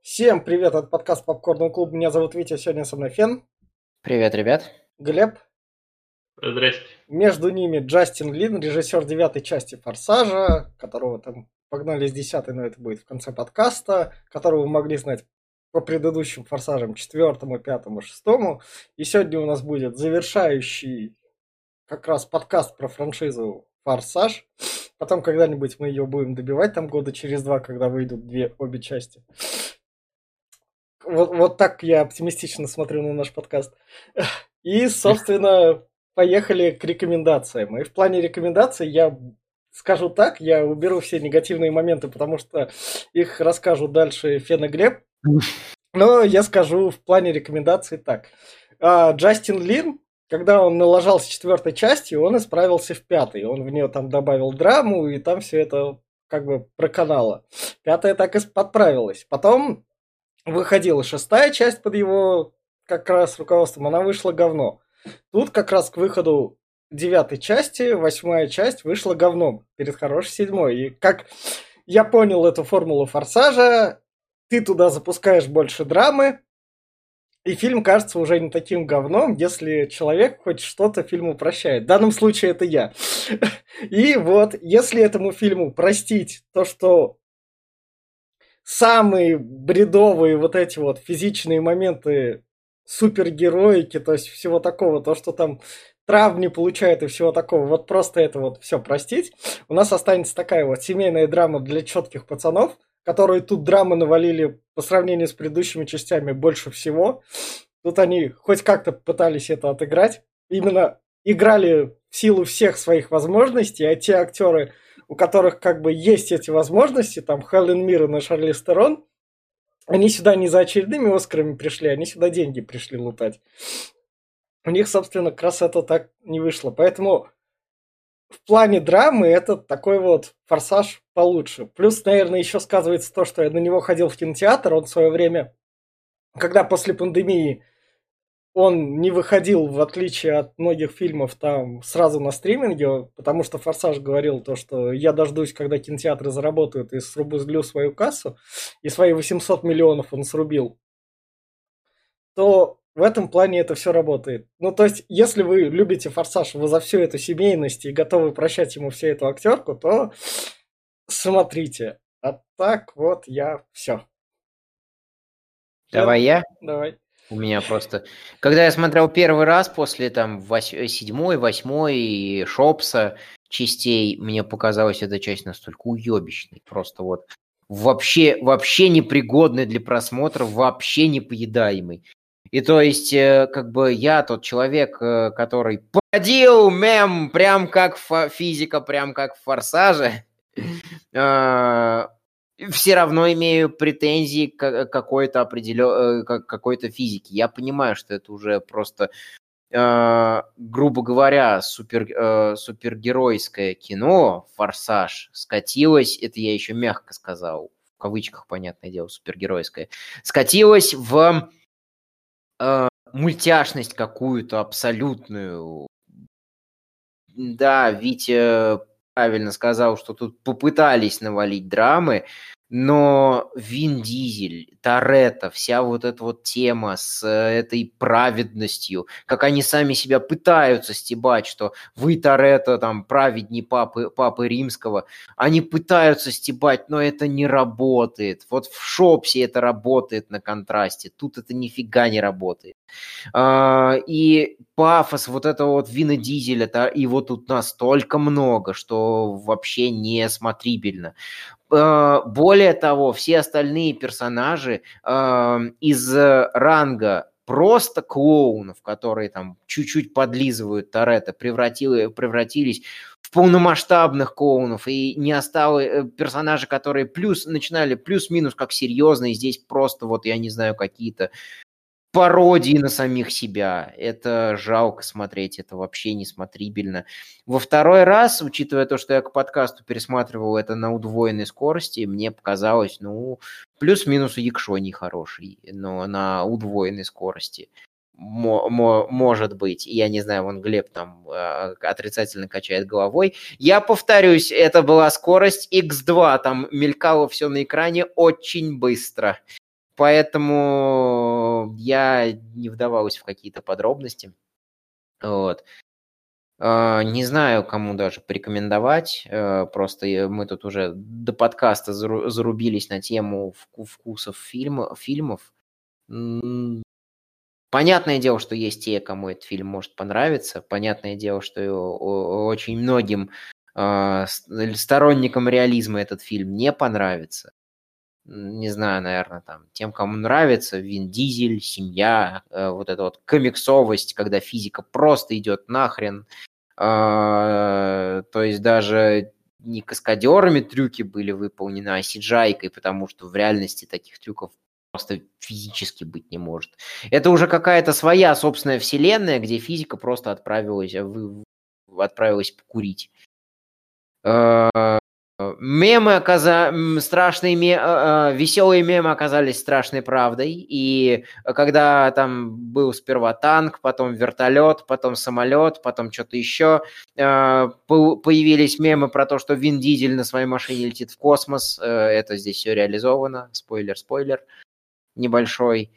Всем привет, это подкаст Попкорного клуба. Меня зовут Витя, сегодня со мной Фен, Привет, ребят. Глеб. Здрасте. Между ними Джастин Лин, режиссер 9 части «Форсажа», которого там погнали с 10, но это будет в конце подкаста, которого вы могли знать по предыдущим «Форсажам» 4, 5, 6. И сегодня у нас будет завершающий как раз подкаст про франшизу «Форсаж». Потом когда-нибудь мы ее будем добивать, там года через 2, когда выйдут обе части. Вот так я оптимистично смотрю на наш подкаст. И, собственно, поехали к рекомендациям. И в плане рекомендаций я скажу так, я уберу все негативные моменты, потому что их расскажут дальше Фен и Глеб. Но я скажу в плане рекомендаций так. Джастин Лин, когда он налажал с 4 части, он исправился в 5. Он в нее там добавил драму, и там все это как бы проканало. 5 так и подправилась. Потом выходила 6 часть под его как раз руководством, она вышла говно. Тут как раз к выходу 9 части, 8 часть вышла говном перед хорошей 7. И как я понял эту формулу «Форсажа», ты туда запускаешь больше драмы, и фильм кажется уже не таким говном, если человек хоть что-то фильму прощает. В данном случае это я. И вот, если этому фильму простить то, что самые бредовые вот эти вот физичные моменты супергероики, то есть всего такого, то, что там травм не получают и всего такого, вот просто это вот все простить, у нас останется такая вот семейная драма для четких пацанов, которые тут драмы навалили по сравнению с предыдущими частями больше всего. Тут они хоть как-то пытались это отыграть. Именно играли в силу всех своих возможностей, а те актеры, у которых как бы есть эти возможности, там Хелен Миррен и Шарлиз Терон, они сюда не за очередными Оскарами пришли, они сюда деньги пришли лутать. У них, собственно, как раз это так не вышло. Поэтому в плане драмы это такой вот «Форсаж» получше. Плюс, наверное, еще сказывается то, что я на него ходил в кинотеатр. Он в свое время, когда после пандемии он не выходил, в отличие от многих фильмов, там сразу на стриминге, потому что «Форсаж» говорил то, что я дождусь, когда кинотеатры заработают, и срублю свою кассу, и свои 800 миллионов он срубил, то в этом плане это все работает. Ну, то есть, если вы любите «Форсаж», вы за всю эту семейность и готовы прощать ему всю эту актерку, то смотрите. А так вот я все. Давай я. Давай. У меня просто... Когда я смотрел первый раз после там 7, 8 Шопса частей, мне показалась эта часть настолько уебищной. Просто вот вообще непригодной для просмотра, вообще непоедаемой. И то есть, как бы я тот человек, который породил мем, прям как физика, прям как в «Форсаже», все равно имею претензии к какой-то какой-то физике. Я понимаю, что это уже просто, грубо говоря, супергеройское кино, «Форсаж», скатилось, это я еще мягко сказал, в кавычках, понятное дело, супергеройское, скатилось в мультяшность какую-то абсолютную. Да, Витя правильно сказал, что тут попытались навалить драмы, но Вин Дизель, Торетто, вся вот эта вот тема с этой праведностью, как они сами себя пытаются стебать, что вы, Торетто, там, праведней папы Римского, они пытаются стебать, но это не работает. Вот в Шопсе это работает на контрасте, тут это нифига не работает. И пафос вот этого вот Вина Дизеля, его тут настолько много, что вообще не смотрибельно. Более того, все остальные персонажи из ранга просто клоунов, которые там чуть-чуть подлизывают Торетто, превратились в полномасштабных клоунов, и не осталось персонажи, которые начинали плюс-минус как серьезные, здесь просто вот, я не знаю, какие-то пародии на самих себя. Это жалко смотреть, это вообще не смотрибельно. Во второй раз, учитывая то, что я к подкасту пересматривал это на удвоенной скорости, мне показалось, плюс-минус якшоний хороший, но на удвоенной скорости. Может быть. Я не знаю, вон Глеб там отрицательно качает головой. Я повторюсь, это была скорость X2, там мелькало все на экране очень быстро. Поэтому я не вдавался в какие-то подробности. Вот. Не знаю, кому даже порекомендовать. Просто мы тут уже до подкаста зарубились на тему вкусов фильмов. Понятное дело, что есть те, кому этот фильм может понравиться. Понятное дело, что очень многим сторонникам реализма этот фильм не понравится. Не знаю, наверное, там тем, кому нравится Вин Дизель, семья, вот эта вот комиксовость, когда физика просто идет нахрен. То есть даже не каскадерами трюки были выполнены, а CGI-кой, потому что в реальности таких трюков просто физически быть не может. Это уже какая-то своя собственная вселенная, где физика просто отправилась покурить. Мемы веселые мемы оказались страшной правдой. И когда там был сперва танк, потом вертолет, потом самолет, потом что-то еще, появились мемы про то, что Вин Дизель на своей машине летит в космос. Это здесь все реализовано. Спойлер небольшой.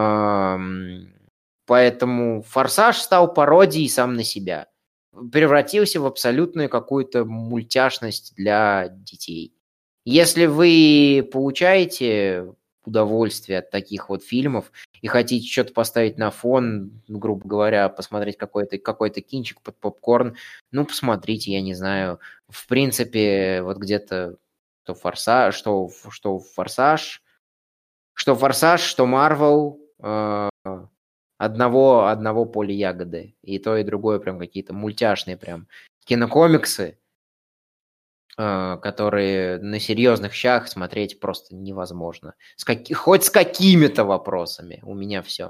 Поэтому «Форсаж» стал пародией сам на себя. Превратился в абсолютную какую-то мультяшность для детей. Если вы получаете удовольствие от таких вот фильмов и хотите что-то поставить на фон, грубо говоря, посмотреть какой-то кинчик под попкорн, ну, посмотрите, я не знаю. В принципе, вот где-то что «Форсаж», что «Марвел», одного поля ягоды. И то, и другое прям какие-то мультяшные прям кинокомиксы, которые на серьезных щах смотреть просто невозможно. Хоть с какими-то вопросами. У меня все.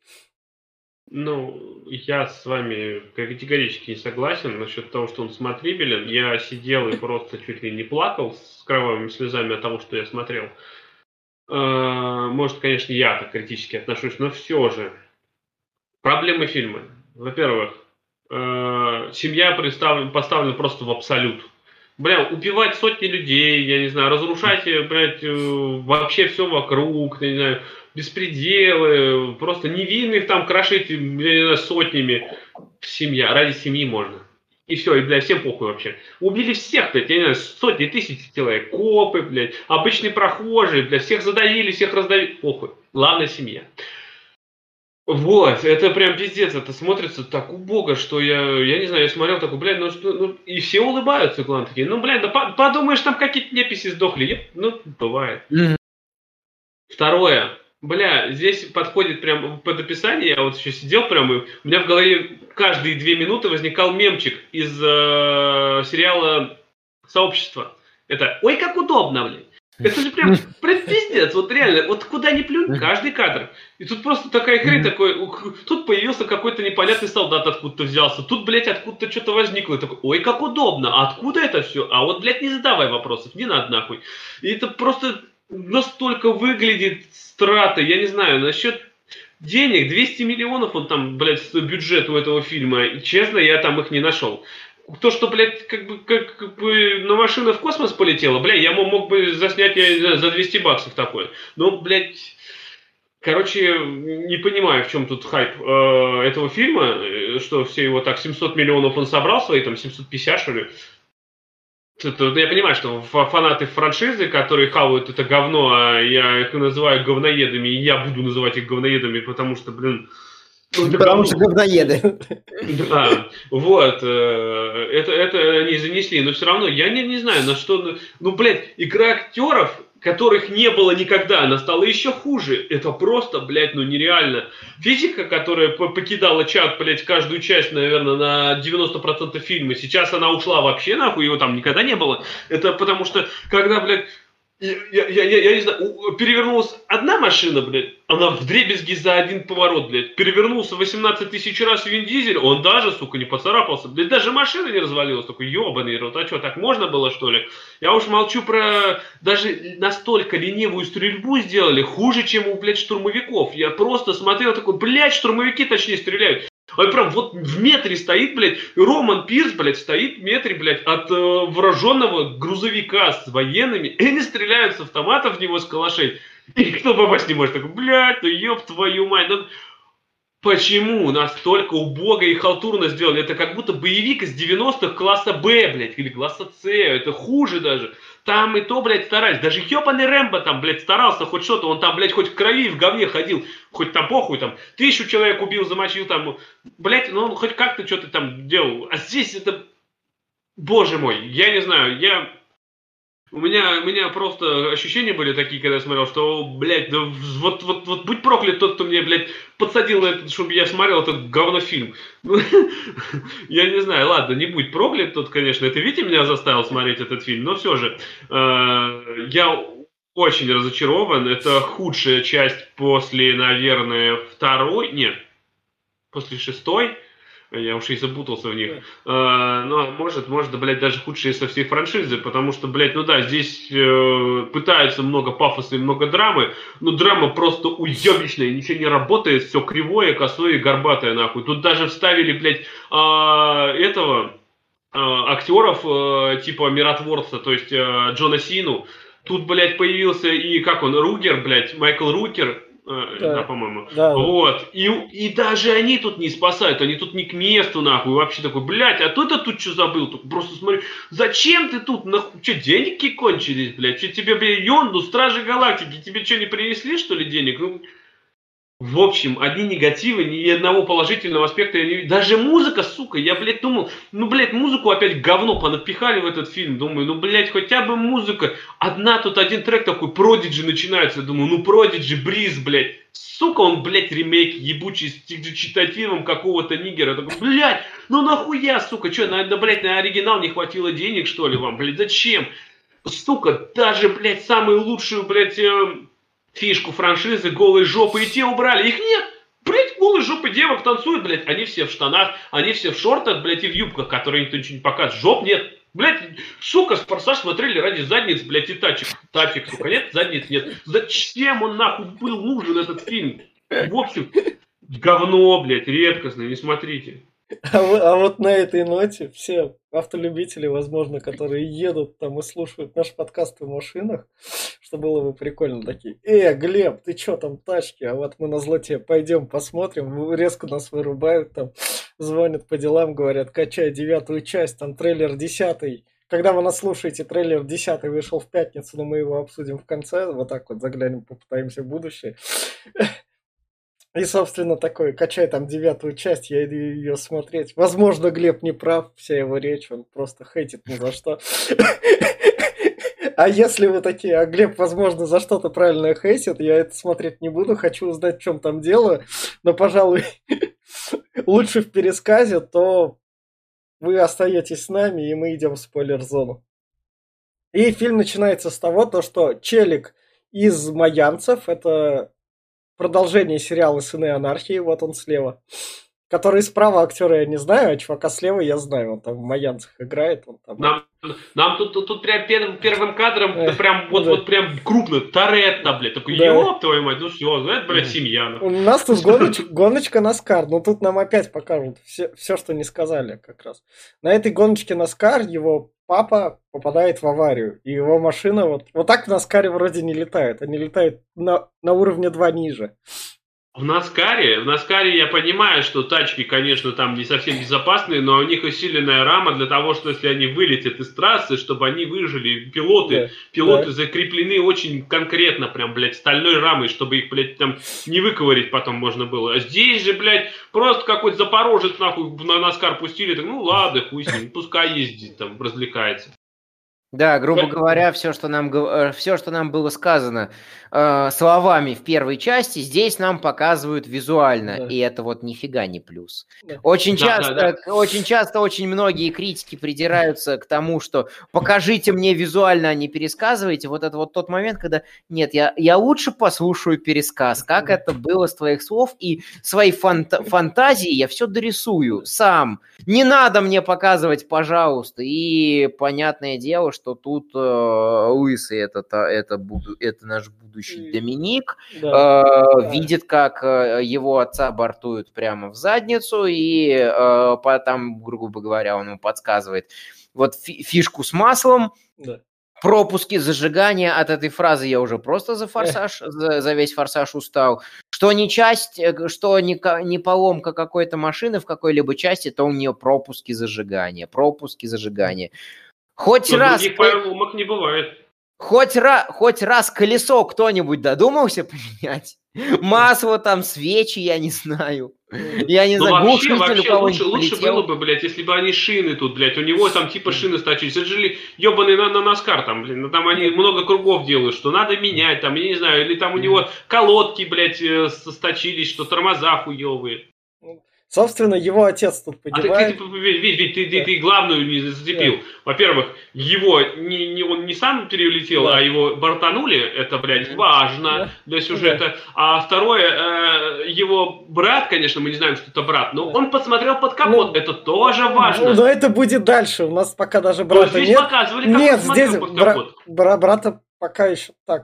Ну, я с вами категорически не согласен насчет того, что он смотрибелен. Я сидел и просто чуть ли не плакал с кровавыми слезами от того, что я смотрел. Может, конечно, я так критически отношусь, но все же. Проблемы фильма. Во-первых, семья поставлена просто в абсолют. Бля, убивать сотни людей, я не знаю, разрушать, блядь, вообще все вокруг, я не знаю, беспределы, просто невинных там крошить, я не знаю, сотнями. Семья, ради семьи можно. И все, и, блядь, всем похуй вообще. Убили всех, блядь, я не знаю, сотни тысяч человек, копы, блядь, обычные прохожие, блядь, всех задавили, всех раздавили, похуй. Главное, семья. Вот, это прям пиздец, это смотрится так убого, что я не знаю, я смотрел такой, блядь, и все улыбаются, главное, такие, ну, блядь, да подумаешь, там какие-то неписи сдохли, ну, бывает. Второе, бля, здесь подходит прям под описание, я вот еще сидел прям, и у меня в голове каждые 2 минуты возникал мемчик из сериала «Сообщество». Это, ой, как удобно, блядь. Это же прям пиздец, вот реально, вот куда ни плюнь, каждый кадр. И тут просто такая хрень, тут появился какой-то непонятный солдат откуда-то взялся, тут, блядь, откуда-то что-то возникло, и такой, ой, как удобно, а откуда это все? А вот, блядь, не задавай вопросов, не надо нахуй. И это просто настолько выглядит стратой, я не знаю, насчет денег, 200 миллионов он там, блядь, бюджет у этого фильма, и честно, я там их не нашел. То, что, блядь, как бы на машина в космос полетела, блядь, я мог бы заснять за 200 баксов такое. Но, блядь, короче, не понимаю, в чем тут хайп этого фильма, что все его так, 700 миллионов он собрал свои, там, 750, что ли. Я понимаю, что фанаты франшизы, которые хавают это говно, а я их называю говноедами, и я буду называть их говноедами, потому что, блин... Потому что говноеды. Да, вот, это они занесли, но все равно, я не знаю, на что, ну, блядь, игра актеров, которых не было никогда, она стала еще хуже, это просто, блядь, ну, нереально. Физика, которая покидала чат, блядь, каждую часть, наверное, на 90% фильма, сейчас она ушла вообще, нахуй, его там никогда не было, это потому что, когда, блядь, я не знаю, перевернулась одна машина, блядь, она вдребезги за один поворот, блядь. Перевернулся 18 тысяч раз Вин Дизель, он даже, сука, не поцарапался. Блядь, даже машина не развалилась. Такой, ебаный рот, а что, так можно было, что ли? Я уж молчу про даже настолько ленивую стрельбу сделали, хуже, чем у, блядь, штурмовиков. Я просто смотрел такой, блядь, штурмовики точнее стреляют. Он прям вот в метре стоит, блядь, и Роман Пирс, блядь, стоит в метре, блядь, от вооруженного грузовика с военными, и они стреляют с автоматов в него, с калашей, и никто попасть не может. Такой, блядь, ну ёб твою мать, ну... Почему настолько убого и халтурно сделали? Это как будто боевик из 90-х класса Б, блядь, или класса С. Это хуже даже. Там и то, блядь, старались. Даже ёбаный Рэмбо там, блядь, старался хоть что-то. Он там, блядь, хоть в крови и в говне ходил. Хоть там похуй, там, 1000 человек убил, замочил там. Блядь, ну он хоть как-то что-то там делал. А здесь это... Боже мой, я не знаю, У меня просто ощущения были такие, когда я смотрел, что, блядь, да вот будь проклят тот, кто мне, блядь, подсадил на этот, чтобы я смотрел этот говнофильм. Я не знаю, ладно, не будь проклят тот, конечно, это Витя меня заставил смотреть этот фильм, но все же, я очень разочарован, это худшая часть после, наверное, после 6-й. Я уж и запутался в них. Но может, блядь, даже худшие со всей франшизы, потому что, блядь, ну да, здесь пытаются много пафоса и много драмы, но драма просто уебищная, ничего не работает, все кривое, косое и горбатое, нахуй. Тут даже вставили, блядь, актеров типа Миротворца, то есть Джона Сину. Тут, блядь, появился и, как он, Ругер, блядь, Майкл Рукер, да, по-моему. Да. Вот. И даже они тут не спасают, они тут не к месту, нахуй. Вообще такой, блядь, а ты-то тут что забыл? Просто смотри, зачем ты тут? Нахуй? Что, деньги кончились, блядь? Что тебе, блядь, Стражи Галактики, тебе что, не принесли, что ли, денег? Ну, в общем, одни негативы, ни одного положительного аспекта. Даже музыка, сука, я, блядь, думал, музыку опять говно понапихали в этот фильм. Думаю, блядь, хотя бы музыка. Один трек такой, Prodigy начинается. Думаю, Prodigy, Бриз, блядь. Сука, он, блядь, ремейк ебучий с читативом какого-то нигера. Такой, блядь, нахуя, сука, что, блядь, на оригинал не хватило денег, что ли, вам, блядь, зачем? Сука, даже, блядь, самую лучшую, блядь, фишку франшизы, голые жопы, и те убрали. Их нет. Блять, голые жопы девок танцуют, блядь. Они все в штанах, они все в шортах, блядь, и в юбках, которые никто ничего не показывает. Жоп нет. Блядь, сука, «Форсаж» смотрели ради задниц, блядь, и тачек. Тачек, сука, нет, задниц нет. Зачем он, нахуй, был нужен, этот фильм? В общем, говно, блядь, редкостное, не смотрите. А вот на этой ноте все автолюбители, возможно, которые едут там и слушают наш подкаст в машинах, что было бы прикольно, такие: Глеб, ты чё там, тачки? А вот мы на злоте пойдем посмотрим, резко нас вырубают, там звонят по делам, говорят, качай 9-ю часть, там трейлер 10-й. Когда вы нас слушаете, трейлер 10-й вышел в пятницу, но мы его обсудим в конце, вот так вот заглянем, попытаемся в будущее. И, собственно, такой, качай там 9-ю часть, я иду ее смотреть. Возможно, Глеб не прав, вся его речь, он просто хейтит ни за что. А если вы такие, а Глеб, возможно, за что-то правильно хейтит, я это смотреть не буду, хочу узнать, в чем там дело, но, пожалуй, лучше в пересказе, то вы остаетесь с нами, и мы идем в спойлер-зону. И фильм начинается с того, что челик из «Майянцев», это продолжение сериала «Сыны анархии», вот он слева. Который справа актера я не знаю, а чувака слева я знаю, он там в «Майянцах» играет. Он там... Нам тут прям первым кадром прям вот прям крупно Торетто, блядь, такой, ёб твою мать, ну все, это, блядь, семья. У нас тут гоночка NASCAR, но тут нам опять покажут все, что не сказали как раз. На этой гоночке NASCAR его папа попадает в аварию, и его машина вот так в NASCAR вроде не летает, они летают на уровне 2 ниже. В NASCAR я понимаю, что тачки, конечно, там не совсем безопасные, но у них усиленная рама для того, что если они вылетят из трассы, чтобы они выжили. Пилоты закреплены очень конкретно, прям, блядь, стальной рамой, чтобы их, блядь, там не выковырить потом можно было. А здесь же, блядь, просто какой-то запорожец, нахуй, на NASCAR пустили, так, ну ладно, хуй с ним, пускай ездит, там, развлекается. Да, грубо говоря, все, что нам было сказано словами в первой части, здесь нам показывают визуально, да. И это вот нифига не плюс. Да. Очень часто очень многие критики придираются к тому, что покажите мне визуально, а не пересказывайте. Вот это вот тот момент, когда нет, я лучше послушаю пересказ, как это было с твоих слов, и свои фантазии я все дорисую сам. Не надо мне показывать, пожалуйста. И понятное дело, что тут Лысый это наш будущий Доминик, видит, как его отца бортуют прямо в задницу, и там, грубо говоря, он ему подсказывает вот фишку с маслом, пропуски зажигания. От этой фразы я уже просто за весь «Форсаж» устал. Что не часть, что не поломка какой-то машины в какой-либо части, то у нее пропуски зажигания. Хоть раз... Других поломок не бывает. Хоть раз колесо кто-нибудь додумался поменять? Масло там, свечи, я не знаю. Я не знаю, вообще лучше было бы, блядь, если бы они шины тут, блядь, у него там типа шины стачились. Это же ебаный на NASCAR там, блин, там они много кругов делают, что надо менять, там, я не знаю, или там у него колодки, блядь, стачились, что тормоза хуёвые. Собственно, его отец тут поднимает. Ты главную не зацепил. Во-первых, он не сам перелетел, а его бортанули. Это, блядь, важно для сюжета. А второе, его брат, конечно, мы не знаем, что это брат, но он посмотрел под капот. Это тоже важно. Но это будет дальше. У нас пока даже брата здесь нет. Показывали, как нет, он смотрел здесь под капот. Брата пока еще так.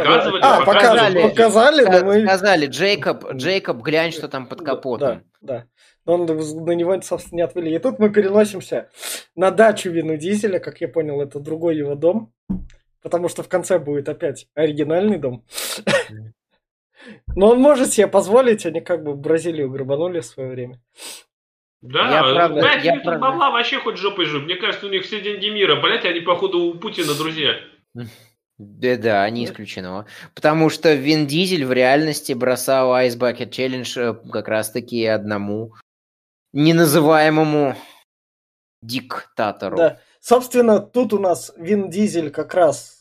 Показали. Сказали, Джейкоб, глянь, что там под капотом. Да. Но на него, собственно, не отвели. И тут мы переносимся на дачу Вина Дизеля. Как я понял, это другой его дом. Потому что в конце будет опять оригинальный дом. Но он может себе позволить. Они как бы в Бразилию грабанули в свое время. Да, блядь, бабла вообще хоть жопой жив. Мне кажется, у них все деньги мира. Блядь, они, походу, у Путина друзья. Да, не исключено. Потому что Вин Дизель в реальности бросал Ice Bucket Challenge как раз-таки одному неназываемому диктатору. Да. Собственно, тут у нас Вин Дизель как раз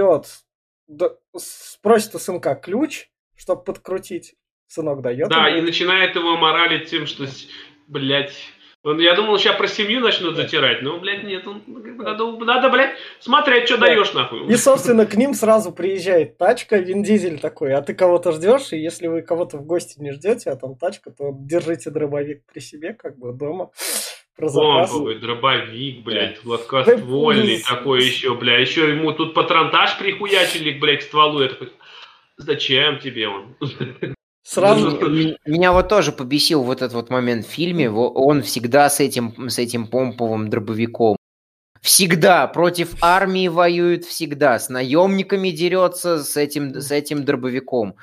просит у сынка ключ, чтобы подкрутить. Сынок дает. Да, и начинает его моралить тем, что, блядь... Я думал, сейчас про семью начнут затирать, но, блядь, нет. Надо, блядь, смотреть, что даешь, нахуй. И, собственно, к ним сразу приезжает тачка, Вин Дизель такой, а ты кого-то ждешь, и если вы кого-то в гости не ждете, а там тачка, то держите дробовик при себе, как бы, дома. Помповый дробовик, блядь, гладкоствольный такой еще, блядь. Еще ему тут патронтаж прихуячили, блядь, к стволу. Я такой, зачем тебе он? Сразу... Меня вот тоже побесил вот этот вот момент в фильме. Он всегда с этим помповым дробовиком. Всегда против армии воюет, всегда с наемниками дерется с этим дробовиком.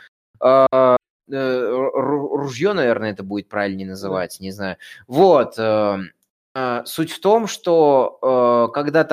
Ружье, наверное, это будет правильнее называть, не знаю. Вот. Суть в том, что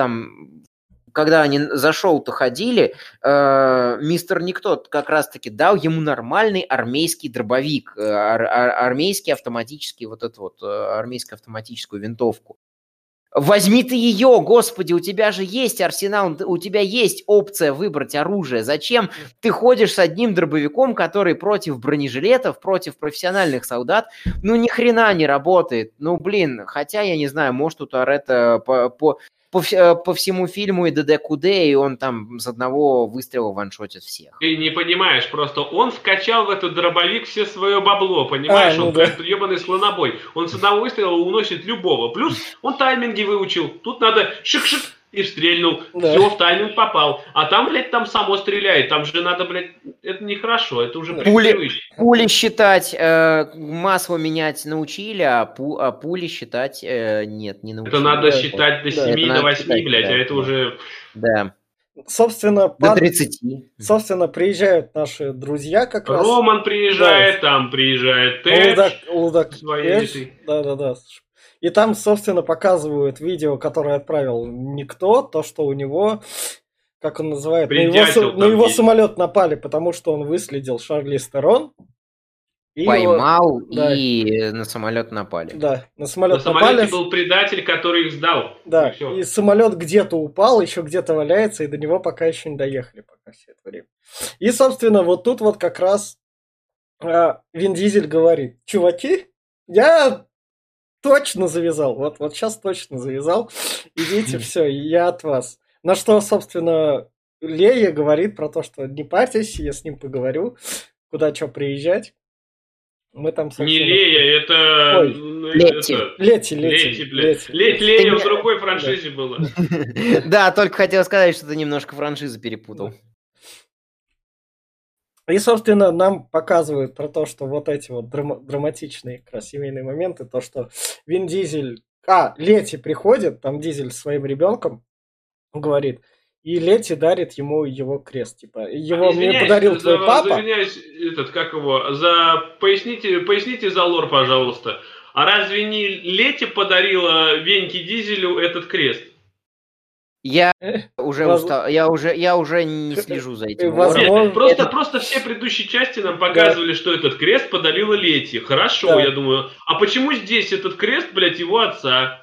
когда они за шоу-то ходили, мистер Никто как раз-таки дал ему нормальный армейский дробовик, армейский автоматический армейскую автоматическую винтовку. Возьми ты ее, господи, у тебя же есть арсенал, у тебя есть опция выбрать оружие. Зачем ты ходишь с одним дробовиком, который против бронежилетов, против профессиональных солдат, ни хрена не работает. Хотя, я не знаю, может, у Торетто по всему фильму и ДД-КУД, и он там с одного выстрела ваншотит всех. Ты не понимаешь, просто он вкачал в этот дробовик все свое бабло, понимаешь? Он как ебаный слонобой. Он с одного выстрела уносит любого. Плюс он тайминги выучил. Тут надо шик-шик и стрельнул. Да. Все, в тайминг попал. А там, блядь, там само стреляет. Там же надо, блядь, это нехорошо. Это уже пули считать, масло менять научили, а пули считать нет, не научили. Это надо считать до 7, до 8, блядь, а это уже... Да. Собственно, до 30. Собственно, приезжают наши друзья как раз. Роман приезжает, там приезжает Тэч. Лудак Да. И там, собственно, показывают видео, которое отправил Никто, то, что у него, как он называет, на его самолет напали, потому что он выследил Шарлиз Терон. Поймал и на самолет напали. Да, на самолет напали. На самолете был предатель, который их сдал. Да, и самолет где-то упал, еще где-то валяется, и до него пока еще не доехали пока все это время. И, собственно, вот тут вот как раз Вин Дизель говорит: чуваки, я точно завязал, вот сейчас точно завязал, идите, все, я от вас. На что, собственно, Лея говорит про то, что не парьтесь, я с ним поговорю, куда что приезжать. Мы там, Не собственно... Лея, это... Ой, Летти. Лети, блядь. Лети. Лея в другой франшизе была. Да, только хотел сказать, что ты немножко франшизы перепутал. И, собственно, нам показывают про то, что вот эти вот драматичные как раз семейные моменты, то, что Вин Дизель... Лети приходит, там Дизель со своим ребенком говорит, и Лети дарит ему его крест. Типа, его мне подарил твой папа. Извиняюсь, как его, поясните за лор, пожалуйста. А разве не Лети подарила Веньке Дизелю этот крест? Я уже устал, я уже не слежу за этим. Нет, просто все предыдущие части нам показывали, что этот крест подарила Лети. Хорошо, я думаю. А почему здесь этот крест, блядь, его отца?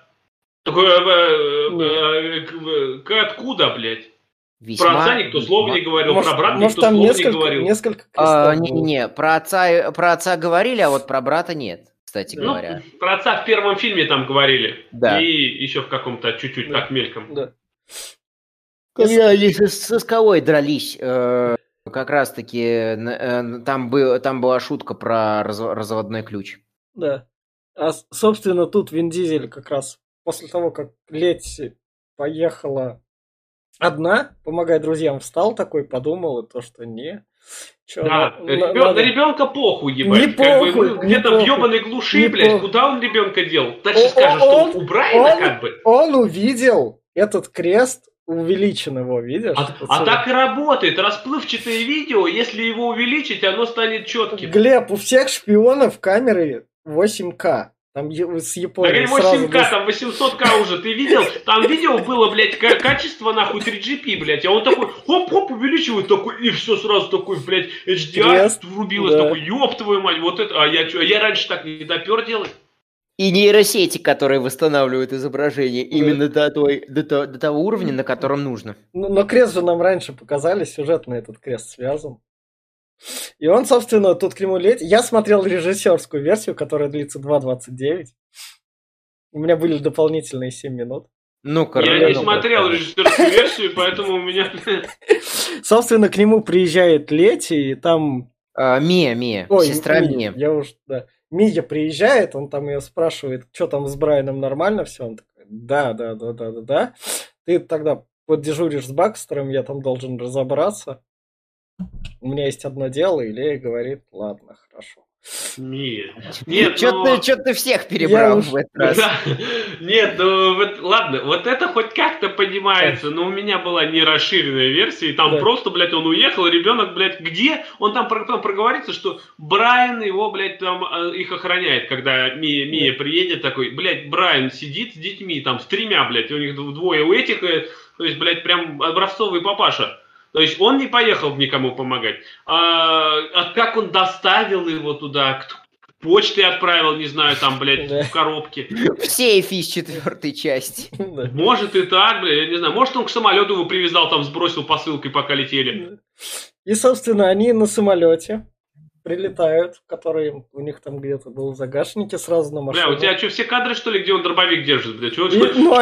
Откуда, блядь? Про отца никто слова не говорил, про брата никто слова не говорил. Несколько крестов. Не, про отца говорили, а вот про брата нет, кстати говоря. Про отца в первом фильме там говорили. Да. И еще в каком-то чуть-чуть так мельком. Да. Когда они со скалой дрались, как раз-таки там была шутка про разводной ключ. Да. А, собственно, тут Вин Дизель как раз после того, как Летти поехала одна, помогая друзьям, встал такой, подумал, и то, что не. На ребенка похуй, ебать. Не похуй, где-то в ебаной глуши, блядь, куда он ребенка дел? Дальше скажешь, что у Брайана как бы. Он увидел этот крест, увеличен его, видишь? А так и работает. Расплывчатое видео, если его увеличить, оно станет четким. Глеб, у всех шпионов камеры 8К. Там с Японией так, 8К, там 800К уже. Ты видел? Там видео было, блядь, качество нахуй 3GP, блядь. А он такой, хоп-хоп, увеличивает такой, и все сразу такой, блядь, HDR врубилось, такой, ёб твою мать, вот это. А я раньше так не допер делать. И нейросети, которые восстанавливают изображение именно до того уровня, на котором нужно. Но крест же нам раньше показали, сюжетно этот крест связан. И он, собственно, тут к нему летит. Я смотрел режиссерскую версию, которая длится 2:29. У меня были дополнительные 7 минут. Я не смотрел режиссерскую версию, поэтому у меня... Собственно, к нему приезжает Лети, и там... Мия, сестра Мия. Я уж, да. Мия приезжает, он там ее спрашивает, что там с Брайаном, нормально все? Он такой, да. Ты тогда поддежуришь с Бакстером, я там должен разобраться. У меня есть одно дело, и Лея говорит, ладно, хорошо. Нет, Чё ты всех перебрал в этот раз? Да. Нет, ладно, вот это хоть как-то понимается, но у меня была не расширенная версия, и там просто, блядь, он уехал, ребенок, блядь, где? Он там проговорится, что Брайан его, блядь, там их охраняет, когда Мия приедет, такой, блядь, Брайан сидит с детьми, там, с 3, блядь, у них 2 у этих, то есть, блядь, прям образцовый папаша. То есть он не поехал никому помогать. А как он доставил его туда, почтой отправил, не знаю, там, блядь, в коробке. В сейфе из 4-й части. Может и так, блядь, я не знаю. Может он к самолету его привязал, там сбросил посылкой, пока летели. И, собственно, они на самолете прилетают, которые у них там где-то был в загашнике сразу на машину. Бля, у тебя что, все кадры, что ли, где он дробовик держит, блядь? Что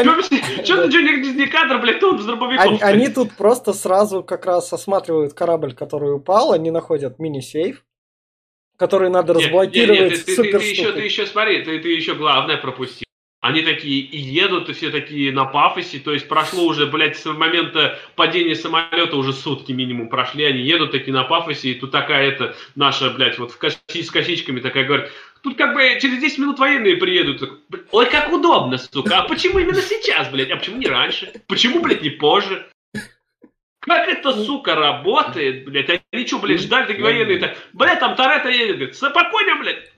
не кадр, блядь, то он с дробовиком. Они тут просто сразу как раз осматривают корабль, который упал, они находят мини-сейф, который надо разблокировать. Ты еще смотри, ты еще главное пропустил. Они такие и едут, и все такие на пафосе, то есть прошло уже, блядь, с момента падения самолета уже сутки минимум прошли, они едут такие на пафосе, и тут такая наша, блядь, вот с косичками такая говорит, тут как бы через 10 минут военные приедут. Ой, как удобно, сука, а почему именно сейчас, блядь, а почему не раньше? Почему, блядь, не позже? Как это, сука, работает, блядь? Они что, блядь, ждали такие военные, так, блядь, там Торетто едет, говорит, спокойно, блядь.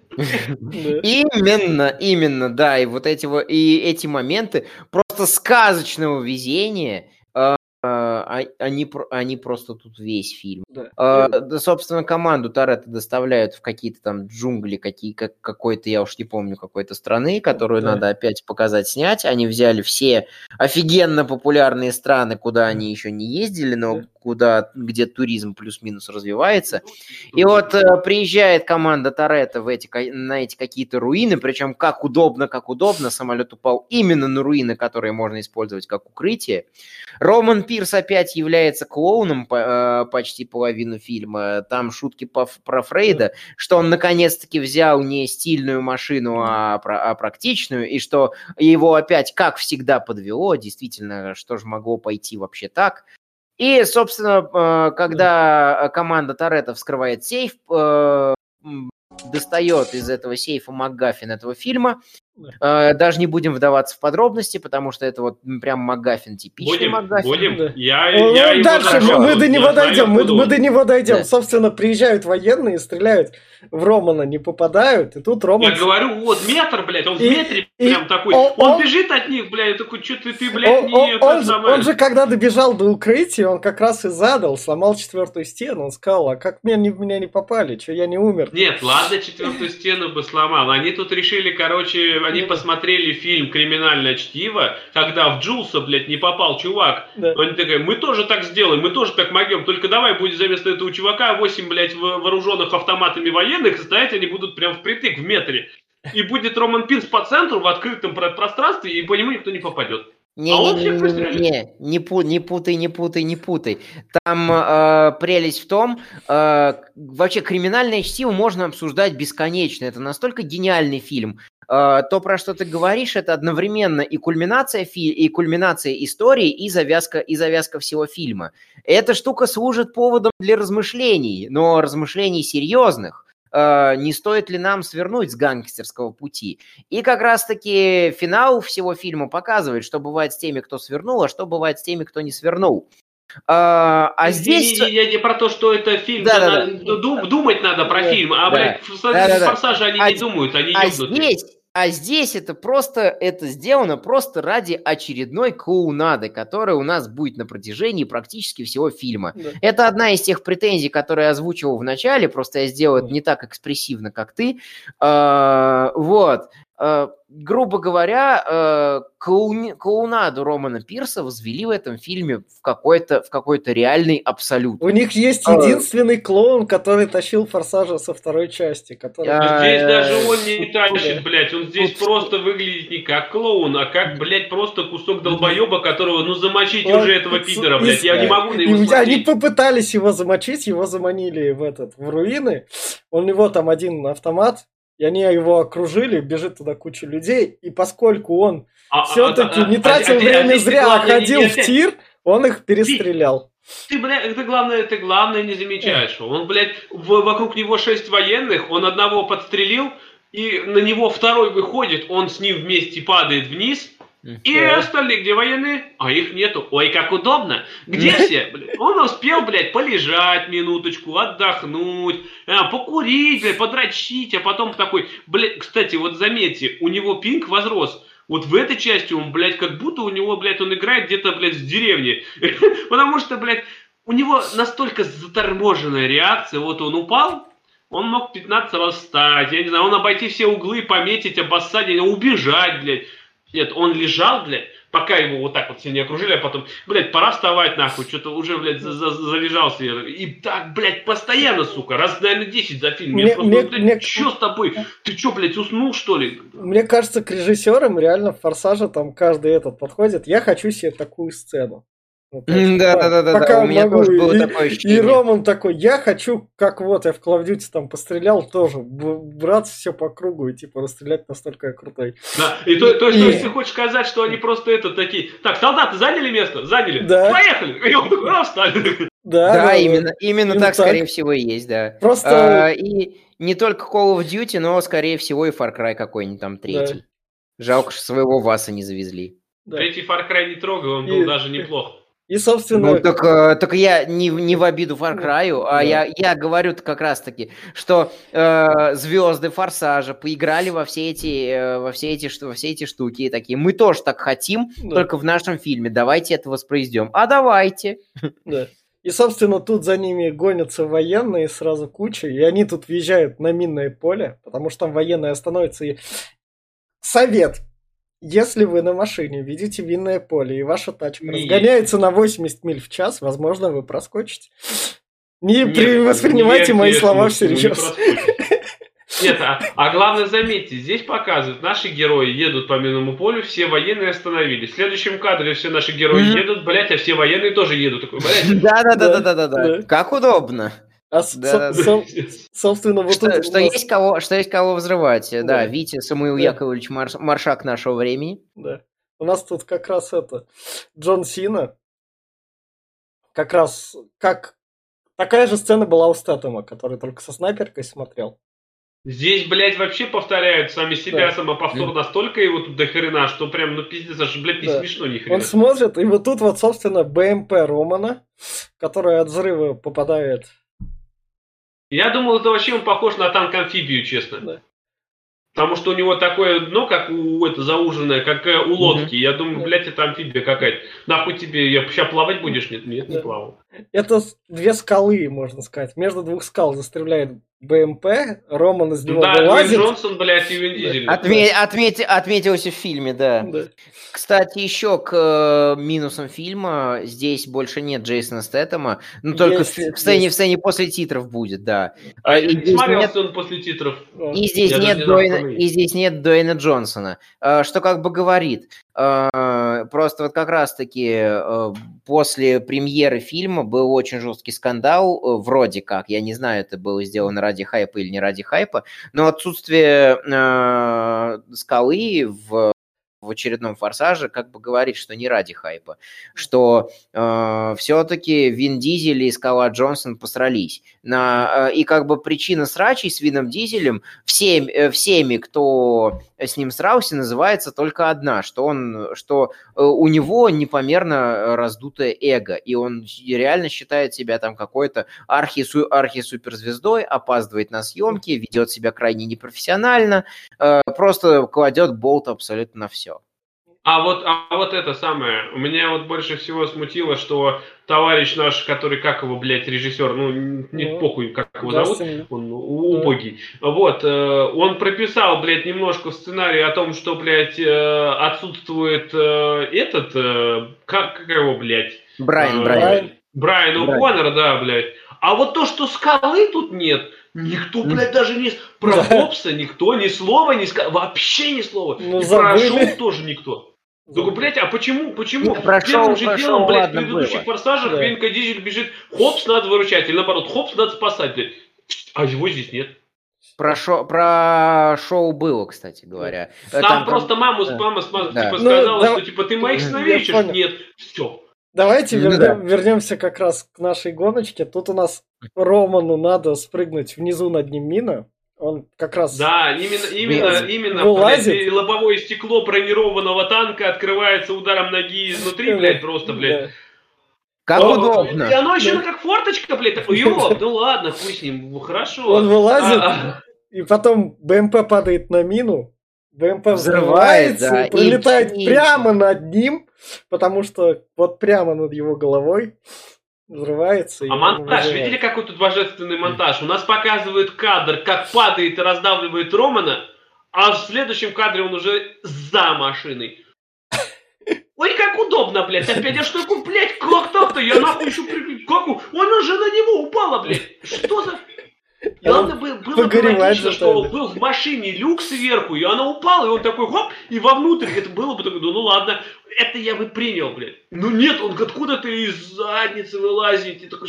Именно, да, и вот эти моменты просто сказочного везения, они просто тут весь фильм. Собственно, команду Торетто доставляют в какие-то там джунгли, какой-то, я уж не помню, какой-то страны, которую надо опять показать, снять. Они взяли все офигенно популярные страны, куда они еще не ездили, но где туризм плюс-минус развивается. И вот приезжает команда Торетто на эти какие-то руины, причем как удобно, самолет упал именно на руины, которые можно использовать как укрытие. Роман Пирс опять является клоуном почти половину фильма. Там шутки про Фрейда, что он наконец-таки взял не стильную машину, а практичную, и что его опять, как всегда, подвело. Действительно, что же могло пойти вообще так? И, собственно, когда команда Торетто вскрывает сейф, достает из этого сейфа МакГаффин этого фильма. Даже не будем вдаваться в подробности, потому что это вот прям МакГаффин, типичный МакГаффин. Будем. Дальше мы до него дойдем. Мы до него дойдем. Да. Собственно, приезжают военные, стреляют в Романа, не попадают, и тут Роман... Я говорю, вот метр, блядь, он в метре прям такой. Он бежит от них, блядь, такой, что ты, блядь, не... Он же, когда добежал до укрытия, он как раз и задал, сломал 4-ю стену. Он сказал, а как меня не попали, что я не умер? Нет, ладно, 4-ю стену бы сломал. Они тут решили, короче, они посмотрели фильм «Криминальное чтиво», когда в Джулса, блядь, не попал чувак. Да. Они такие, мы тоже так сделаем, мы тоже так могем, только давай будет вместо этого чувака 8, блядь, вооруженных автоматами военных, стоять они будут прям впритык в метре. И будет Роман Пирс по центру в открытом пространстве, и по нему никто не попадет. Не путай. Там прелесть в том, вообще «Криминальное чтиво» можно обсуждать бесконечно. Это настолько гениальный фильм. То, про что ты говоришь, это одновременно и кульминация истории, и завязка всего фильма. Эта штука служит поводом для размышлений, но размышлений серьезных. Не стоит ли нам свернуть с гангстерского пути. И как раз-таки финал всего фильма показывает, что бывает с теми, кто свернул, а что бывает с теми, кто не свернул. Здесь... Я не про то, что это фильм, думать надо про фильм, блядь, «Форсажи» они не думают, они ёбнутые. Здесь это сделано просто ради очередной клоунады, которая у нас будет на протяжении практически всего фильма. Да. Это одна из тех претензий, которые я озвучивал в начале, просто я сделал это не так экспрессивно, как ты. Грубо говоря, клоунаду Романа Пирса возвели в этом фильме в какой-то реальный абсолют. У них есть единственный клоун, который тащил «Форсажа» со 2-й части. Здесь даже он не тащит, блядь. Он здесь просто выглядит не как клоун, а как, блядь, просто кусок долбоеба, которого, замочить уже этого пидора, блядь. Я не могу на него смотреть. Они попытались его замочить, его заманили в руины. У него там один автомат. И они его окружили, бежит туда куча людей, и поскольку он все-таки не тратил время зря, а ходил в тир, он их перестрелял. Ты, блядь, ты главное не замечаешь. Он, блядь, вокруг него 6 военных, он одного подстрелил, и на него второй выходит, он с ним вместе падает вниз. И остальные, где военные? А их нету. Ой, как удобно. Где все? Блядь? Он успел, блядь, полежать минуточку, отдохнуть, покурить, блядь, подрочить, а потом такой, блядь, кстати, вот заметьте, у него пинг возрос. Вот в этой части он, блядь, как будто у него, блядь, он играет где-то, блядь, в деревне. Потому что, блядь, у него настолько заторможенная реакция. Вот он упал, он мог 15 раз встать, я не знаю, он обойти все углы, пометить, обоссать, убежать, блядь. Нет, он лежал, блядь, пока его вот так вот все не окружили, а потом, блядь, пора вставать нахуй, что-то уже, блядь, залежался. И так, блядь, постоянно, сука, раз, наверное, 10 за фильм. Что с тобой? Ты что, блядь, уснул, что ли? Мне кажется, к режиссерам реально в «Форсаже» там каждый этот подходит. Я хочу себе такую сцену. Да, у меня тоже было такое ощущение. И Роман такой, я хочу, как вот я в Call of Duty там пострелял, тоже брать все по кругу и типа расстрелять настолько я крутой. Да, и то есть ты хочешь сказать, что они просто такие, так, солдаты заняли место? Заняли? Да. Поехали! И он такой, встали. Да, именно так, скорее всего, и есть, да. Просто... И не только Call of Duty, но, скорее всего, и Far Cry какой-нибудь там третий. Жалко, что своего Васа не завезли. Третий Far Cry не трогай, он был даже неплох. И, собственно... Ну, только я не в обиду Far Cry, а я говорю-то как раз-таки, что звезды Форсажа поиграли во все эти штуки и такие, мы тоже так хотим, только в нашем фильме, давайте это воспроизведем. А давайте. Да. И, собственно, тут за ними гонятся военные сразу куча, и они тут въезжают на минное поле, потому что там военные остановятся и... Совет! Если вы на машине видите минное поле, и ваша тачка разгоняется на 80 миль в час, возможно, вы проскочите. Не воспринимайте мои слова всерьез. Нет, а главное, заметьте, здесь показывают, наши герои едут по минному полю, все военные остановились. В следующем кадре все наши герои едут, блядь, а все военные тоже едут. Такой, блядь. Да. Как удобно. Собственно, вот тут... Что есть кого взрывать. Да, Витя Самуил Яковлевич Маршак нашего времени. Да. У нас тут как раз Джон Сина. Как раз такая же сцена была у Стэтэма, который только со снайперкой смотрел. Здесь, блядь, вообще повторяют сами себя, самоповтор настолько его тут дохрена, что прям, ну пиздец, аж, блядь, не смешно ни хрена. Он смотрит, и вот тут вот, собственно, БМП Романа, который от взрыва попадает. Я думал, это вообще он похож на танк-амфибию, честно. Да. Потому что у него такое, ну, как зауженное, как у лодки. Я думаю, блядь, это амфибия какая-то. Нахуй тебе, сейчас плавать будешь? Нет, не плавал. Это две скалы, можно сказать. Между двух скал застреляет БМП, Роман из него вылазит. Да, Джонсон, блядь, и Вин Дизель. Отметилось в фильме, да. Кстати, еще к минусам фильма. Здесь больше нет Джейсона Стэтэма. Ну, только в сцене после титров будет, да. Не смотрелся он после титров. И здесь нет Дуэйна Джонсона. Что как бы говорит. Просто вот как раз-таки после премьеры фильма был очень жесткий скандал, вроде как, я не знаю, это было сделано ради хайпа или не ради хайпа, но отсутствие скалы в очередном «Форсаже» как бы говорит, что не ради хайпа, что все-таки Вин Дизель и Скала Джонсон посрались. И как бы причина срачей с Вином Дизелем всеми, кто с ним срался, называется только одна, что у него непомерно раздутое эго, и он реально считает себя там какой-то архи-суперзвездой, опаздывает на съемки, ведет себя крайне непрофессионально, просто кладет болт абсолютно на все. А вот это самое, меня вот больше всего смутило, что товарищ наш, который, как его, блядь, режиссер, ну, не похуй, как его зовут, он убогий, вот, он прописал, блядь, немножко в сценарии о том, что, блядь, отсутствует как его, блядь? Брайан О'Коннор, да, блядь. А вот то, что скалы тут нет, никто, блядь, даже не... Про Хопса никто ни слова не сказал. Вообще ни слова. И про шоу тоже никто. Только, блядь, а почему? Первым же делом, блядь, в предыдущих «Форсажах» Винка Дизель бежит, Хопс надо выручать, или наоборот, Хопс надо спасать, блядь. А его здесь нет. Про шоу было, кстати говоря. Там просто мама сказала, что типа ты моих сыновей ищешь? Нет. Все. Давайте вернемся как раз к нашей гоночке. Тут у нас Роману надо спрыгнуть, внизу над ним мина. Он как раз... Да, именно блядь, лобовое стекло бронированного танка открывается ударом ноги изнутри, блядь, просто, блядь. Как удобно. И оно еще как форточка, блядь, такой, ну ладно, хуй с ним, хорошо. Он вылазит, и потом БМП падает на мину, БМП взрывается, прилетает прямо над ним, потому что вот прямо над его головой взрывается. А монтаж, видели, какой тут божественный монтаж? У нас показывают кадр, как падает и раздавливает Романа, а в следующем кадре он уже за машиной. Ой, как удобно, блядь, опять я что такое, блядь, как так-то? Я нахуй еще как она же на него упала, блядь. Что за... Главное было бы логично, что был в машине люк сверху, и она упала, и он такой, хоп, и вовнутрь. Это было бы такое, ну ладно, это я бы принял, блядь. Ну нет, он откуда-то из задницы вылазит, и такой...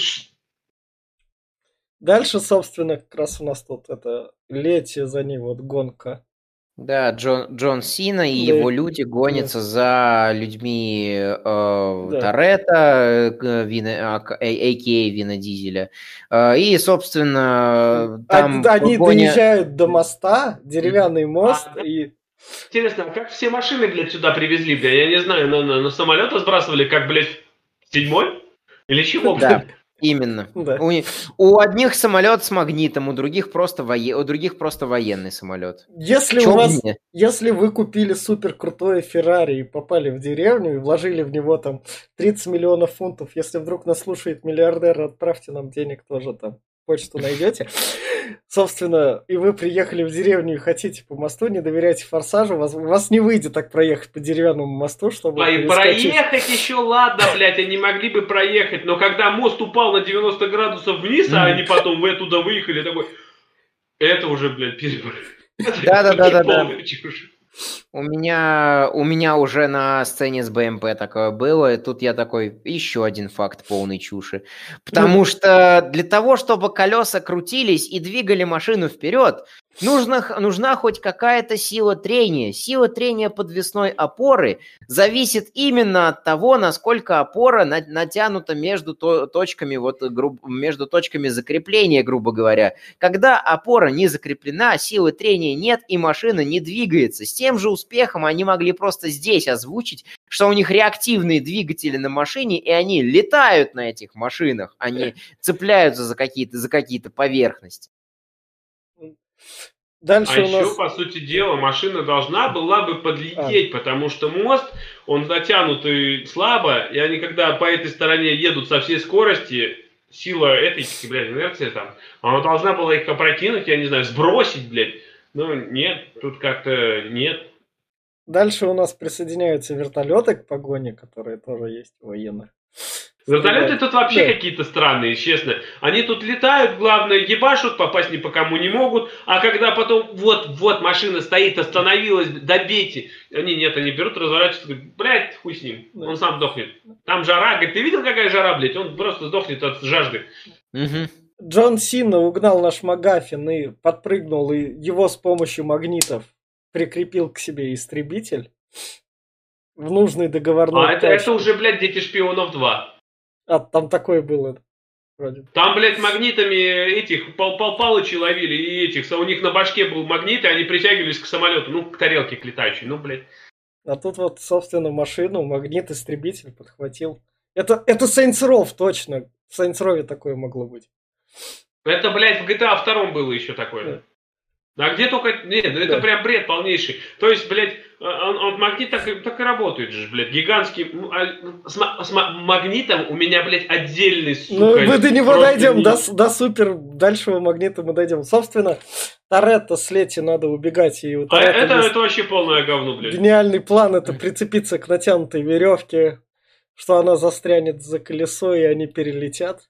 Дальше, собственно, как раз у нас тут это Лети, за ней вот гонка. Да, Джон Сина и его люди гонятся за людьми Торетто, а.к.а. Вина Дизеля. И, собственно, там они доезжают до моста, деревянный мост, и... Интересно, а как все машины, блядь, сюда привезли, блядь? Я не знаю, на самолеты сбрасывали, как, блядь, 7-й? Или чего, блядь? Да. Именно. Да. У одних самолет с магнитом, у других просто военный самолет. Если вы купили супер крутое Феррари и попали в деревню и вложили в него там 30 миллионов фунтов, если вдруг нас слушает миллиардер, отправьте нам денег тоже там. Почту найдете. Собственно, и вы приехали в деревню и хотите по мосту, не доверяйте «Форсажу», у вас не выйдет так проехать по деревянному мосту, чтобы... И проехать еще ладно, блядь, они могли бы проехать, но когда мост упал на 90 градусов вниз, а они потом вы оттуда выехали, такой... Это уже, блядь, перебор. Да-да-да-да-да. Полная чушь. У меня уже на сцене с БМП такое было, и тут я такой, еще один факт полной чуши. Потому что для того, чтобы колеса крутились и двигали машину вперед, нужна хоть какая-то сила трения. Сила трения подвесной опоры зависит именно от того, насколько опора натянута между точками, между точками закрепления, грубо говоря. Когда опора не закреплена, силы трения нет, и машина не двигается. С тем же успехом они могли просто здесь озвучить, что у них реактивные двигатели на машине, и они летают на этих машинах, они цепляются за какие-то поверхности. Дальше еще, по сути дела, машина должна была бы подлететь, потому что мост, он затянутый слабо, и они, когда по этой стороне едут со всей скорости, сила этой, блядь, инерция там, она должна была их опрокинуть, я не знаю, сбросить, блядь. Ну, нет, тут как-то нет. Дальше у нас присоединяются вертолеты к погоне, которые тоже есть у военных. Вертолеты тут вообще какие-то странные, честно. Они тут летают, главное, ебашут, попасть ни по кому не могут. А когда потом, вот машина стоит, остановилась, добейте. Они берут, разворачиваются, говорят, блядь, хуй с ним, он сам сдохнет. Там жара, говорит, ты видел, какая жара, блядь? Он просто сдохнет от жажды. Джон Сина угнал наш Магафин и подпрыгнул, и его с помощью магнитов прикрепил к себе истребитель в нужный договорной точке. Это уже, блядь, Дети шпионов 2. Там такое было. Вроде. Там, блядь, магнитами этих Пал Палычей ловили, и этих, у них на башке был магнит, и они притягивались к самолету, к тарелке к летающей, блядь. А тут собственно, машину магнит-истребитель подхватил. Это Saints Row, точно. В Saints Row такое могло быть. Это, блядь, в GTA 2 было еще такое. А где только... Нет, это прям бред полнейший. То есть, блядь, он магнит так и работает же, блядь. Гигантский... С магнитом у меня, блядь, отдельный, сука... Мы до него дойдем, до супер дальшего магнита мы дойдем. Собственно, Торетто с Лети надо убегать. И это вообще полное говно, блядь. Гениальный план — это прицепиться к натянутой веревке, что она застрянет за колесо, и они перелетят.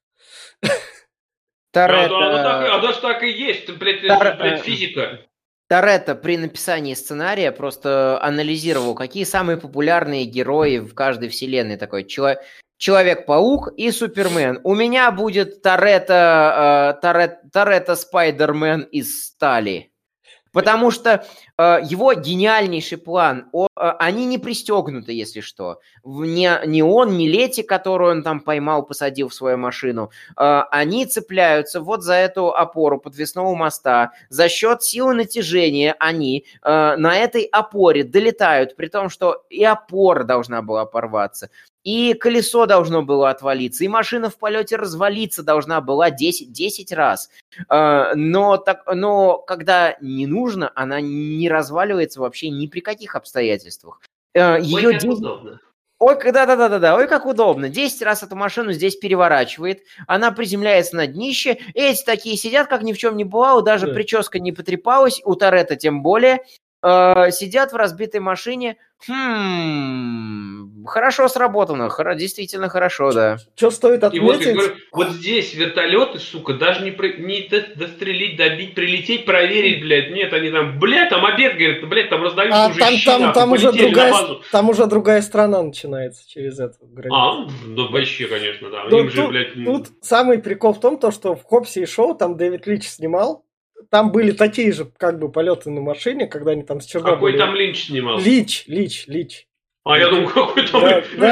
Оно даже так и есть, блядь, физика. Торетто при написании сценария просто анализировал, какие самые популярные герои в каждой вселенной. Такой Человек-паук и Супермен. У меня будет Торетто Спайдермен из стали. Потому что его гениальнейший план, они не пристегнуты, если что. Ни он, ни Лети, которую он там поймал, посадил в свою машину, они цепляются вот за эту опору подвесного моста. За счет силы натяжения они на этой опоре долетают, при том, что и опора должна была порваться. И колесо должно было отвалиться, и машина в полете развалиться должна была 10 раз. Но когда не нужно, она не разваливается вообще ни при каких обстоятельствах. Ой, как удобно. Ой, да-да-да-да, ой, как удобно. 10 раз эту машину здесь переворачивает, она приземляется на днище, эти такие сидят, как ни в чем не бывало, даже прическа не потрепалась, у Торетто тем более. Сидят в разбитой машине. Хорошо сработано. Действительно хорошо, да. Что стоит отметить? И вот здесь вертолеты, сука, даже не дострелить, добить, прилететь, проверить, блядь. Нет, они там, блядь, там обед, говорят, блядь, там раздают уже там уже другая страна начинается через эту границу. Вообще, конечно, да. Им же, блядь... Тут самый прикол в том, что в Хоббсе и Шоу там Дэвид Линч снимал. Там были такие же, полеты на машине, когда они там с Чернобыля... Какой там Линч снимал? Лич. Я думаю, какой там...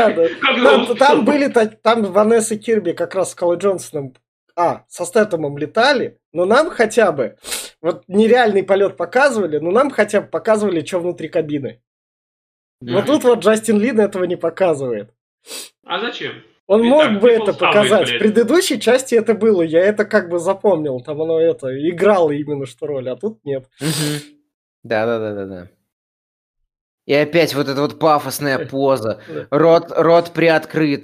Да. Там Ванесса Кирби как раз с Колой Джонсоном, со Стэтэмом летали, но нам хотя бы, вот нереальный полет показывали, но нам хотя бы показывали, что внутри кабины. Вот тут вот Джастин Лин этого не показывает. А зачем? Он мог бы это показать. В предыдущей части это было, я это запомнил. Там оно играло именно что роль, а тут нет. Да. И опять вот эта вот пафосная поза. Да. Рот приоткрыт,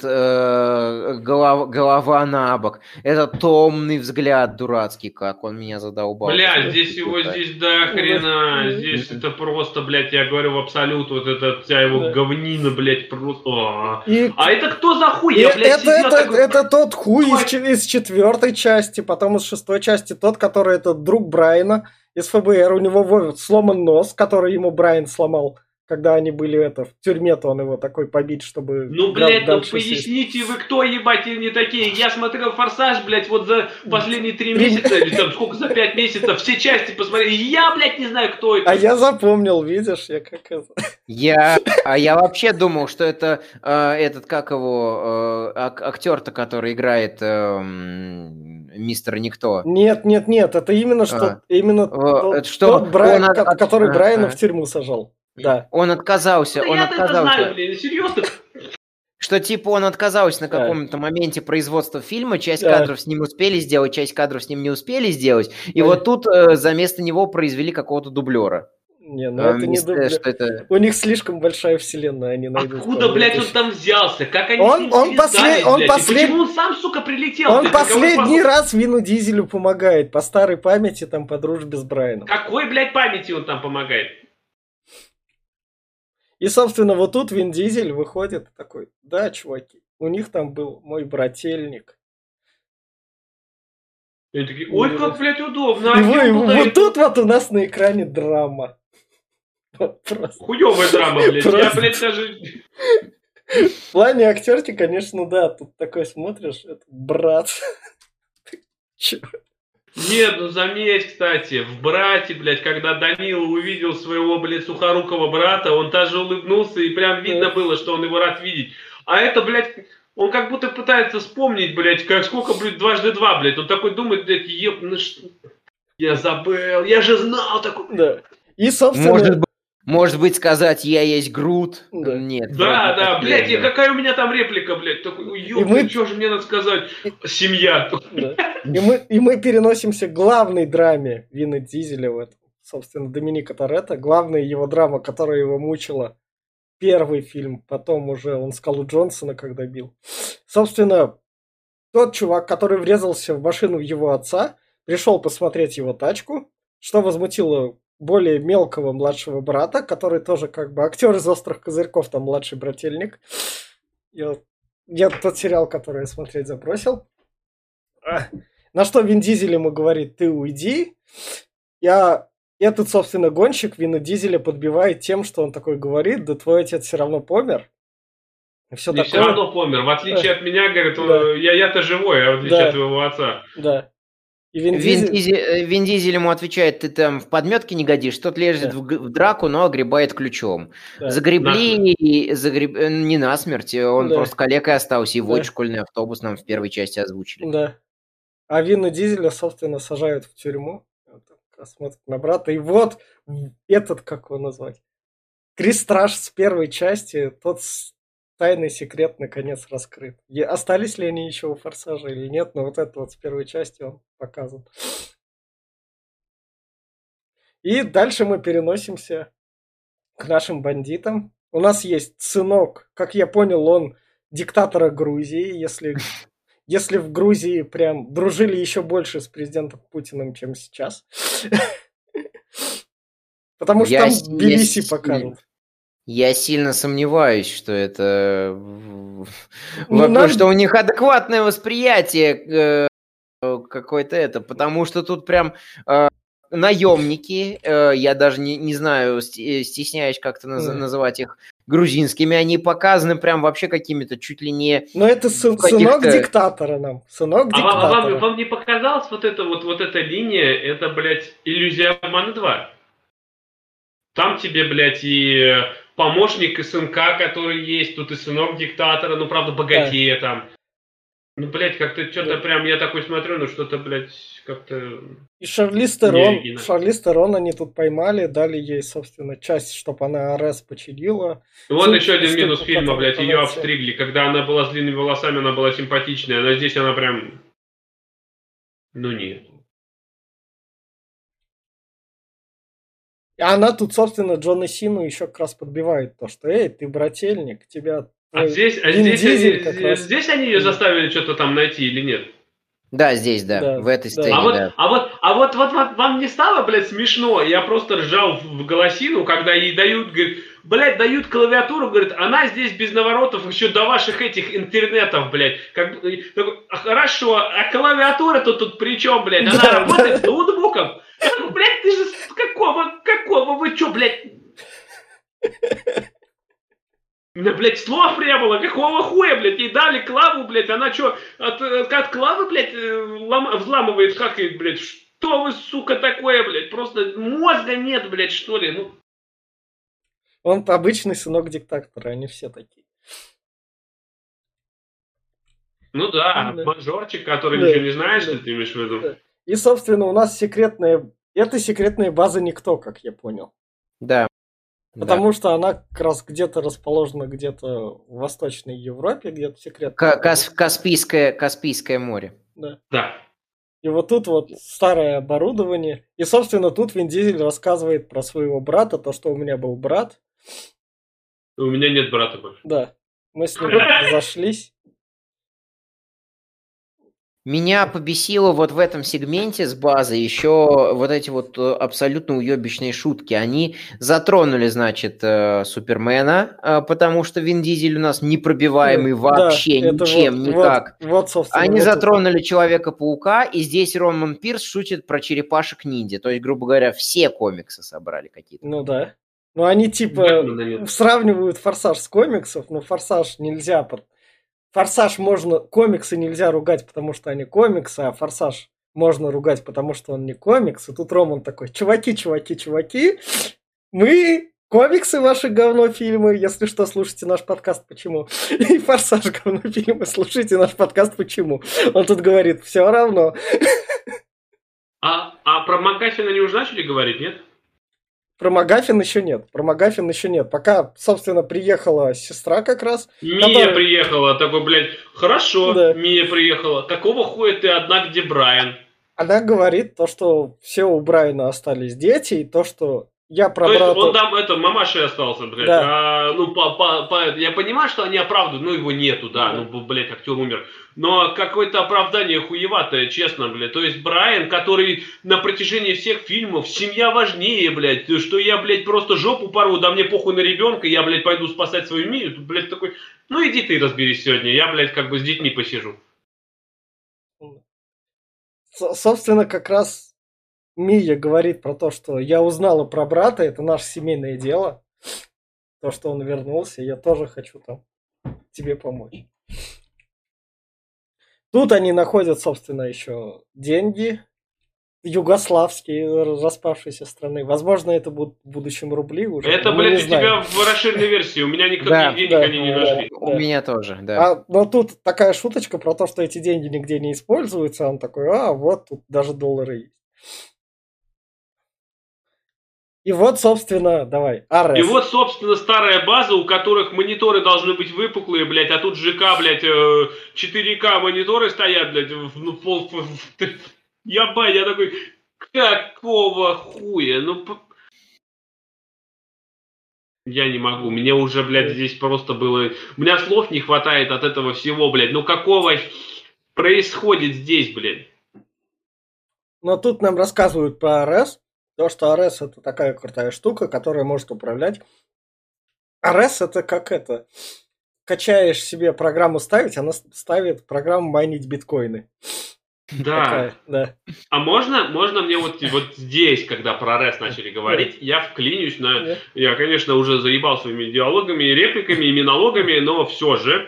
голова на бок. Этот томный взгляд дурацкий, как он меня задолбал. Блядь, здесь его здесь до хрена. Да. Здесь это просто, блядь, я говорю в абсолют, вот эта вся его Да. говнина, блядь, просто. И А это кто за хуй? Я, блядь, сидел такой... это тот хуй из 4-й части, потом из 6-й части, тот, который это друг Брайана из ФБР, у него сломан нос, который ему Брайан сломал, когда они были в тюрьме-то, он его такой побить, чтобы... Ну, блядь, ну дальше поясните вы, кто, ебать, не такие. Я смотрел «Форсаж», блядь, вот за последние 3 месяца, или там сколько, за 5 месяцев, все части посмотрел. Я, блядь, не знаю, кто это. А я запомнил, видишь, я как это... Я вообще думал, что это этот, как его, актер-то, который играет мистера Никто. Нет, это именно что... Именно тот который Брайана в тюрьму сажал. Да. Он отказался. Да я-то это знаю, блин, серьезно? Что типа он отказался на каком-то моменте производства фильма, часть кадров с ним успели сделать, часть кадров с ним не успели сделать, и вот тут за место него произвели какого-то дублера. Не, ну это не дублер. У них слишком большая вселенная, они найдут. Откуда, блядь, он там взялся? Как они с ним связались, блядь? Почему он сам, сука, прилетел? Он последний раз Вину Дизелю помогает, по старой памяти, там, по дружбе с Брайаном. Какой, блядь, памяти он там помогает? И, собственно, вот тут Вин Дизель выходит такой: да, чуваки, у них там был мой брательник. И они такие: ой, как, блядь, удобно. И вот тут вот у нас на экране драма. Хуёвая драма, блядь. Я, блядь, даже... В плане актерки, конечно, да, тут такой смотришь, это брат. Чё? Нет, ну заметь, кстати, в «Брате», блядь, когда Данила увидел своего, блядь, сухорукого брата, он даже улыбнулся, и прям видно было, что он его рад видеть. А это, блядь, он как будто пытается вспомнить, блядь, как сколько, блядь, 2x2, блядь. Он такой думает, блядь, я забыл, я же знал такой. Да. И, собственно... Может быть, сказать, я есть Грут? Да. Нет. Да, блядь, и какая у меня там реплика, блядь, такой, ёпта, что же мне надо сказать? Семья. Да. И мы переносимся к главной драме Вина Дизеля в этом. Собственно, Доминика Торетто. Главная его драма, которая его мучила. Первый фильм, потом уже он Скалу Джонсона когда бил. Собственно, тот чувак, который врезался в машину его отца, пришел посмотреть его тачку, что возмутило более мелкого младшего брата, который тоже как бы актер из «Острых козырьков», там младший брательник. Я тот сериал, который я смотреть забросил. На что Вин Дизель ему говорит: ты уйди. Этот, собственно, гонщик Вина Дизеля подбивает тем, что он такой говорит: да твой отец все равно помер. И все такое. Все равно помер. В отличие от меня, говорит, да. Я-то живой, а в отличие от твоего отца. Да. И Вин Дизель ему отвечает: ты там в подметке не годишь, тот лезет в драку, но огребает ключом. Да. Загребли не насмерть, он просто калекой остался, его школьный автобус нам в первой части озвучили. Да. А Вина Дизеля, собственно, сажают в тюрьму. Смотрит на брата. И вот этот, как его назвать? Крис Страж с первой части, тот тайный секрет наконец раскрыт. И остались ли они еще у «Форсажа» или нет, но вот это вот с первой части он показан. И дальше мы переносимся к нашим бандитам. У нас есть сынок, как я понял, он диктатора Грузии, если в Грузии прям дружили еще больше с президентом Путиным, чем сейчас. Потому что там Тбилиси покажут. Я сильно сомневаюсь, что это... что у них адекватное восприятие какое-то это, потому что тут прям наемники, я даже не знаю, стесняюсь как-то называть их грузинскими, они показаны прям вообще какими-то чуть ли не... Но это сынок диктатора нам. Сынок диктатора. Вам не показалась вот эта линия, это, блядь, иллюзия обмана 2? Там тебе, блядь, и помощник, и сынка, который есть, тут и сынок диктатора, ну, правда, богатея там. Ну, блядь, как-то что-то прям, я такой смотрю, ну, что-то, блядь, как-то... И Шарлиз Терон они тут поймали, дали ей, собственно, часть, чтобы она РС починила. Вот еще один минус фильма, блядь, ее обстригли. Когда она была с длинными волосами, она была симпатичная, а здесь она прям... Ну, нет. И она тут, собственно, Джона Сину еще как раз подбивает то, что «Эй, ты брательник, тебя...» здесь они ее заставили что-то там найти или нет? Да, здесь, да, в этой сцене, да. А вот вам не стало, блядь, смешно? Я просто ржал в голосину, когда ей дают, говорит, блядь, дают клавиатуру, говорит, она здесь без наворотов еще до ваших этих интернетов, блядь. Хорошо, а клавиатура-то тут при чем, блядь? Она работает с ноутбуком. Блядь, ты же какого, вы что, блядь? У меня, блядь, слов не было, какого хуя, блядь, ей дали клаву, блядь, она что, от клавы, блядь, взламывает, хакает, блядь, что вы, сука, такое, блядь, просто мозга нет, блядь, что ли, ну. Он обычный сынок диктатора, они все такие. Ну да, мажорчик, который ничего не знает, что ты имеешь в виду. Да. И, собственно, у нас это секретная база Никто, как я понял. Да. Потому что она как раз где-то расположена где-то в Восточной Европе, где-то секретно. Каспийское море. Да. И вот тут вот старое оборудование. И, собственно, тут Вин Дизель рассказывает про своего брата, то, что у меня был брат. У меня нет брата больше. Да. Мы с ним зашлись. Меня побесило вот в этом сегменте с базы еще вот эти вот абсолютно уебищные шутки. Они затронули, значит, Супермена, потому что Вин Дизель у нас непробиваемый вообще ничем, никак. Они затронули Человека-паука, и здесь Роман Пирс шутит про черепашек-ниндзя. То есть, грубо говоря, все комиксы собрали какие-то. Ну да. Ну они типа сравнивают Форсаж с комиксов, но Форсаж нельзя... Форсаж можно... Комиксы нельзя ругать, потому что они комиксы, а Форсаж можно ругать, потому что он не комикс. И тут Роман такой: чуваки, мы комиксы ваши говно фильмы, если что, слушайте наш подкаст «Почему?». И Форсаж говно фильмы, слушайте наш подкаст «Почему?». Он тут говорит: все равно. А про МакГаффина не уже начали говорить, нет? Про МакГаффин еще нет. Пока, собственно, приехала сестра как раз. Мия приехала. Такой, блядь, хорошо, да. Мия приехала. Какого хуя ты одна, где Брайан? Она говорит то, что все у Брайана остались дети, и то, что я про брата... То есть он там мамашей остался, блядь. Да. Я понимаю, что они оправдывают, его нету, да. Блядь, актер умер. Но какое-то оправдание хуеватое, честно, блядь. То есть Брайан, который на протяжении всех фильмов «Семья важнее», блядь, что я, блядь, просто жопу порву, да мне похуй на ребенка, я, блядь, пойду спасать свою Мию. Тут, блядь, такой, иди ты разберись сегодня, я, блядь, как бы с детьми посижу. Собственно, как раз Мия говорит про то, что я узнала про брата, это наше семейное дело. То, что он вернулся, я тоже хочу там тебе помочь. Тут они находят, собственно, еще деньги югославские распавшейся страны. Возможно, это будут в будущем рубли уже. Это, блядь, у тебя в расширенной версии. У меня никаких денег они не нашли. У меня тоже, да. Но тут такая шуточка про то, что эти деньги нигде не используются. Он такой: вот тут даже доллары есть. И вот, собственно, давай, Арес. И вот, собственно, старая база, у которых мониторы должны быть выпуклые, блядь, а тут ЖК, блядь, 4К мониторы стоят, блядь, я такой, какого хуя, я не могу, мне уже, блядь, здесь просто было, у меня слов не хватает от этого всего, блядь, какого происходит здесь, блядь. Но тут нам рассказывают про Арес. То, что Арес это такая крутая штука, которая может управлять. Арес это как это. Качаешь себе программу ставить, она ставит программу майнить биткоины. Да. Такая, да. А можно мне вот здесь, когда про Арес начали говорить, я вклинюсь на... Я, конечно, уже заебал своими диалогами, репликами, иминологами, но все же...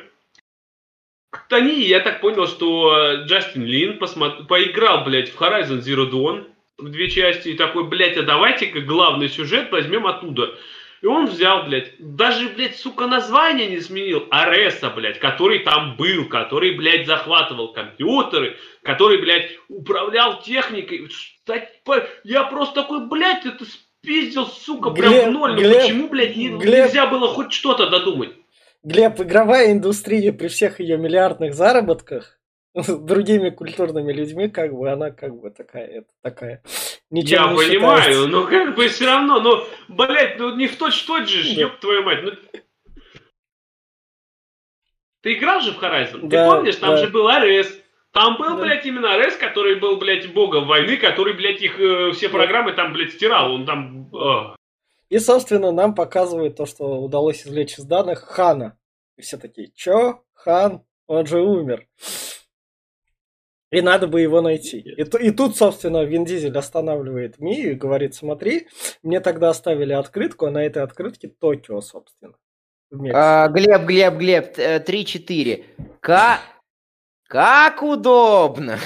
Я так понял, что Джастин Лин поиграл, блядь, в Horizon Zero Dawn в 2 части, и такой, блядь, а давайте-ка главный сюжет возьмем оттуда. И он взял, блядь, даже, блядь, сука, название не сменил. Ареса, блядь, который там был, который, блядь, захватывал компьютеры, который, блядь, управлял техникой. Я просто такой, блядь, это спиздил, сука, прям в ноль. Почему, блядь, нельзя было хоть что-то додумать? Глеб, игровая индустрия при всех ее миллиардных заработках с другими культурными людьми, как бы она как бы такая. Ничем Я не понимаю, считается. но как бы все равно, блядь, не в точь-в-точь же, Да. ёб твою мать. Ты играл же в Horizon? Ты Да, помнишь, там же был Арес. Там был, Да. блядь, именно Арес, который был, блядь, богом войны, который, блядь, их все программы там, блядь, стирал. Он там... И, собственно, нам показывают то, что удалось извлечь из данных Хана. И все такие, чё? Хан? Он же умер. И надо бы его найти. И тут, собственно, Вин Дизель останавливает Мию и говорит, смотри, мне тогда оставили открытку, а на этой открытке Токио, собственно. Глеб, 3-4. Как удобно.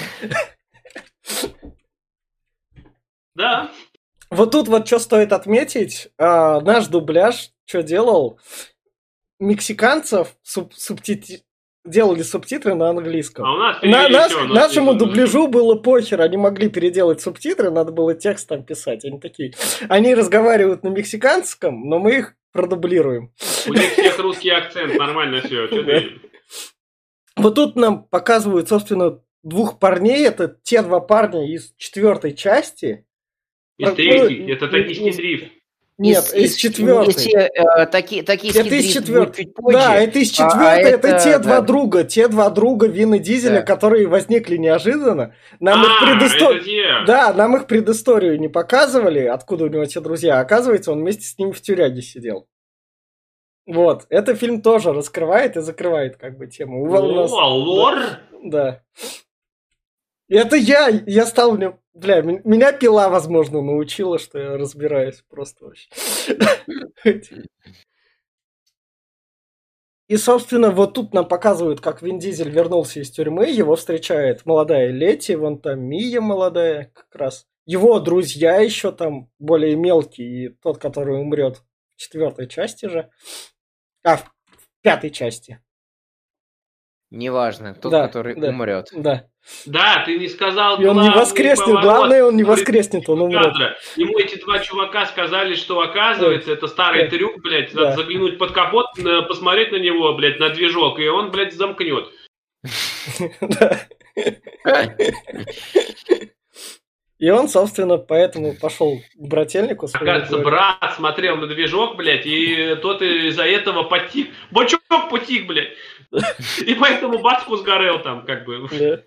Да. Вот тут вот что стоит отметить. Наш дубляж что делал? Мексиканцев делали субтитры на английском. А у нас Нашему дубляжу было похер, они могли переделать субтитры, надо было текст там писать. Они такие, они разговаривают на мексиканском, но мы их продублируем. У них всех русский акцент, нормально все. Вот тут нам показывают, собственно, двух парней. Это те два парня из 4 части. Из 3-й, это токийский дрифт. Нет, из 4. Токийский это из дрифт 4. будет чуть позже. Да, это из 4. Это те два друга. Те два друга Вина Дизеля, которые возникли неожиданно. Нам их предысторию не показывали, откуда у него те друзья. Оказывается, он вместе с ними в тюряге сидел. Вот. Это фильм тоже раскрывает и закрывает как бы тему. Лор? Да. Это я стал... Бля, меня пила, возможно, научила, что я разбираюсь просто вообще. И, собственно, вот тут нам показывают, как Вин Дизель вернулся из тюрьмы. Его встречает молодая Летти, вон там Мия молодая как раз. Его друзья еще там более мелкие. И тот, который умрет в 4 части же. В 5 части. Неважно, тот, который умрет. Да, ты не сказал. И он не воскреснет. Главное, он не воскреснет, он умрет. Ему эти два чувака сказали, что оказывается, это старый трюк, блядь, надо заглянуть под капот, посмотреть на него, блядь, на движок, и он, блядь, замкнет. И он, собственно, поэтому пошел к брательнику. Оказывается, брат смотрел на движок, блядь, и тот из-за этого потик. Бочок потик, блядь. И поэтому батьку сгорел там, как бы. Да.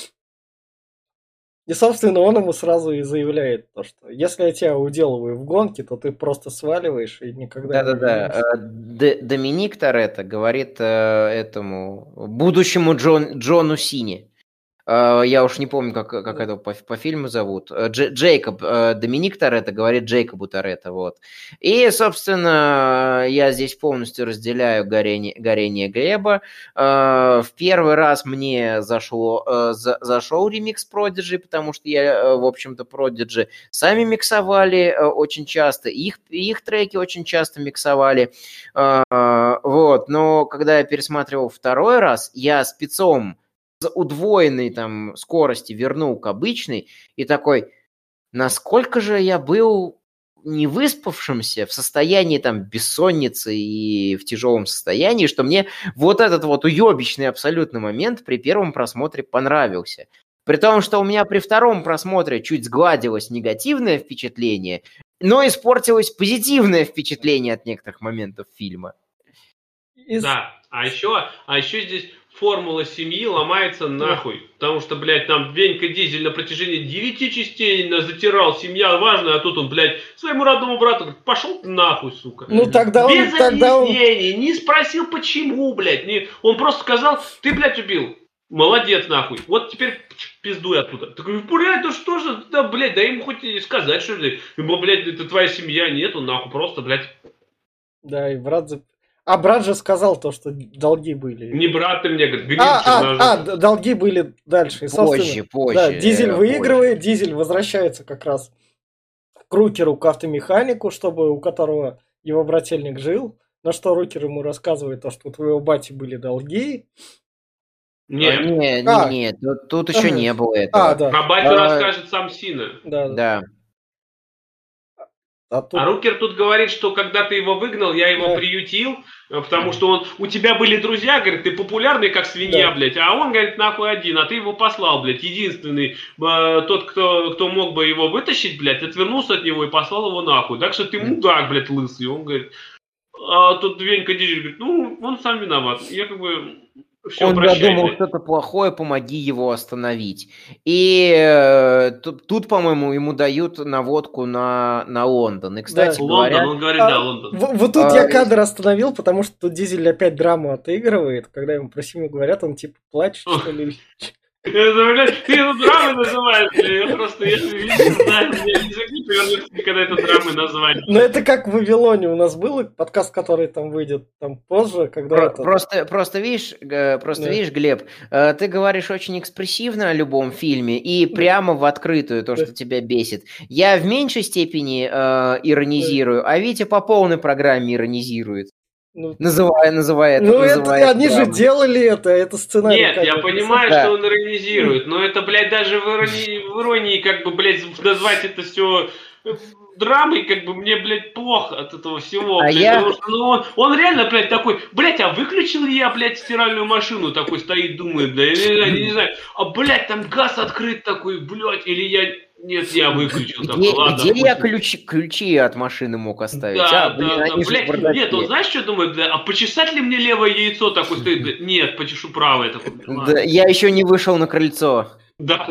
И, собственно, он ему сразу и заявляет то, что если я тебя уделываю в гонке, то ты просто сваливаешь и никогда не увидишься. Доминик Торетто говорит этому будущему Джону Сине. Я уж не помню, как это по фильму зовут. Джейкоб, Доминик Торетто говорит Джейкобу Торетто, вот. И, собственно, я здесь полностью разделяю горение Глеба. В первый раз мне зашел ремикс Prodigy, потому что я, в общем-то, Prodigy сами миксовали очень часто, их треки очень часто миксовали, вот. Но когда я пересматривал второй раз, я спецом удвоенной там скорости вернул к обычной и такой, насколько же я был невыспавшимся, в состоянии там бессонницы и в тяжелом состоянии, что мне вот этот вот уебищный абсолютно момент при первом просмотре понравился. При том, что у меня при втором просмотре чуть сгладилось негативное впечатление, но испортилось позитивное впечатление от некоторых моментов фильма. Да, а еще здесь формула семьи ломается нахуй. Потому что, блядь, там Венька Дизель на протяжении 9 частей затирал, семья важная, а тут он, блядь, своему родному брату говорит, пошел ты нахуй, сука. Ну тогда без объяснений, не спросил почему, блядь. Он просто сказал, ты, блядь, убил. Молодец, нахуй. Вот теперь пиздуй оттуда. Такой, блядь, ну что же, да, блядь, дай ему хоть сказать, что ли. Блядь, это твоя семья, нету, нахуй, просто, блядь. Да, и брат... А брат же сказал то, что долги были. Не брат ты мне, говорит, долги были дальше. Позже. Да, Дизель выигрывает, Дизель возвращается как раз к Рукеру, к автомеханику, чтобы у которого его брательник жил. На что Рукер ему рассказывает то, что у твоего бати были долги. Нет, тут еще не было этого. Про батю расскажет сам Сина. Да. А Рукер тут говорит, что когда ты его выгнал, я его приютил, потому что у тебя были друзья, говорит, ты популярный как свинья, блядь, а он, говорит, нахуй один, а ты его послал, блядь, единственный, тот, кто мог бы его вытащить, блядь, отвернулся от него и послал его нахуй, так что ты мудак, блядь, лысый, он говорит, а тут Венька Дизель говорит, он сам виноват, я как бы... Все, он задумал что-то плохое, помоги его остановить. И тут, по-моему, ему дают наводку на Лондон. И, кстати говоря... Лондон, он говорит, Лондон. Вот тут я кадр остановил, потому что тут Дизель опять драму отыгрывает. Когда ему про семью говорят, он типа плачет, что ли. Ты это драмой называешь, я просто, если видишь, знаю, я не могу повернуться, когда это драмой назвать. Ну это как в Вавилоне у нас был подкаст, который там выйдет там позже, когда Просто видишь, Глеб, ты говоришь очень экспрессивно о любом фильме и прямо в открытую то, что тебя бесит. Я в меньшей степени иронизирую, а Витя по полной программе иронизирует. Называя это. Они же делали это сценарий. Нет, я понимаю, что он иронизирует, но это, блядь, даже в иронии, как бы, блядь, назвать это все драмой, как бы, мне, блядь, плохо от этого всего, потому что, он реально, блядь, такой, блядь, а выключил ли я, блядь, стиральную машину, такой стоит, думает, блядь, я не знаю, а, блядь, там газ открыт такой, блядь, или я... Нет, я выключил. Где я ключи от машины мог оставить? Да, блядь, нет, он знаешь, что думает? А почесать ли мне левое яйцо такой стоит? Блядь, нет, почешу правое. Да, я еще не вышел на крыльцо. Да.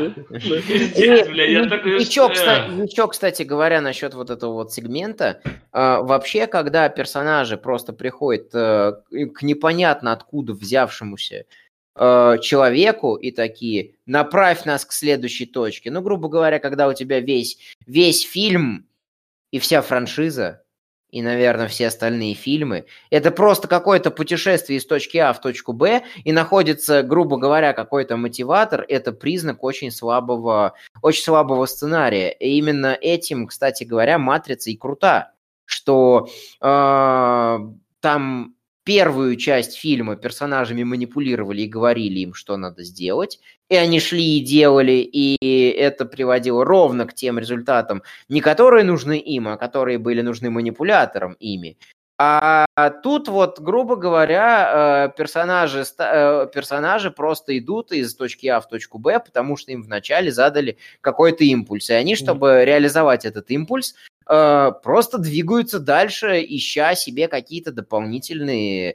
Еще, кстати говоря, насчет вот этого вот сегмента, вообще, когда персонажи просто приходят к непонятно откуда взявшемуся человеку и такие, направь нас к следующей точке. Ну, грубо говоря, когда у тебя весь фильм и вся франшиза, и, наверное, все остальные фильмы, это просто какое-то путешествие из точки А в точку Б, и находится, грубо говоря, какой-то мотиватор, это признак очень слабого сценария. И именно этим, кстати говоря, «Матрица» и крута, что там... Первую часть фильма персонажами манипулировали и говорили им, что надо сделать, и они шли и делали, и это приводило ровно к тем результатам, не которые нужны им, а которые были нужны манипуляторам ими. А тут вот, грубо говоря, персонажи просто идут из точки А в точку Б, потому что им вначале задали какой-то импульс, и они, чтобы реализовать этот импульс, просто двигаются дальше, ища себе какие-то дополнительные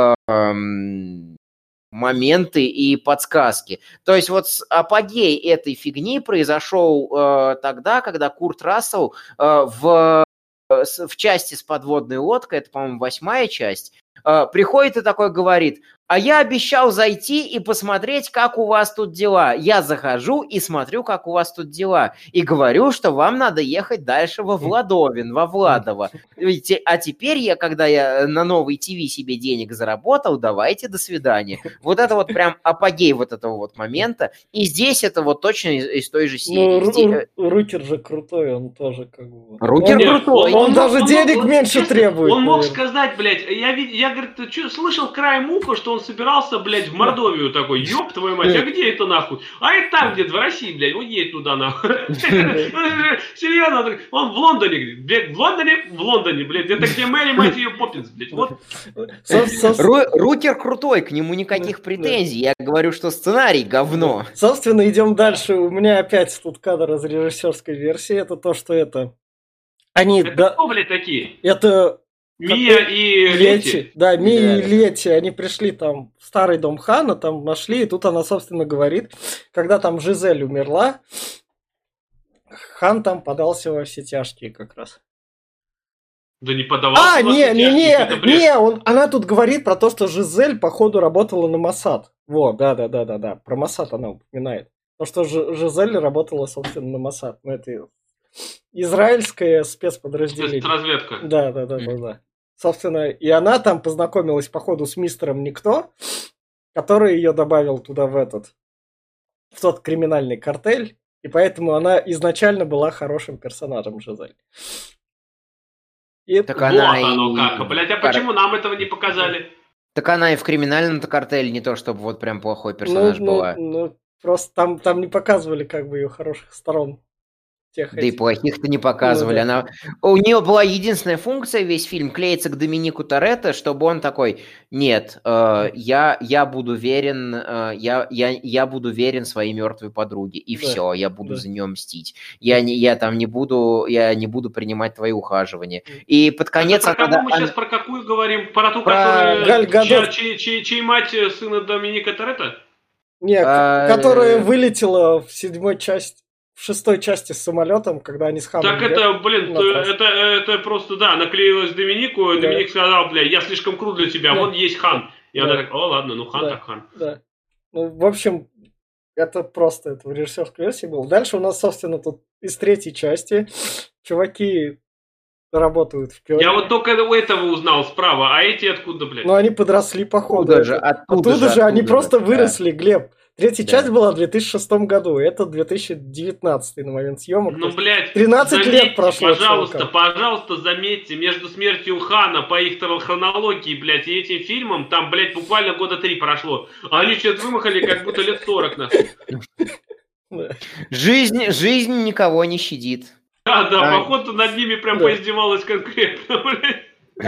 моменты и подсказки. То есть вот апогей этой фигни произошел тогда, когда Курт Рассел в части с подводной лодкой, это, по-моему, 8-я часть, приходит и такой говорит: а я обещал зайти и посмотреть, как у вас тут дела. Я захожу и смотрю, как у вас тут дела. И говорю, что вам надо ехать дальше во Владовин, во Владово. А теперь когда я на новый ТВ себе денег заработал, давайте, до свидания. Вот это вот прям апогей вот этого вот момента. И здесь это вот точно из той же серии. Рукер же крутой, он тоже как бы... Рукер крутой. Он даже денег меньше требует. Он мог сказать, блядь, я говорит, слышал краем уха, что он собирался, блядь, в Мордовию такой, ёб твою мать, а где это нахуй? А это там где-то, в России, блядь, он едет туда нахуй. Серьезно, он в Лондоне, блядь, в Лондоне, блядь, это где Мэри, мать ее, Поппинс, блядь, вот. Рукер крутой, к нему никаких претензий, я говорю, что сценарий говно. Собственно, идем дальше, у меня опять тут кадр из режиссерской версии, это то, что это... Это кто, блядь, такие? Это... Мия и Лети. Да, Мия и Лети, они пришли там в старый дом Хана, там нашли, и тут она, собственно, говорит, когда там Жизель умерла, Хан там подался во все тяжкие как раз. Да не подавался во все тяжкие. Она тут говорит про то, что Жизель, походу, работала на Моссад. Вот, да, про Моссад она упоминает. Потому что Жизель работала, собственно, на Моссад. Ну, это израильское спецподразделение. Спецразведка. Да. Собственно, и она там познакомилась, походу, с мистером Никто, который ее добавил туда в тот криминальный картель, и поэтому она изначально была хорошим персонажем, Жизель. Так оно как, блядь, а почему нам этого не показали? Так она и в криминальном-то картеле не то, чтобы вот прям плохой персонаж была. Просто там не показывали как бы ее хороших сторон. тех Да и этих. плохих-то не показывали. Ну, да. У нее была единственная функция весь фильм клеиться к Доминику Торетто, чтобы он такой: нет, я буду верен, я буду верен своей мертвой подруге, и Да, все, я буду да. за нее мстить. Я не буду принимать твои ухаживания. М. И под конец Это про она, кого мы сейчас, про какую говорим? Про ту, Про Галь Гадот. чьей мать сына Доминика Торетто? Не, А, которая вылетела в шестой части с самолетом, когда они с Ханом Так это, блин, на трассу. это просто, да, наклеилась Доминику, Да. Доминик сказал, бля, я слишком крут для тебя, Да. вон есть Хан. И Да. она так, о, ладно, ну Хан Да. так Хан. Да. Ну, в общем, это просто в режиссерской версии было. Дальше у нас, собственно, тут из третьей части чуваки работают в Кёльне. Я вот только у этого узнал справа, а эти откуда, блядь? Но они подросли по ходу. Оттуда же, они просто да. выросли, Глеб. Третья Да. часть была в 2006 году, это 2019 на момент съемок. Ну, блядь, 13 заметьте, лет прошло. пожалуйста, заметьте, между смертью Хана по их хронологии, блядь, и этим фильмом, там, блядь, буквально года 3 прошло. А они что-то вымахали, как будто лет 40 нас. Жизнь никого не щадит. Да, походу над ними прям поиздевалась конкретно, блядь.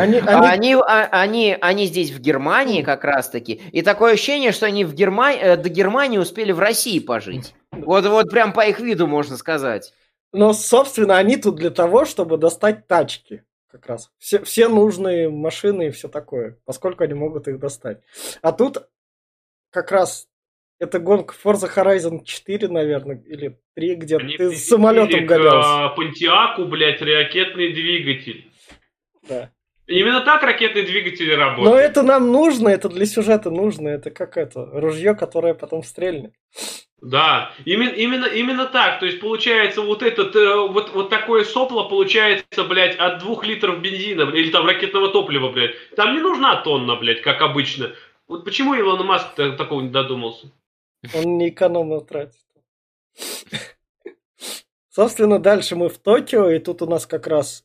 Они здесь в Германии как раз-таки, и такое ощущение, что они до Германии успели в России пожить. Вот прям по их виду можно сказать. Но, собственно, они тут для того, чтобы достать тачки. Как раз. Все нужные машины и все такое, поскольку они могут их достать. А тут как раз это гонка Forza Horizon 4, наверное, или 3, где они ты с самолетом гонялся. Понтиаку, блядь, ракетный двигатель. Да. Именно так ракетные двигатели работают. Но это нам нужно, это для сюжета нужно. Это как ружье, которое потом стрельнет. Да, именно так. То есть получается вот такое сопло получается, блядь, от 2 литров бензина или там ракетного топлива, блядь. Там не нужна тонна, блядь, как обычно. Вот почему Илон Маск такого не додумался? Он не экономно тратит. Собственно, дальше мы в Токио, и тут у нас как раз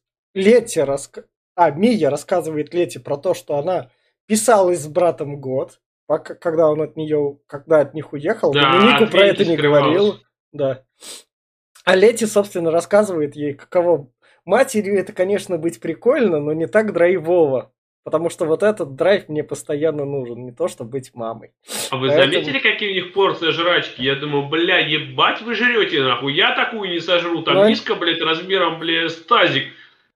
Мия рассказывает Лете про то, что она писалась с братом год, когда от них уехал. Да, Доминику про это не скрывалась. говорил. Да. А Лете, собственно, рассказывает ей, каково матерью это, конечно, быть прикольно, но не так драйвово. Потому что вот этот драйв мне постоянно нужен, не то, чтобы быть мамой. А вы заметили, какие у них порции жрачки? Я думаю, бля, ебать вы жрете, нахуй. Я такую не сожру. Там миска, блядь, размером, блядь, с тазик.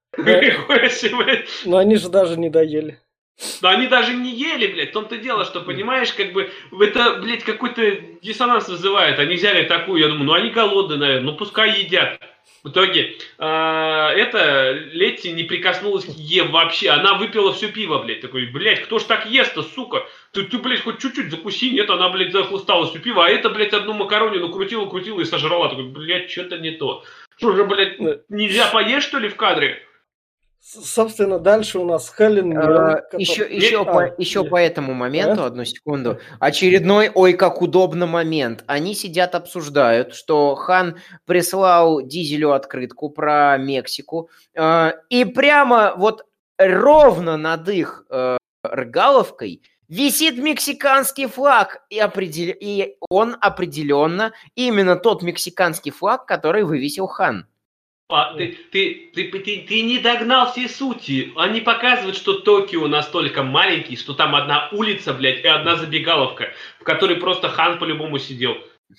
Но они же даже не доели. Да они даже не ели, блядь. В том-то дело, что, понимаешь, как бы это, блядь, какой-то диссонанс вызывает. Они взяли такую, я думаю, они голодные, наверное, пускай едят. В итоге Летти не прикоснулась к Е вообще. Она выпила все пиво, блядь. Такой, блядь, кто ж так ест-то, сука? Ты, блядь, хоть чуть-чуть закуси. Нет, она, блядь, захлыстала все пиво. А это, блядь, одну макаронину крутила и сожрала. Такой, блядь, что-то не то. Что же, блядь, нельзя поесть, что ли, в кадре? Собственно, дальше у нас Хелен Миррен. Еще по этому моменту, одну секунду. Очередной, как удобно момент. Они сидят, обсуждают, что Хан прислал Дизелю открытку про Мексику. И прямо вот ровно над их рыгаловкой висит мексиканский флаг. И он определенно именно тот мексиканский флаг, который вывесил Хан. Ты не догнал всей сути. Они показывают, что Токио настолько маленький, что там одна улица, блядь, и одна забегаловка, в которой просто Хан по-любому сидел.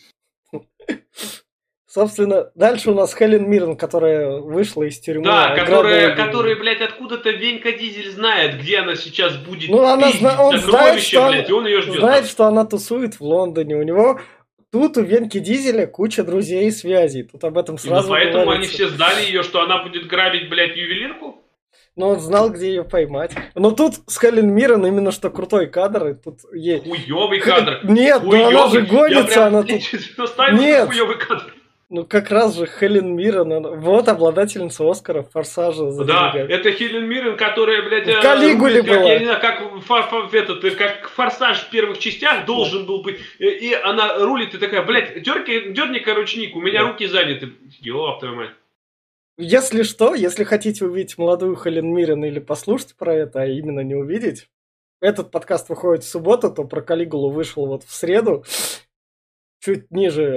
Собственно, дальше у нас Хелен Миррен, которая вышла из тюрьмы. Да, которая, блядь, откуда-то Венька Дизель знает, где она сейчас будет. Ну, он знает, что она тусует в Лондоне. У него... Тут у Венки Дизеля куча друзей и связей. Тут об этом сразу поэтому говорится. Они все сдали ее, что она будет грабить, блядь, ювелирку? Но он знал, где ее поймать. Но тут с Хелен Миррен именно что крутой кадр. И тут Хуёвый кадр. Нет, но она же гонится. Она тут... Нет. Хуёвый кадр. Ну, как раз же Хелен Миррен, вот обладательница Оскара в «Форсаже». Да, это Хелен Миррен, которая, блядь... В Калигуле была. Я не знаю, как «Форсаж» в первых частях должен был быть. И она рулит и такая, блядь, дерни-ка ручник, у меня руки заняты. Ёб твою мать. Если что, если хотите увидеть молодую Хелен Миррен или послушать про это, а именно не увидеть, этот подкаст выходит в субботу, то про Калигулу вышел вот в среду, чуть ниже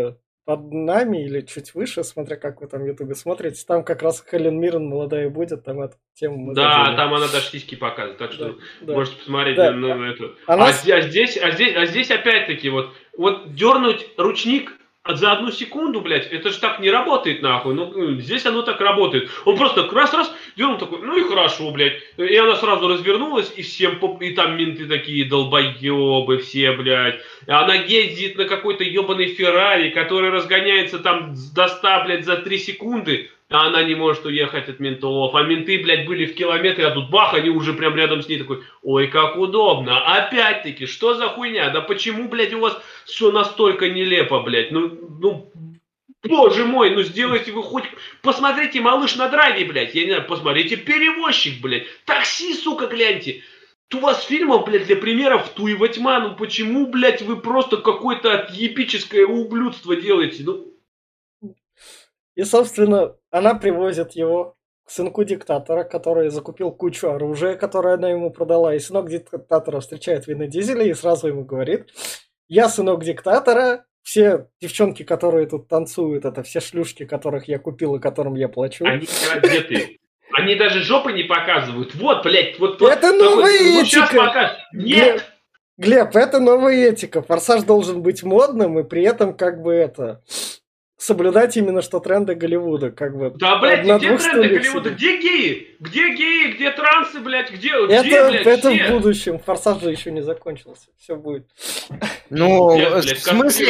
под нами или чуть выше, смотря как вы там в Ютубе смотрите. Там как раз Хелен Миррен молодая будет, там эту тему мы Да, задели. там она даже сиськи показывает, так что Да. можете посмотреть Да. на это. Она Здесь опять-таки вот дернуть ручник за 1 секунду, блядь, это же так не работает, нахуй. Ну, здесь оно так работает. Он просто раз-раз дернул такой, ну и хорошо, блядь. И она сразу развернулась, и всем, и там менты такие долбоебы все, блядь. Она ездит на какой-то ебаный Феррари, который разгоняется там до 100, блядь, за 3 секунды, а она не может уехать от ментов. А менты, блядь, были в километре, а тут бах, они уже прям рядом с ней такой, ой, как удобно. Опять-таки, что за хуйня? Да почему, блядь, у вас все настолько нелепо, блядь? Ну, боже мой, ну сделайте вы хоть... Посмотрите «Малыш на драйве», блядь. Я не знаю, посмотрите «Перевозчик», блядь. «Такси», сука, гляньте. У вас фильмов, блядь, для примеров туева тьма. Ну почему, блядь, вы просто какое-то епическое ублюдство делаете? Ну... И, собственно, она привозит его к сынку диктатора, который закупил кучу оружия, которое она ему продала. И сынок диктатора встречает Вина Дизеля и сразу ему говорит: я сынок диктатора, все девчонки, которые тут танцуют, это все шлюшки, которых я купил и которым я плачу. Они раздетые. Они даже жопы не показывают. Вот, блядь, вот... Это новая этика! Нет! Глеб, это новая этика. «Форсаж» должен быть модным и при этом как бы это... соблюдать именно что тренды Голливуда, как бы. Да, блядь, где тренды Голливуда? Где геи? Где геи? Где трансы, блядь? Где, блядь, это все? в будущем. «Форсаж» же еще не закончился. Все будет. Ну, Нет, блядь,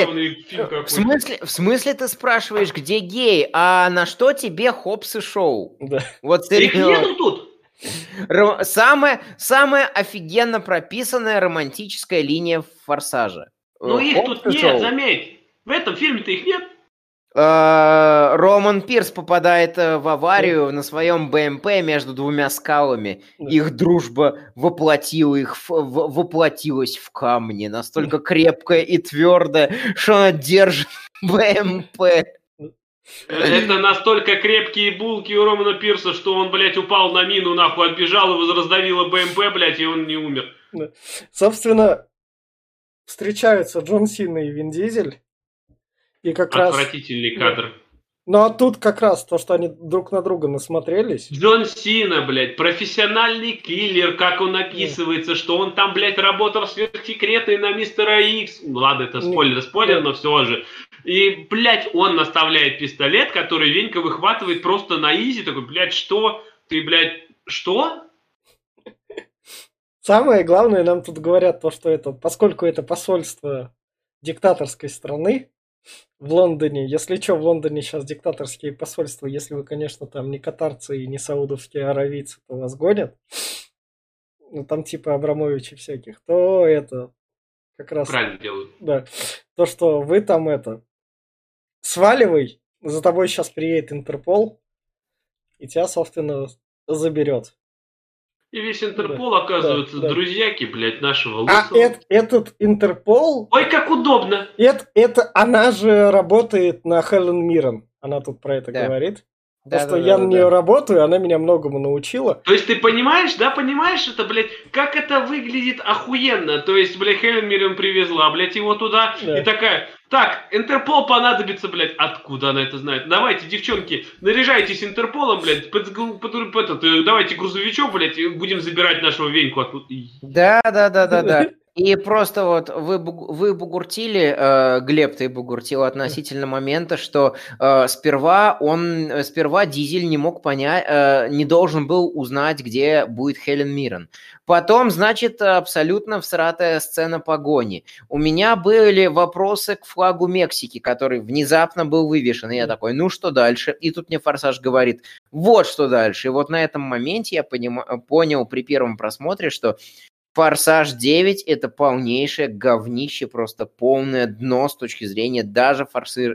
в смысле ты спрашиваешь, где геи, а на что тебе Хопс и Шоу? Да. Вот их нету тут. Самая офигенно прописанная романтическая линия в «Форсаже». Ну их тут нет, заметь. В этом фильме-то их нет. Роман Пирс попадает в аварию на своем БМП между двумя скалами. Их дружба воплотилась в камне, настолько крепкая и твердая, что она держит БМП. Это настолько крепкие булки у Романа Пирса, что он, блядь, упал на мину, нахуй, отбежал, его раздавило БМП, блядь, и он не умер. Собственно, встречаются Джон Сина и Вин Дизель. И как отвратительный кадр. Ну а тут как раз то, что они друг на друга насмотрелись. Джон Сина, блядь, профессиональный киллер, как он описывается, что он там, блядь, работал сверхсекретный на Мистера Икс. Ну ладно, это спойлер, но все же. И, блядь, он наставляет пистолет, который Венька выхватывает просто на изи. Такой, блядь, что? Ты, блядь, что? Самое главное, нам тут говорят то, что это, поскольку это посольство диктаторской страны в Лондоне, если что, в Лондоне сейчас диктаторские посольства, если вы, конечно, там не катарцы и не саудовские аравийцы, то вас гонят, ну там типа Абрамовичей всяких, то это как раз... Правильно делают. Да, то, что вы там это... Сваливай, за тобой сейчас приедет Интерпол, и тебя, собственно, заберет. И весь Интерпол, оказывается, друзьяки, блядь, нашего лысого. А этот Интерпол... Ой, как удобно! Это она же работает на Хелен Миррен. Она тут про это говорит. Я на нее работаю, она меня многому научила. То есть ты понимаешь, да, понимаешь это, блядь, как это выглядит охуенно. То есть, блядь, Хелен Миррен привезла, блядь, его туда, и такая... Так, Интерпол понадобится, блядь. Откуда она это знает? Давайте, девчонки, наряжайтесь Интерполом, блядь. Давайте грузовичок, блядь, и будем забирать нашего Веньку оттуда. Да. И просто вот вы бугуртили, Глеб, ты бугуртил относительно момента, что сперва Дизель не мог понять, не должен был узнать, где будет Хелен Миррен. Потом, значит, абсолютно всратая сцена погони. У меня были вопросы к флагу Мексики, который внезапно был вывешен. И я такой, ну что дальше? И тут мне «Форсаж» говорит, вот что дальше. И вот на этом моменте я понял при первом просмотре, что «Форсаж 9» — это полнейшее говнище, просто полное дно с точки зрения даже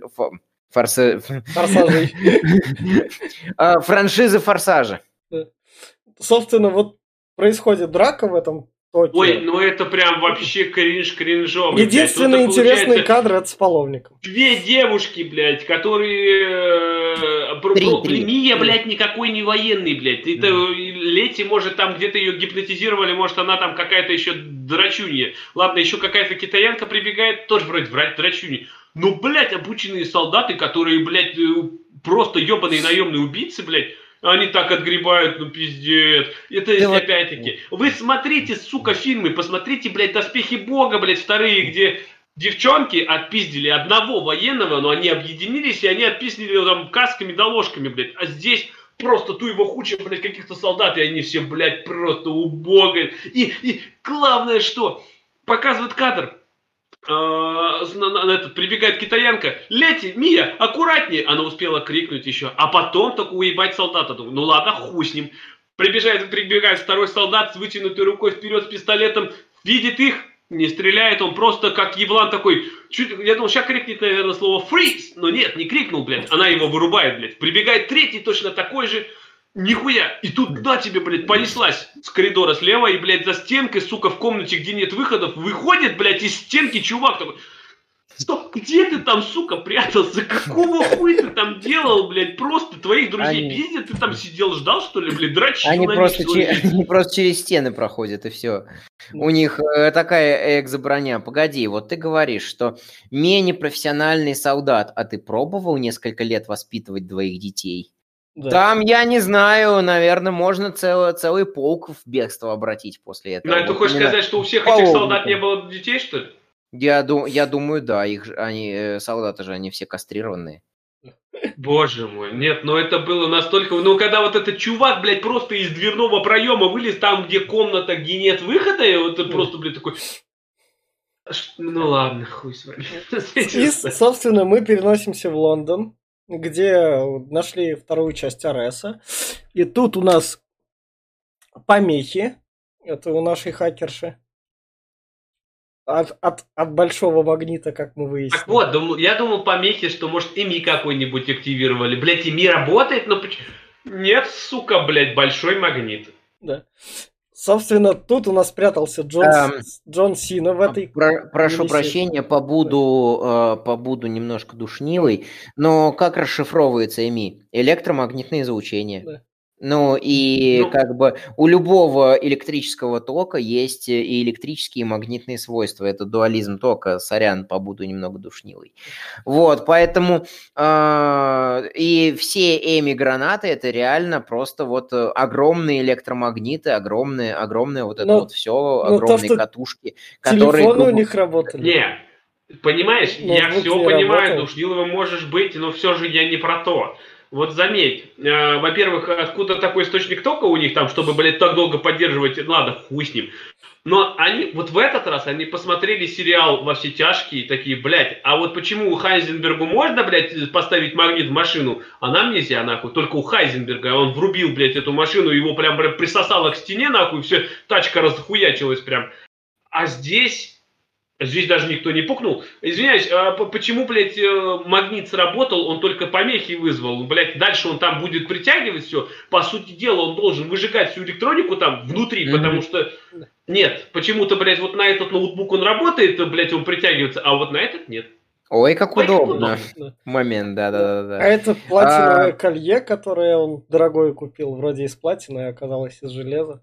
франшизы «Форсажа». Собственно, вот происходит драка в этом Токио. Ой, ну это прям вообще кринжовый. Единственный интересный кадр — это с половником. Две девушки, блядь, которые... Мия, блядь, никакой не военный, блядь. Это Лети, может, там где-то ее гипнотизировали, может, она там какая-то еще драчунья. Ладно, еще какая-то китаянка прибегает, тоже вроде драчунья. Но, блядь, обученные солдаты, которые, блядь, просто ебаные наемные убийцы, блядь, они так отгребают, ну пиздец. Это если опять-таки. Вы смотрите, сука, фильмы, посмотрите, блядь, «Доспехи Бога», блядь, вторые, где девчонки отпиздили одного военного, но они объединились, и они отпиздили его там касками да ложками, блядь. А здесь просто куча, блядь, каких-то солдат, и они все, блядь, просто убогают. И главное, что показывает кадр, прибегает китаянка, Лети, Мия, аккуратнее, она успела крикнуть еще, а потом только уебать солдата. Думаю, ну ладно, хуй с ним. Прибегает второй солдат с вытянутой рукой вперед с пистолетом, видит их, не стреляет, он просто как еблан такой, я думал, сейчас крикнет, наверное, слово «фриз», но нет, не крикнул, блядь, она его вырубает, блядь. Прибегает третий, точно такой же, нихуя. И тут, да, тебе, блядь, понеслась с коридора слева, и, блядь, за стенкой, сука, в комнате, где нет выходов, выходит, блядь, из стенки чувак такой. Стоп, где ты там, сука, прятался? Какого хуя ты там делал, блядь? Просто твоих друзей пиздят, ты там сидел, ждал, что ли, блядь, дрочил они на просто, них? они просто через стены проходят, и все. У них такая экзоброня. Погоди, вот ты говоришь, что менее профессиональный солдат, а ты пробовал несколько лет воспитывать двоих детей? Да. Там, я не знаю, наверное, можно целый полк в бегство обратить после этого. Ну, ты хочешь сказать, что у всех этих солдат не было детей, что ли? Я думаю, да, солдаты же, они все кастрированные. Боже мой, нет, но это было настолько... Ну, когда вот этот чувак, блядь, просто из дверного проема вылез там, где комната, где нет выхода, и вот это просто, блядь, такой... Ну ладно, хуй с вами. И, собственно, мы переносимся в Лондон, где нашли вторую часть Ареса. И тут у нас помехи. Это у нашей хакерши. От большого магнита, как мы выяснили. Так вот, я думал помехи, что, может, ИМИ какой-нибудь активировали. Блядь, ИМИ работает, но... Нет, сука, блядь, большой магнит. Да. Собственно, тут у нас спрятался Джон Сина в этой... Прошу прощения, побуду немножко душнилой, но как расшифровывается ИМИ? Электромагнитное излучение. Да. Как бы у любого электрического тока есть и электрические, и магнитные свойства. Это дуализм тока. Сорян, побуду немного душнилой. Вот, поэтому и все Эми-гранаты это реально просто вот огромные электромагниты, огромные вот это вот все, огромные катушки, которые... Телефоны у них работали. Не, понимаешь, я все понимаю, душниловым можешь быть, но все же я не про то. Вот заметь, во-первых, откуда такой источник тока у них там, чтобы, блядь, так долго поддерживать, ладно, хуй с ним. Но они, вот в этот раз, они посмотрели сериал «Во все тяжкие» и такие, блядь, а вот почему у Хайзенбергу можно, блядь, поставить магнит в машину, а нам нельзя, нахуй, только у Хайзенберга, он врубил, блядь, эту машину, его прям присосало к стене, нахуй, все, тачка разхуячилась прям. А здесь даже никто не пукнул. Извиняюсь, а почему, блядь, магнит сработал, он только помехи вызвал? Блядь, дальше он там будет притягивать все. По сути дела, он должен выжигать всю электронику там внутри, потому что... Нет, почему-то, блядь, вот на этот ноутбук он работает, блядь, он притягивается, а вот на этот нет. Ой, как удобно. Момент, да. А это платиновое колье, которое он дорогое купил, вроде из платины, а оказалось из железа.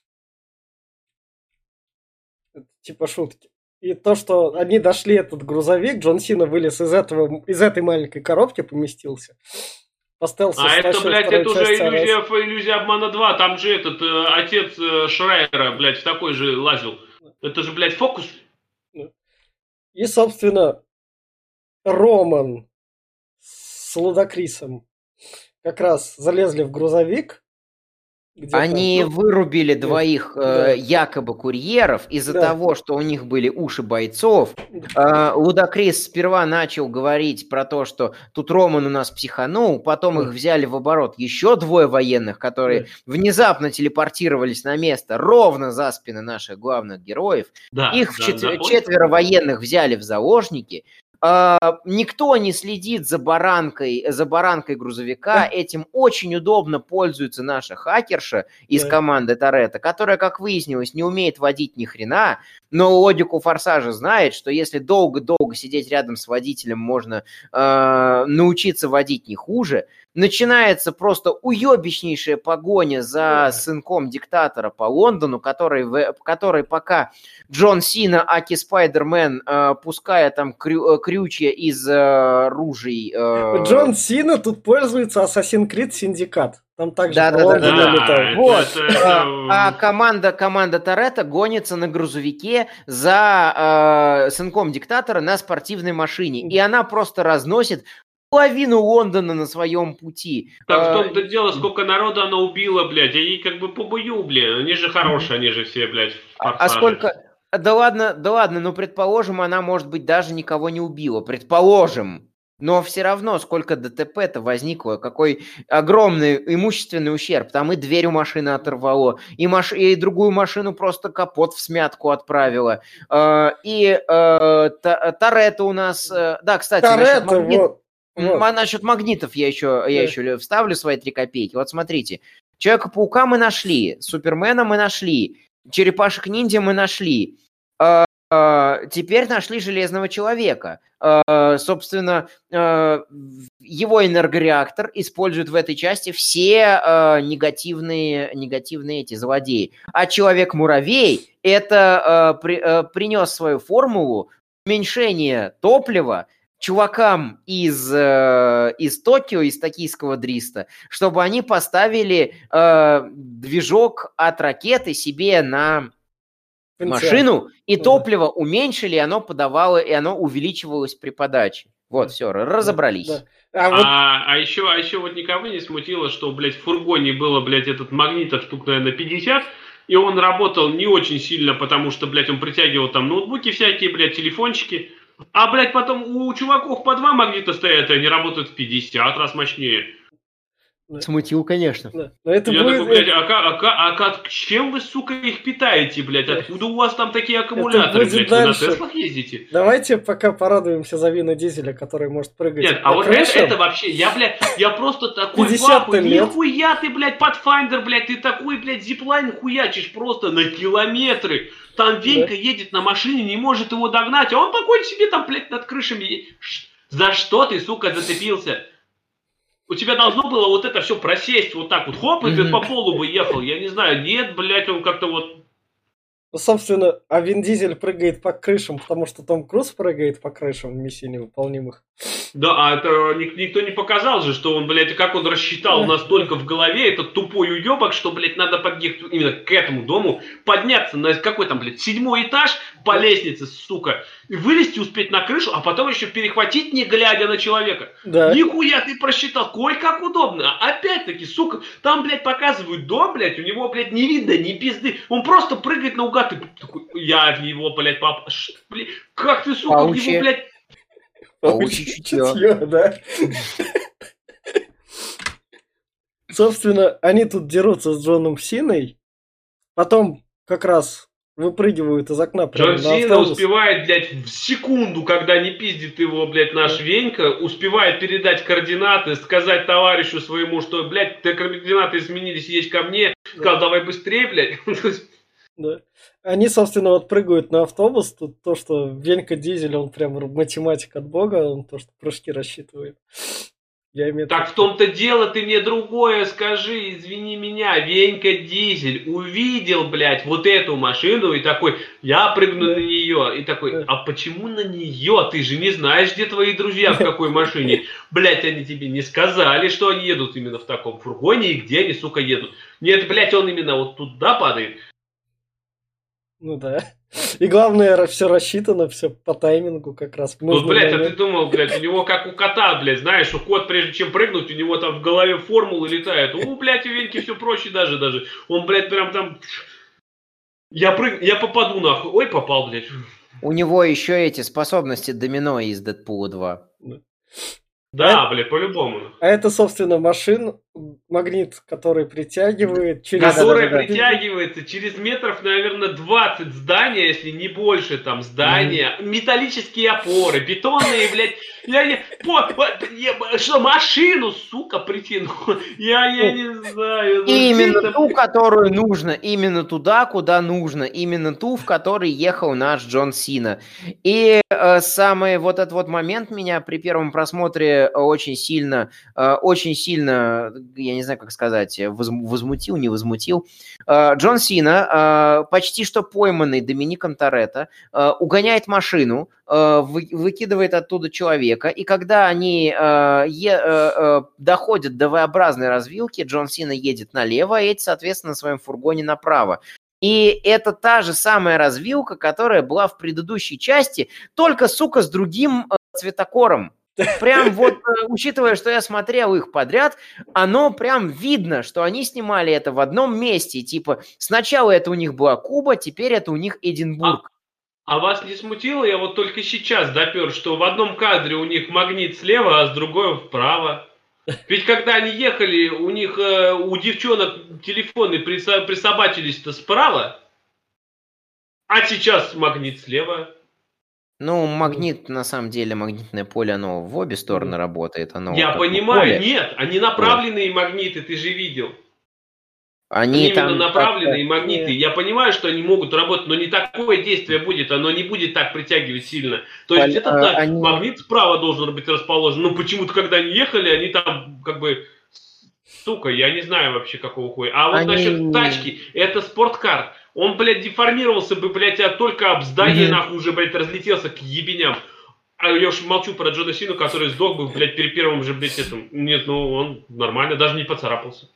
Это типа шутки. И то, что они дошли этот грузовик, Джон Сина вылез из этой маленькой коробки, поместился. Поставился. А это, блядь, это уже иллюзия обмана 2. Там же этот отец Шрайера, блядь, в такой же лазил. Это же, блядь, фокус. И, собственно, Роман с Лудакрисом как раз залезли в грузовик. Они вырубили двоих якобы курьеров из-за того, что у них были уши бойцов. Лудакрис сперва начал говорить про то, что тут Роман у нас психанул, потом их взяли в оборот еще двое военных, которые внезапно телепортировались на место ровно за спины наших главных героев. Их четверо военных взяли в заложники. Никто не следит за баранкой грузовика. Этим очень удобно пользуется наша хакерша из команды Торетто, которая, как выяснилось, не умеет водить ни хрена, но логику Форсажа знает, что если долго-долго сидеть рядом с водителем, можно научиться водить не хуже. начинается просто уебищнейшая погоня за сынком диктатора по Лондону, который пока Джон Сина, аки Спайдермен, пуская там крючья из ружей... Джон Сина тут пользуется Assassin's Creed Syndicate. Там также Да. летал. Вот. А команда Торетто гонится на грузовике за сынком диктатора на спортивной машине. И она просто разносит половину Лондона на своем пути. Так в том-то дело, сколько народу она убила, блядь. А ей как бы побою, блядь. Они же хорошие, они же все, блядь, в форсаже. А сколько... Да ладно, но предположим, она, может быть, даже никого не убила. Предположим. Но все равно, сколько ДТП-то возникло, какой огромный имущественный ущерб. Там и дверь у машины оторвало, и другую машину просто капот в смятку отправило. И Торетто у нас... Да, кстати, насчет магнитов я еще вставлю свои 3 копейки. Вот смотрите. Человека-паука мы нашли, Супермена мы нашли, Черепашек-ниндзя мы нашли. Теперь нашли Железного Человека. Собственно, его энергореактор используют в этой части все негативные эти злодеи. А Человек-муравей это принес свою формулу уменьшения топлива чувакам из Токио, из токийского дриста, чтобы они поставили движок от ракеты себе на машину, и топливо уменьшили, и оно подавало, и оно увеличивалось при подаче. Вот, все, разобрались. А еще вот никого не смутило, что, блядь, в фургоне было, блядь, этот магнитов штук, наверное, 50, и он работал не очень сильно, потому что, блядь, он притягивал там ноутбуки всякие, блядь, телефончики. А, блядь, потом у чуваков по 2 магнита стоят, и они работают в 50 раз мощнее. Смутил, конечно. Да. Но это я будет... такой, блядь, чем вы, сука, их питаете, блядь? Откуда у вас там такие аккумуляторы, блядь? Дальше. Вы на Теслах ездите? Давайте пока порадуемся за Вина Дизеля, который может прыгать. Нет, а вот это вообще, я просто такой папа, нихуя ты, блядь, Pathfinder, блядь, ты такой, блядь, зиплайн хуячишь просто на километры. Там Венька едет на машине, не может его догнать, а он покойно себе там, блядь, над крышами. За что ты, сука, зацепился? У тебя должно было вот это все просесть вот так вот, хоп, и ты по полу бы ехал. Я не знаю, нет, блядь, он как-то вот... Ну, собственно, а Вин Дизель прыгает по крышам, потому что Том Круз прыгает по крышам в «Миссии невыполнимых». Да, а это никто не показал же, что он, блядь, как он рассчитал настолько в голове этот тупой уебок, что, блядь, надо подъехать именно к этому дому, подняться на какой там, блядь, 7-й этаж по лестнице, сука, и вылезти успеть на крышу, а потом еще перехватить, не глядя на человека. Да. Нихуя ты просчитал, как удобно. Опять-таки, сука, там, блядь, показывают дом, блядь, у него, блядь, не видно ни пизды. Он просто прыгает наугад, и такой, я в него, блядь, папа, блядь, как ты, сука, в него, блядь... Паучье чутье, да. Собственно, они тут дерутся с Джоном Синой, потом как раз выпрыгивают из окна. Джон Сина успевает, блядь, в секунду, когда не пиздит его, блядь, наш Венька, успевает передать координаты, сказать товарищу своему, что, блядь, координаты изменились, есть ко мне, сказал, давай быстрее, блядь. Да. Они, собственно, вот прыгают на автобус. Тут то, что Венька Дизель, он прям математик от бога, он то, что прыжки рассчитывает. Так в том-то дело, ты мне другое скажи, извини меня, Венька Дизель увидел, блядь, вот эту машину и такой, я прыгну на нее, и такой, а почему на нее? Ты же не знаешь, где твои друзья, в какой машине. Блядь, они тебе не сказали, что они едут именно в таком фургоне и где они, сука, едут. Нет, блядь, он именно вот туда падает. Ну да. И главное, все рассчитано, все по таймингу как раз. Ну, блядь, а ты думал, блядь, у него как у кота, блядь, знаешь, у кот, прежде чем прыгнуть, у него там в голове формулы летают. Блядь, у Веньки все проще даже. Он, блядь, прям там... Я попаду нахуй. Ой, попал, блядь. У него еще эти способности домино из Дэдпула 2. Да, блядь, по-любому. А это, собственно, машин магнит, который притягивает через... Который притягивается через метров, наверное, 20 здания, если не больше, там, здания, металлические опоры, бетонные, блядь, что, машину, сука, притянул, я не знаю. Именно ту, которую нужно, именно туда, куда нужно, именно ту, в которой ехал наш Джон Сина. И самый вот этот вот момент меня при первом просмотре очень сильно, я не знаю, как сказать, возмутил, не возмутил. Джон Сина, почти что пойманный Домиником Торетто, угоняет машину, выкидывает оттуда человека, и когда они доходят до V-образной развилки, Джон Сина едет налево, а эти, соответственно, на своем фургоне направо. И это та же самая развилка, которая была в предыдущей части, только, сука, с другим цветокором. Прям вот, учитывая, что я смотрел их подряд, оно прям видно, что они снимали это в одном месте. Типа, сначала это у них была Куба, теперь это у них Эдинбург. А вас не смутило, я вот только сейчас допер, что в одном кадре у них магнит слева, а с другой вправо? Ведь когда они ехали, у них, у девчонок телефоны присобачились-то справа, а сейчас магнит слева. Ну, магнит, на самом деле, магнитное поле, оно в обе стороны работает. Оно я понимаю, нет, они направленные магниты, ты же видел. Они именно направленные магниты. Я понимаю, что они могут работать, но не такое действие будет, оно не будет так притягивать сильно. То есть этот магнит справа должен быть расположен. Но почему-то, когда они ехали, они там как бы... Сука, я не знаю вообще, какого хуя. А вот насчет тачки, это спорткар. Он, блядь, деформировался бы, блядь, только об здание, нахуй, уже, блядь, разлетелся к ебеням. А я уж молчу про Джона Сину, который сдох бы, блядь, при первом же, блядь, этом. Нет, ну он нормально, даже не поцарапался.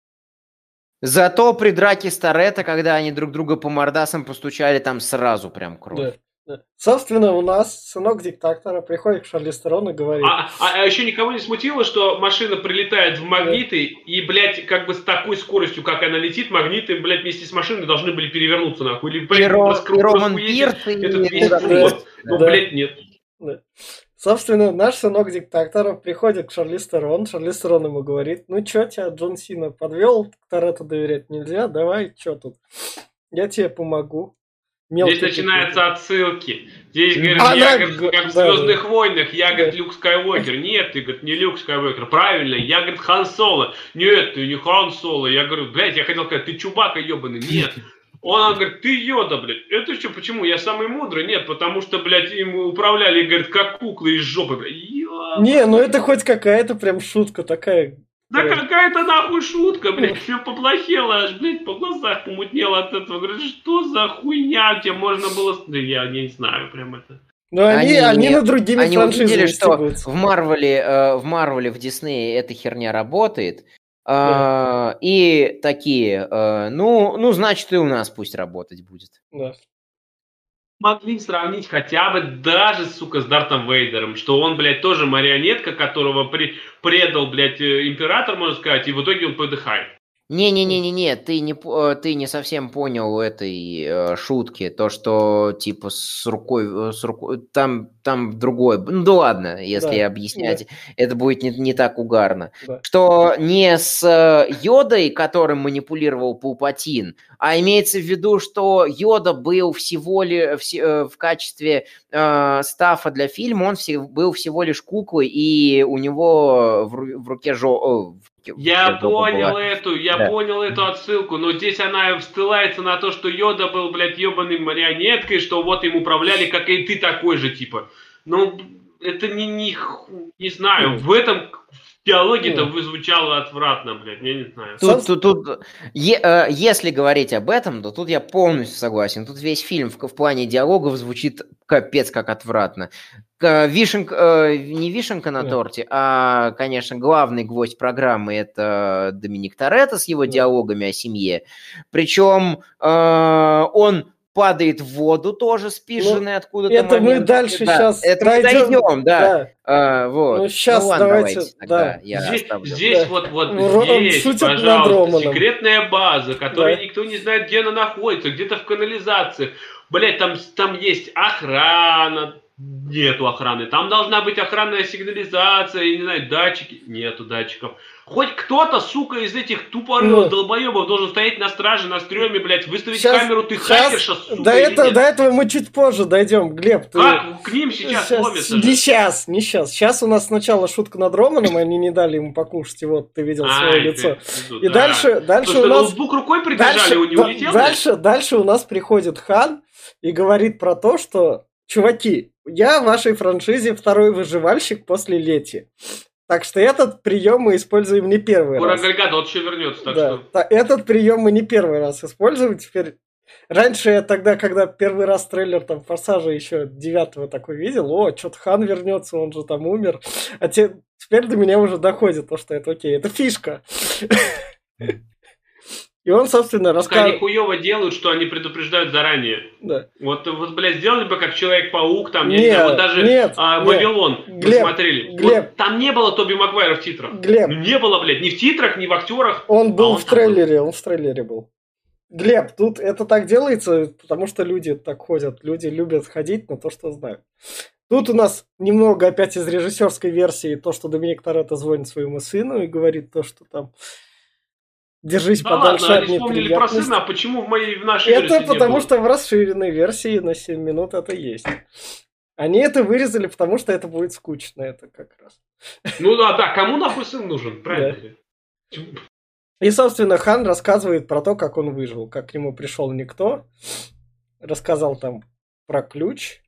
Зато при драке с Торетто, когда они друг друга по мордасам постучали, там сразу прям кровь. Да. Собственно, у нас сынок диктатора приходит к Шарлиз Терон и говорит... А еще никого не смутило, что машина прилетает в магниты, и, блядь, как бы с такой скоростью, как она летит, магниты, блядь, вместе с машиной должны были перевернуться, нахуй. Или, блядь, раскрутить этот весь ход. Но, блядь, нет. Да. Собственно, наш сынок диктатора приходит к Шарлиз Терон. Шарлиз Терон ему говорит: ну чё тебя Джон Сина подвел, к Торетто доверять нельзя, давай, чё тут, я тебе помогу. Здесь начинаются отсылки. Здесь, говорит, я, говорит, как в «Звездных войнах», я, говорит, Люк Скайуокер. Нет, ты, говорит, не Люк Скайуокер. Правильно, я, говорит, Хан Соло. Нет, ты не Хан Соло. Я говорю, блядь, я хотел сказать, ты Чубака ебаный. Нет. Он говорит, ты Йода, блядь. Это что, почему? Я самый мудрый? Нет, потому что, блядь, им управляли, говорит, как куклы из жопы, блядь. Не, ну это хоть какая-то прям шутка такая. Да какая-то нахуй шутка, блядь, все поплохело, аж, блядь, по глазах помутнело от этого. Говорю, что за хуйня тебе можно было... Да я не знаю, прям это... Ну, они над другими франшизами увидели, что в Марвеле, в Диснее эта херня работает, да. И такие, ну, значит, и у нас пусть работать будет. Да. Могли сравнить хотя бы даже, сука, с Дартом Вейдером, что он, блядь, тоже марионетка, которого предал, блядь, император, можно сказать, и в итоге он подыхает. Не-не-не-не-не, ты не совсем понял этой шутки, то, что, типа, с рукой там другое, ну да ладно, если объяснять, это будет не так угарно. Да. Что не с Йодой, которым манипулировал Палпатин, а имеется в виду, что Йода был всего лишь в качестве стаффа для фильма, он был всего лишь куклой, и у него в руке Я понял эту отсылку, но здесь она ссылается на то, что Йода был, блядь, ебаной марионеткой, что вот им управляли, как и ты такой же, типа. Ну, это не знаю, в этом диалоге-то звучало отвратно, блядь, я не знаю. Если говорить об этом, то тут я полностью согласен. Тут весь фильм в плане диалогов звучит капец как отвратно. Не вишенка на торте, а, конечно, главный гвоздь программы – это Доминик Торетто с его диалогами о семье. Причем он падает в воду тоже, спиженный откуда-то. Это момент. Мы дальше сейчас дойдем, да. Вот. Ну, сейчас ладно, давайте тогда здесь пожалуйста, секретная база, которая никто не знает, где она находится, где-то в канализации. Блять, там есть охрана, Нету охраны. Там должна быть охранная сигнализация, я не знаю, датчики. Нету датчиков. Хоть кто-то, сука, из этих тупорылых долбоебов должен стоять на страже, на стреме, блядь, выставить камеру, ты хакерша, сука, до этого мы чуть позже дойдем, Глеб. Как? К ним сейчас ломятся же. Не сейчас. Сейчас у нас сначала шутка над Романом, они не дали ему покушать, и вот ты видел свое лицо. И дальше у нас... ноутбук рукой придержали, он не улетел? Дальше у нас приходит Хан и говорит про то, что, чуваки, я в вашей франшизе второй выживальщик после Лети. Так что этот прием мы используем не первый раз. Урагальгадот вот еще вернется, так что... Этот прием мы не первый раз используем. Теперь... Раньше я тогда, когда первый раз трейлер там Форсажа еще 9-го такой видел, что-то Хан вернется, он же там умер. А теперь до меня уже доходит то, что это окей, это фишка. И он, собственно, рассказывает... Они хуёво делают, что они предупреждают заранее. Да. Вот, блядь, сделали бы как Человек-паук, там, вот даже Вавилон вы смотрели. Глеб, вот, там не было Тоби Магуайра в титрах. Глеб. Ну, не было, блядь, ни в титрах, ни в актерах. Он был в трейлере, он в трейлере был. Глеб, тут это так делается, потому что люди так ходят. Люди любят ходить на то, что знают. Тут у нас немного опять из режиссерской версии то, что Доминик Торетто звонит своему сыну и говорит то, что там... Держись подальше от неприятностей. Они вспомнили про сына, а почему в нашей версии это потому, что в расширенной версии на 7 минут это есть. Они это вырезали, потому что это будет скучно, это как раз. Ну да, кому нахуй сын нужен, правильно? Да. И, собственно, Хан рассказывает про то, как он выжил, как к нему пришел никто. Рассказал там про ключ,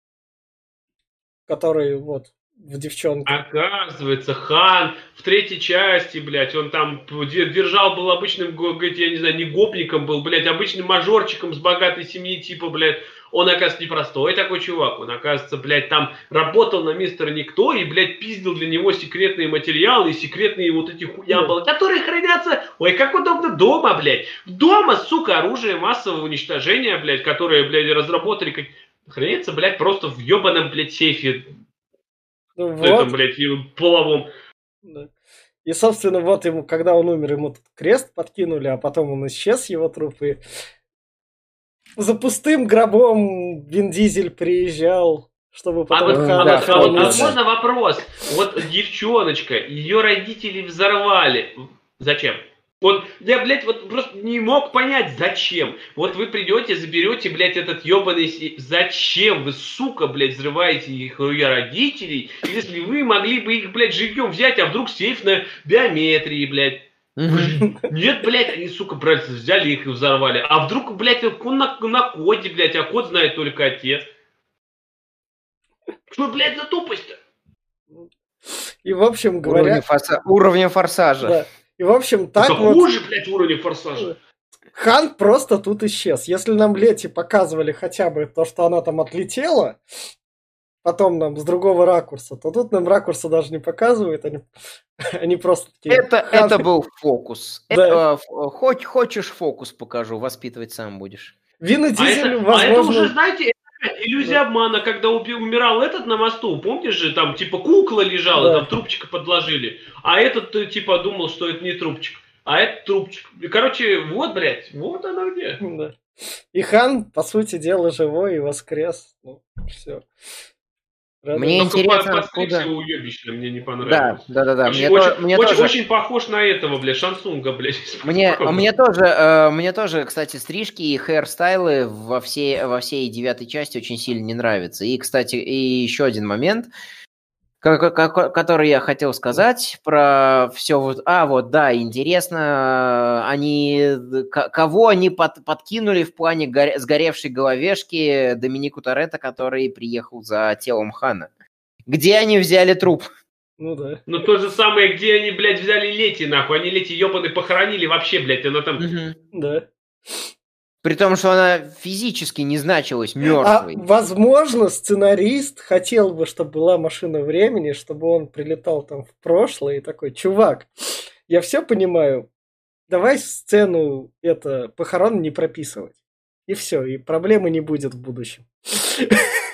который вот... в девчонке. Оказывается, Хан в третьей части, блядь, он там был обычным, я не знаю, не гопником был, блядь, обычным мажорчиком с богатой семьи, типа, блядь, он, оказывается, непростой такой чувак, он, оказывается, блядь, там работал на мистера Никто и, блядь, пиздил для него секретные материалы и секретные вот эти хуябалы, которые хранятся, ой, как удобно, дома, блядь, дома, сука, оружие массового уничтожения, блядь, которое, блядь, разработали, хранится, блядь, просто в ебаном, блядь, сейфе. Вот. Это, блядь, половом. Да. И, собственно, вот ему, когда он умер, ему тут крест подкинули, а потом он исчез, его труп, и за пустым гробом Вин Дизель приезжал, чтобы потом можно вопрос? Вот девчоночка, ее родители взорвали. Зачем? Вот я, блядь, вот просто не мог понять, зачем. Вот вы придете, заберете, блядь, этот ебаный... Зачем вы, сука, блядь, взрываете их родителей, если вы могли бы их, блядь, живьем взять, а вдруг сейф на биометрии, блядь. Нет, блядь, они, сука, братцы, взяли их и взорвали. А вдруг, блядь, он на коде, блядь, а код знает только отец. Что, блядь, за тупость-то? И, в общем говоря... Уровня форсажа. Да. И, в общем, так это вот... хуже, блядь, уровня форсажа. Хан просто тут исчез. Если нам Лети показывали хотя бы то, что она там отлетела, потом нам с другого ракурса, то тут нам ракурса даже не показывают. Они просто такие... Это был фокус. Да. Хочешь фокус покажу, воспитывать сам будешь. Вин и Дизель, возможно... А это уже, знаете... Иллюзия обмана, когда умирал этот на мосту, помнишь же, там типа кукла лежала, там трубчика подложили, а этот типа думал, что это не трубчик, а это трубчик. И, короче, вот, блядь, вот оно где. Да. И Хан, по сути дела, живой и воскрес. Ну, все. Мне интересно, откуда... уебищно, мне не понравилось. Да. Очень похож на этого, блядь, Шансунга, блядь. Мне тоже, кстати, стрижки и хейрстайлы во всей 9-й части очень сильно не нравятся. И, кстати, и еще один момент, который я хотел сказать про все вот... интересно, кого они подкинули в плане сгоревшей головешки Доминику Торетто, который приехал за телом Хана. Где они взяли труп? Ну да. Ну то же самое, где они, блядь, взяли Лети, нахуй. Они Лети ебаный похоронили вообще, блядь, она там... Да. При том, что она физически не значилась мертвой. Возможно, сценарист хотел бы, чтобы была машина времени, чтобы он прилетал там в прошлое и такой: чувак, я все понимаю, давай сцену похорон не прописывать. И все, и проблемы не будет в будущем.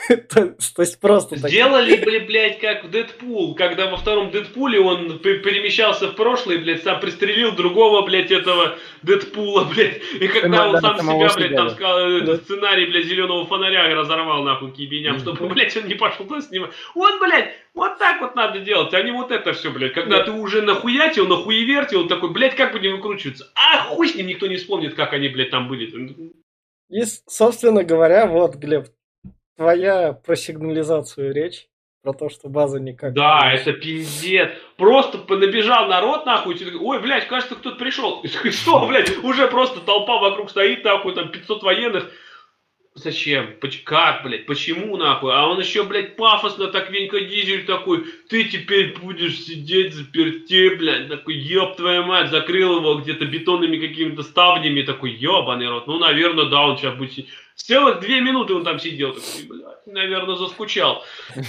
То есть просто сделали, блядь, как в Дэдпул, когда во втором Дэдпуле он перемещался в прошлое, блядь, сам пристрелил другого, блядь, этого Дэдпула, блядь, и когда он сам себя, блядь, там сказал, этот сценарий, блядь, зеленого фонаря разорвал, нахуй, к ебеням, чтобы, блядь, он не пошел туда снимать. Вот, блядь, вот так вот надо делать, а не вот это все, блядь, когда ты уже нахуятил, нахуевертил, он такой, блядь, как будем выкручиваться? А хуй с ним, никто не вспомнит, как они, блядь, там были. И, собственно говоря, вот, Глеб, твоя про сигнализацию речь, про то, что база никак... Да, это пиздец. Просто набежал народ, нахуй, ой, блядь, кажется, кто-то пришел. Что, блядь, уже просто толпа вокруг стоит, нахуй, там 500 военных. Зачем? Как, блядь? Почему, нахуй? А он еще, блядь, пафосно так Венька Дизель такой, ты теперь будешь сидеть заперти, блядь, такой, ёб твою мать, закрыл его где-то бетонными какими-то ставнями, такой, ёбаный рот. Ну, наверное, да, он сейчас будет сидеть. Целых 2 минуты он там сидел, такой, блядь, наверное, заскучал.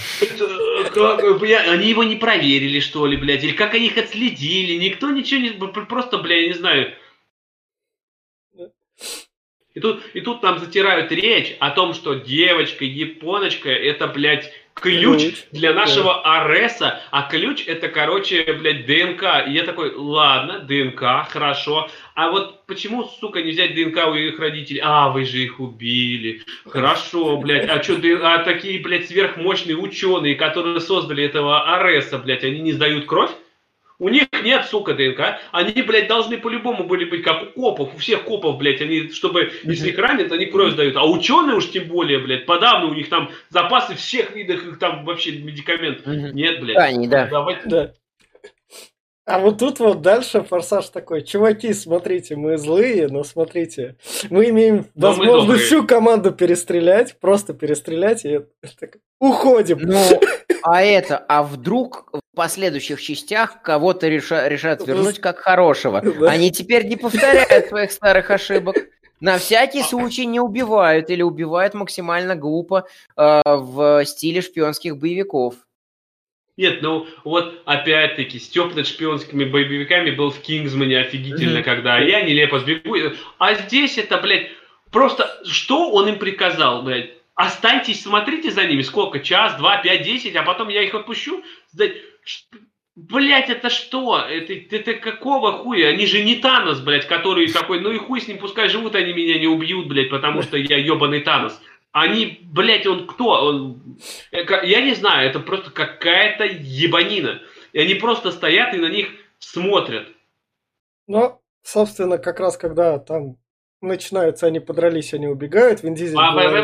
Они его не проверили, что ли, блядь, или как они их отследили, никто ничего не... Просто, блядь, я не знаю... И тут нам затирают речь о том, что девочка, японочка, это, блядь, ключ для нашего Ареса, а ключ это, короче, блядь, ДНК. И я такой, ладно, ДНК, хорошо. А вот почему, сука, не взять ДНК у их родителей? А, вы же их убили. Хорошо, блядь. А что, такие, блядь, сверхмощные ученые, которые создали этого Ареса, блядь, они не сдают кровь? У них нет, сука, ДНК. Они, блядь, должны по-любому были быть как у копов. У всех копов, блядь, они, чтобы, если их ранят, они кровь сдают. А ученые уж тем более, блядь, подавно у них там запасы всех видов их там вообще медикаментов. Нет, блядь. Да. Давайте. Да. А вот тут вот дальше Форсаж такой, чуваки, смотрите, мы злые, но смотрите, мы имеем возможность всю команду перестрелять, просто перестрелять, и уходим. Ну, а вдруг в последующих частях кого-то решат вернуть как хорошего? Они теперь не повторяют своих старых ошибок. На всякий случай не убивают или убивают максимально глупо в стиле шпионских боевиков. Нет, ну вот опять-таки стёб над шпионскими боевиками был в Кингсмане офигительно, когда я нелепо сбегу. А здесь это, блядь, просто что он им приказал, блядь? Останьтесь, смотрите за ними, сколько? Час, 2, 5, 10, а потом я их отпущу? Блядь, это что? Это какого хуя? Они же не Танос, блядь, который такой, ну и хуй с ним, пускай живут, они меня не убьют, блядь, потому что я ебаный Танос. Они, блядь, он кто? Я не знаю, это просто какая-то ебанина. И они просто стоят и на них смотрят. Ну, собственно, как раз когда там начинаются, они подрались, они убегают, Вин Дизель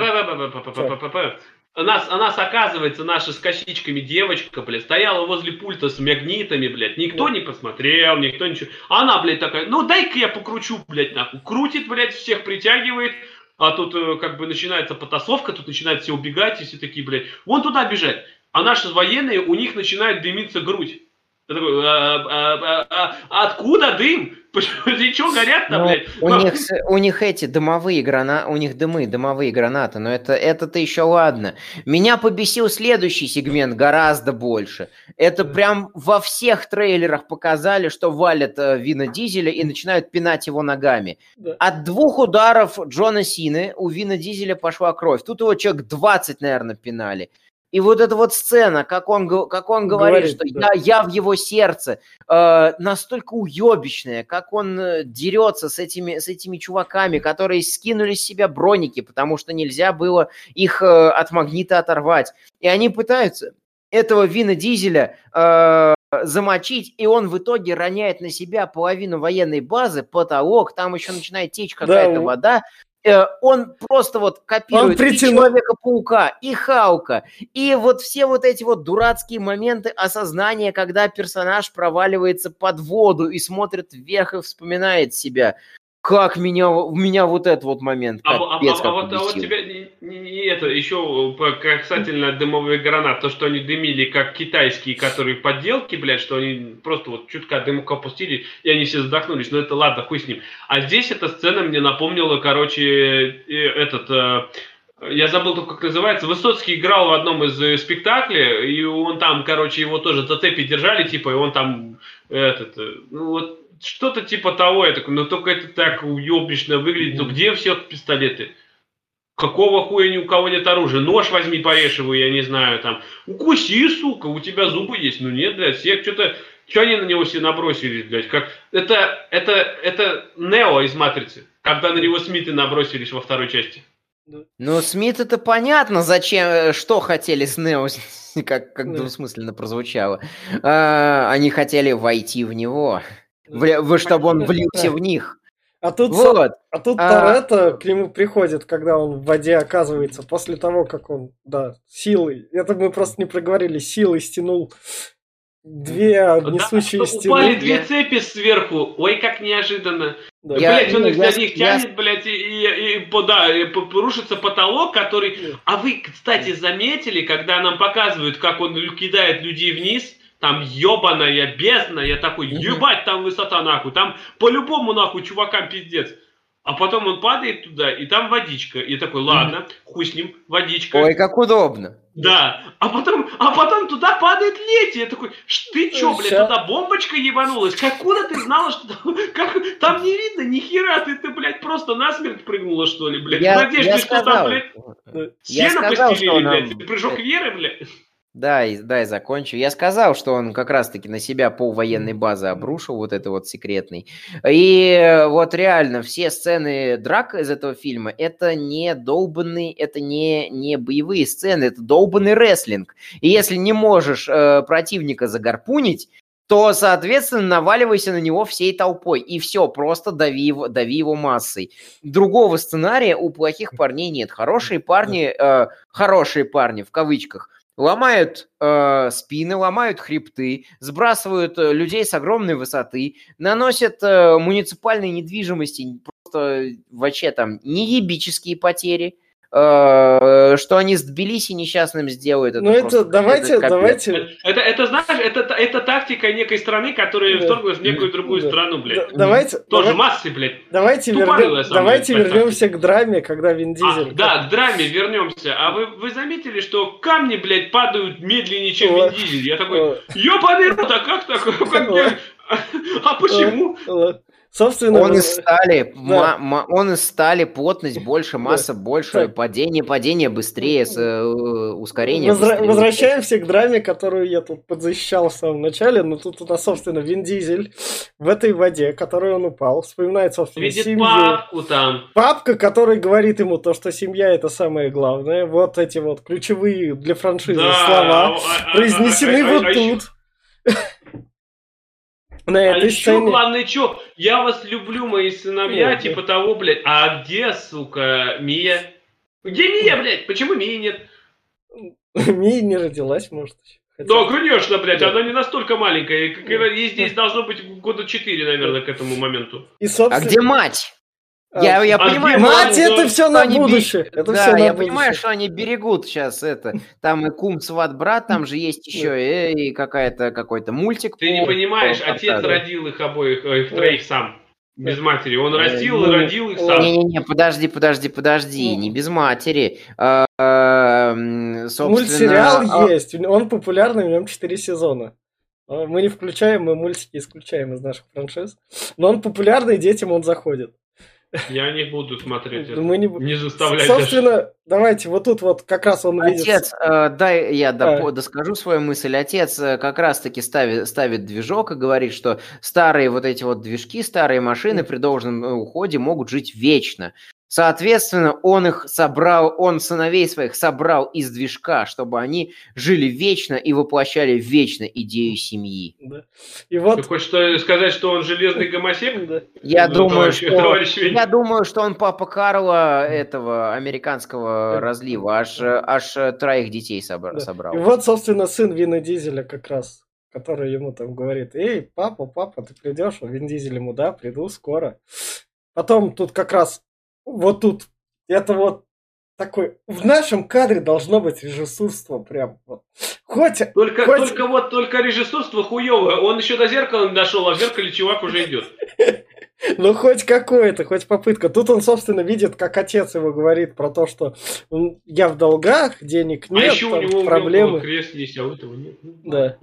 У нас, оказывается, наша с косичками девочка, блядь, стояла возле пульта с магнитами, блядь. Никто не посмотрел, никто ничего. Она, блядь, такая, ну дай-ка я покручу, блядь, нахуй. Крутит, блядь, всех притягивает. А тут как бы начинается потасовка, тут начинают все убегать, и все такие, блядь, вон туда бежать. А наши военные, у них начинает дымиться грудь. Я такой, откуда дым? Почему что горят-то, блядь? У них эти дымовые гранаты, у них дымовые гранаты, но это-то еще ладно. Меня побесил следующий сегмент гораздо больше. Это прям во всех трейлерах показали, что валят Вина Дизеля и начинают пинать его ногами. От 2 ударов Джона Сины у Вина Дизеля пошла кровь. Тут его человек 20, наверное, пинали. И вот эта вот сцена, как он говорит, что я в его сердце, настолько уебищная, как он дерется с этими чуваками, которые скинули с себя броники, потому что нельзя было их от магнита оторвать. И они пытаются этого Вина Дизеля замочить, и он в итоге роняет на себя половину военной базы, потолок, там еще начинает течь какая-то вода. Он просто вот копирует и Человека-паука, и Халка, и вот все вот эти вот дурацкие моменты осознания, когда персонаж проваливается под воду и смотрит вверх и вспоминает себя. Как меня вот этот вот момент капец как вот тебя это еще касательно дымовых гранат, то, что они дымили как китайские, которые подделки, блядь, что они просто вот чутка дымка опустили, и они все задохнулись, но это ладно, хуй с ним. А здесь эта сцена мне напомнила, короче, я забыл только, как называется, Высоцкий играл в одном из спектаклей, и он там, короче, его тоже за цепи держали, типа, и он там, ну вот, что-то типа того, я такой, но только это так уебищно выглядит, ну где все пистолеты? какого хуя ни у кого нет оружия? Нож возьми, порежь его, я не знаю, там. Укуси, сука, у тебя зубы есть. Ну нет, блядь, все что-то... Что они на него все набросились, блядь? Как... Это Нео из «Матрицы», когда на него Смиты набросились во второй части. Ну, Смит это понятно, зачем, что хотели с Нео, как двусмысленно прозвучало. Они хотели войти в него, чтобы он влился в них. А тут Торетто к нему приходит, когда он в воде оказывается, после того, как он, силой, это мы просто не проговорили, силой стянул две несущие стены. Упали две цепи сверху, ой, как неожиданно. Да. Блять, он их за них тянет, блять, и рушится потолок, который... А вы, кстати, заметили, когда нам показывают, как он кидает людей вниз, там ебаная бездна, я такой, ебать, там высота нахуй, там по-любому нахуй чувакам пиздец. А потом он падает туда, и там водичка. И такой, ладно, хуй с ним, водичка. Ой, как удобно. Да, а потом туда падает Лети. Я такой, ты чё, блядь, туда бомбочка ебанулась? Откуда ты знала, что там не видно ни хера, ты, блядь, просто насмерть прыгнула, что ли, блядь? Надеюсь, что там, блядь, сено постелили, блядь, прыжок веры, блядь. Да, и закончу. Я сказал, что он как раз-таки на себя полвоенной базы обрушил, вот это вот секретный. И вот реально все сцены драк из этого фильма, это не долбанные, это не боевые сцены, это долбанный рестлинг. И если не можешь противника загарпунить, то, соответственно, наваливайся на него всей толпой. И все, просто дави его массой. Другого сценария у плохих парней нет. Хорошие парни в кавычках, ломают спины, ломают хребты, сбрасывают людей с огромной высоты, наносят муниципальной недвижимости просто вообще там неебические потери, что они с Тбилиси несчастным сделают. Ну это давайте. Это знаешь, это тактика некой страны, которая вторглась в некую другую страну, блядь. Тоже массы, блядь. Давайте вернемся к драме, когда Вин Дизель. Да, к драме вернемся. А вы заметили, что камни, блядь, падают медленнее, чем Вин Дизель? Я такой, ёбаный рот, а как так? А почему? Собственно, он из стали, плотность больше, масса больше, падение быстрее, ускорение быстрее. Возвращаемся к драме, которую я тут подзащищал в самом начале, но тут у нас, собственно, Вин Дизель в этой воде, в которой он упал, вспоминает, собственно, семью. Папку там. Папка, который говорит ему то, что семья это самое главное. Вот эти вот ключевые для франшизы слова произнесены вот тут. Еще главное, что? Я вас люблю, мои сыновья, типа того, блядь. А где, сука, Мия? Где Мия, блядь? Почему Мии нет? Мия не родилась, может. Да, конечно, блядь, она не настолько маленькая. Ей здесь должно быть года 4, наверное, к этому моменту. А где мать? Я понимаю, мать, это все на будущее. Я понимаю, что они берегут сейчас это. Там и кум, сват, брат, там же есть еще и какой-то мультик. Ты не понимаешь, отец родил их обоих, их троих сам. Без матери. Он растил и родил их сам. Не-не-не, подожди, не без матери. Мультсериал есть, он популярный, в нем 4 сезона. Мы не включаем, мы мультики исключаем из наших франшиз. Но он популярный, детям он заходит. Я не буду смотреть это. Не заставлять. Собственно, давайте, вот тут вот как раз он видит... Отец, дай я доскажу свою мысль. Отец как раз-таки ставит движок и говорит, что старые вот эти вот движки, старые машины при должном уходе могут жить вечно. Соответственно, он сыновей своих собрал из движка, чтобы они жили вечно и воплощали вечно идею семьи. Да. И вот... Ты хочешь сказать, что он железный гомосек? Да. Я думаю, что он папа Карла этого американского разлива, аж троих детей собрал. И вот, собственно, сын Вина Дизеля как раз, который ему там говорит: эй, папа, ты придешь? А Вин Дизель ему: да, приду скоро. Потом тут как раз вот тут, это вот такой, в нашем кадре должно быть режиссурство прям вот. Только режиссурство хуёвое. Он еще до зеркала не дошел, а в зеркале чувак уже идет. Ну, хоть какое-то, хоть попытка. Тут он, собственно, видит, как отец его говорит про то, что я в долгах, денег нет, еще у него проблемы. Крест есть, а у этого нет. Да.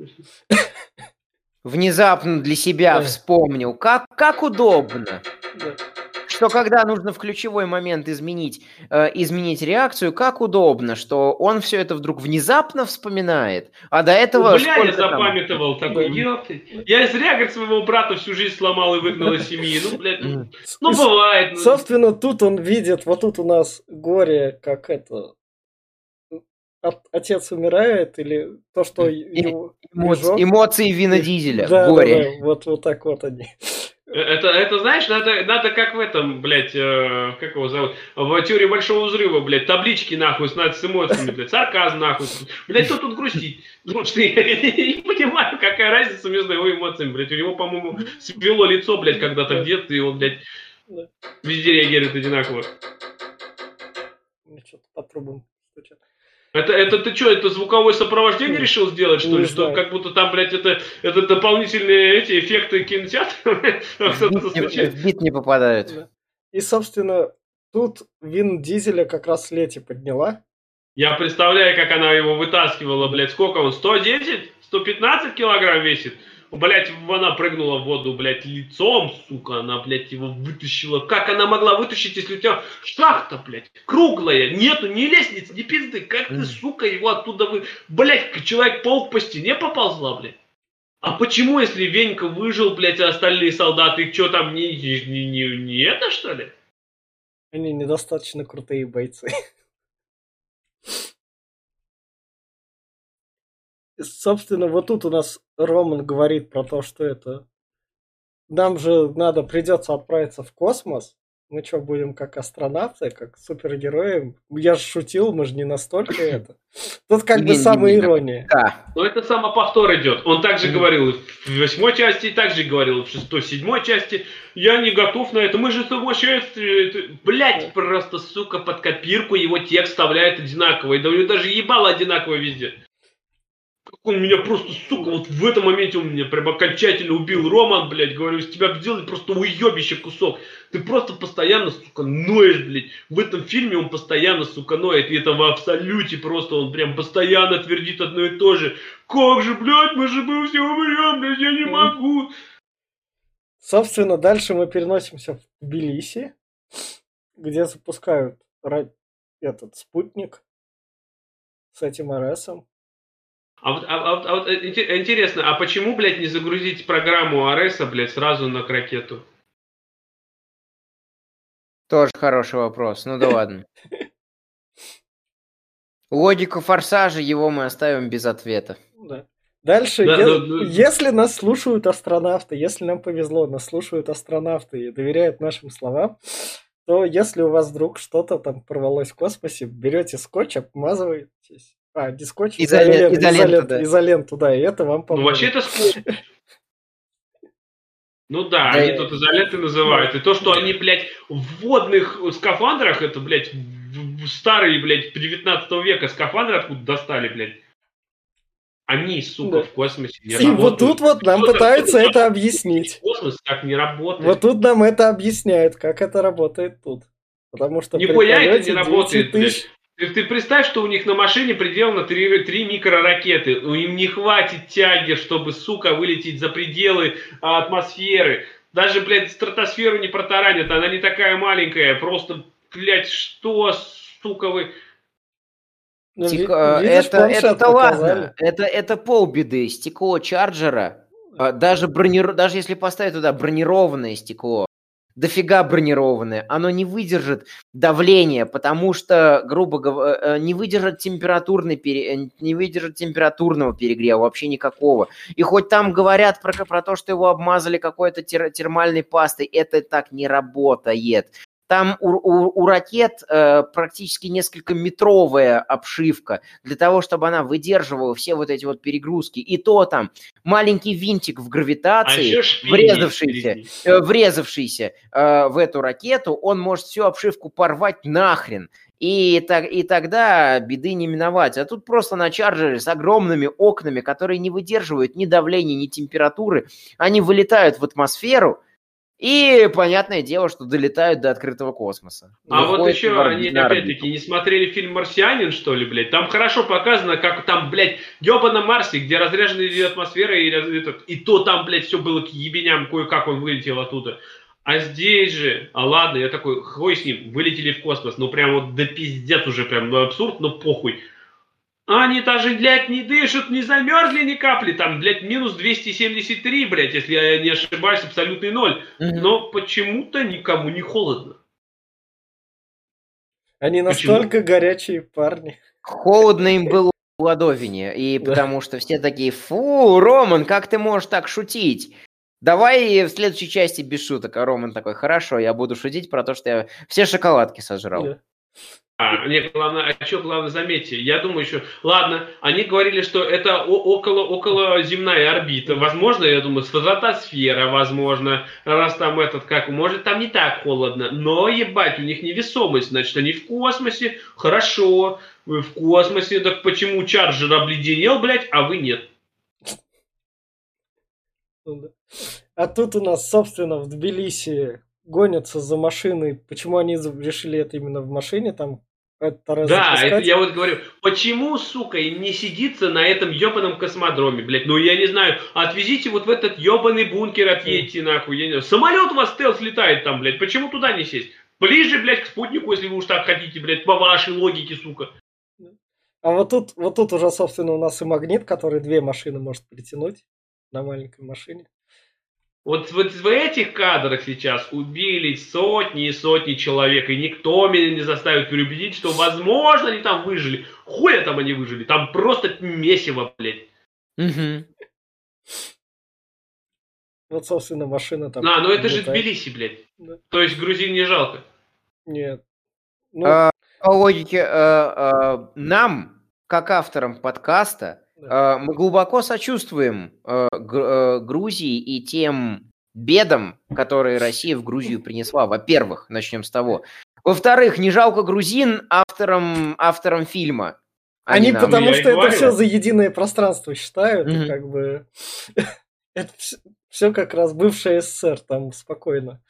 Внезапно для себя вспомнил, как удобно. Да. что когда нужно в ключевой момент изменить реакцию, как удобно, что он все это вдруг внезапно вспоминает, а до этого Бля, я запамятовал такой, Да. ёпты. Я зря, говорит, своего брата всю жизнь сломал и выгнал из семьи. Ну, блядь, ну И, бывает. Собственно, тут он видит, вот тут у нас горе, как это... Отец умирает, или то, что его... Эмоции Вина Дизеля, Да, горе. да, вот так вот они. Это знаешь, надо как в этом, блядь, как его зовут, в теории Большого Взрыва, блядь, таблички нахуй с эмоциями, блядь, сарказм нахуй. Блядь, кто тут грустит? Потому что я не понимаю, какая разница между его эмоциями, блядь. У него, по-моему, свело лицо, блядь, когда-то в детстве, и он, блядь, везде реагирует одинаково. Что-то по трубам стучат. Это ты что, это звуковое сопровождение решил сделать, что ли? Что как будто там, блядь, это дополнительные эти эффекты кинотеатра? В бит не попадают. И, собственно, тут Вин Дизеля как раз Лети подняла. Я представляю, как она его вытаскивала, блядь, сколько он, 110? 115 килограмм весит? Блядь, она прыгнула в воду, блядь, лицом, сука, она, блядь, его вытащила. Как она могла вытащить, если у тебя шахта, блядь, круглая, нету ни лестницы, ни пизды. Как ты, сука, его оттуда Блядь, Человек-паук по стене поползла, блядь. А почему, если Венька выжил, блядь, а остальные солдаты, что там, не это, что ли? Они недостаточно крутые бойцы. Собственно, вот тут у нас Роман говорит про то, что это... Нам же придется отправиться в космос. Мы что, будем как астронавты, как супергерои? Я же шутил, мы же не настолько это. Тут как бы самая ирония. Но это самоповтор идет. Он также говорил в 8 части, также говорил в 6-7 части. Я не готов на это. Мы же соглашаемся. Блять, просто, сука, под копирку его текст вставляет одинаково. И да у него даже ебало одинаково везде. Он меня просто, сука, вот в этом моменте он меня прям окончательно убил. Роман, блядь, говорю, из тебя сделали просто уебище кусок. Ты просто постоянно, сука, ноешь, блядь. В этом фильме он постоянно, сука, ноет. И это в абсолюте просто, он прям постоянно твердит одно и то же. Как же, блядь, мы же все умрем, блядь, я не могу. Собственно, дальше мы переносимся в Тбилиси, где запускают этот спутник с этим РСом. А вот интересно, а почему, блядь, не загрузить программу Ареса, блядь, сразу на ракету? Тоже хороший вопрос. Ну да ладно. Логику форсажа, его мы оставим без ответа. Да. Дальше, если нас слушают астронавты, если нам повезло, нас слушают астронавты и доверяют нашим словам, то если у вас вдруг что-то там порвалось в космосе, берете скотч, обмазываетесь. Не скотч, изоленту, да, и это вам поможет. Ну, вообще это скотч. Ну да, они тут изоленты называют. И то, что они, блядь, в водных скафандрах, это, блядь, старые, блядь, 19 века скафандры откуда достали, блядь. Они, сука, в космосе не работают. И вот тут вот нам пытаются это объяснить. Космос как не работает. Вот тут нам это объясняют, как это работает тут. Потому что нихуя это не работает, блядь. Ты представь, что у них на машине приделано 3 микроракеты. Им не хватит тяги, чтобы, сука, вылететь за пределы атмосферы. Даже, блядь, стратосферу не протаранят. Она не такая маленькая. Просто, блядь, что, сука, вы... Это ладно. Это полбеды. Стекло Чарджера, даже если поставить туда бронированное стекло, дофига бронированное, оно не выдержит давления, потому что, грубо говоря, не выдержит температурного перегрева, вообще никакого. И хоть там говорят про то, что его обмазали какой-то термальной пастой, это так не работает. Там у ракет практически несколько метровая обшивка для того, чтобы она выдерживала все вот эти вот перегрузки. И то там маленький винтик в гравитации, врезавшийся в эту ракету, он может всю обшивку порвать нахрен. И тогда беды не миновать. А тут просто на чарджере с огромными окнами, которые не выдерживают ни давления, ни температуры, они вылетают в атмосферу. И понятное дело, что долетают до открытого космоса. Вот еще они, опять-таки, не смотрели фильм «Марсианин», что ли, блядь? Там хорошо показано, как там, блядь, ёбаном Марсе, где разряженная атмосфера, и то там, блядь, все было к ебеням, кое-как он вылетел оттуда. А здесь же, ладно, я такой, хуй с ним, вылетели в космос, ну прям вот да пиздец уже, прям ну, абсурд, но похуй. Они даже, блядь, не дышат, не замерзли ни капли, там, блядь, минус 273, блядь, если я не ошибаюсь, абсолютный ноль. Но почему-то никому не холодно. Они настолько горячие парни. Холодно им было в Ладовине, и потому что все такие, фу, Роман, как ты можешь так шутить? Давай в следующей части без шуток. А Роман такой, хорошо, я буду шутить про то, что я все шоколадки сожрал. Нет, главное, главное, заметьте, я думаю еще, ладно, они говорили, что это околоземная орбита, возможно, я думаю, стратосфера, возможно, раз там может там не так холодно, но, ебать, у них невесомость, значит, они в космосе, хорошо, вы в космосе, так почему Чарджер обледенел, блядь, а вы нет? А тут у нас, собственно, в Тбилиси гонятся за машиной. Почему они решили это именно в машине там? Да, это я вот говорю, почему, сука, им не сидится на этом ебаном космодроме, блядь, ну я не знаю, отвезите вот в этот ебаный бункер, отъедьте нахуй, я не знаю, самолет у вас стелс летает там, блядь, почему туда не сесть? Ближе, блядь, к спутнику, если вы уж так хотите, блядь, по вашей логике, сука. А вот тут уже, собственно, у нас и магнит, который 2 машины может притянуть на маленькой машине. Вот в этих кадрах сейчас убили сотни и сотни человек, и никто меня не заставит переубедить, что, возможно, они там выжили. Хуя там они выжили, там просто месиво, блядь. Угу. Вот, собственно, машина там... Ну это же Тбилиси, блядь. Да. То есть грузин не жалко? Нет. По логике, нам, как авторам подкаста, мы глубоко сочувствуем Грузии и тем бедам, которые Россия в Грузию принесла. Во-первых, начнем с того. Во-вторых, не жалко грузин авторам фильма. Они потому что это все за единое пространство считают, и как бы это все как раз бывшая СССР, там спокойно.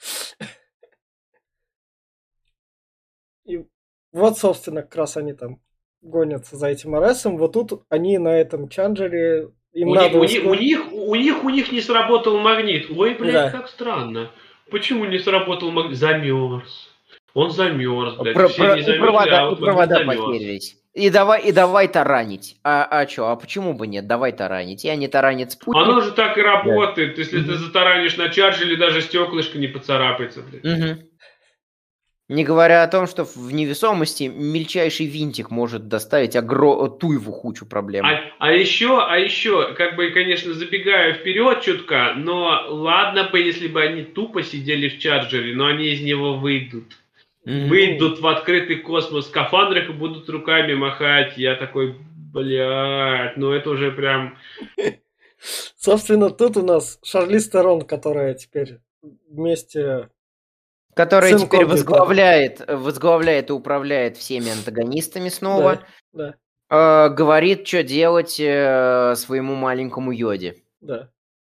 И вот, собственно, как раз они там гонятся за этим РСом. Вот тут они на этом Чанджере... У них не сработал магнит. Ой, блядь, как странно. Почему не сработал магнит? Замерз. Он замерз, блядь. Все не замерзли, провода потерялись. И давай таранить. А почему бы нет? Давай таранить. И они таранят спутник. Оно же так и работает. Если ты затаранишь на чарджере, даже стеклышко не поцарапается, блядь. Не говоря о том, что в невесомости мельчайший винтик может доставить туеву хучу проблем. А еще, как бы, конечно, забегая вперед чутка, но ладно бы, если бы они тупо сидели в чарджере, но они из него выйдут. Выйдут в открытый космос в скафандрах и будут руками махать. Я такой, блядь, ну это уже прям... Собственно, тут у нас Шарлиз Терон, которая теперь вместе... Который теперь возглавляет и управляет всеми антагонистами снова. Да. Говорит, что делать своему маленькому Йоде. Да.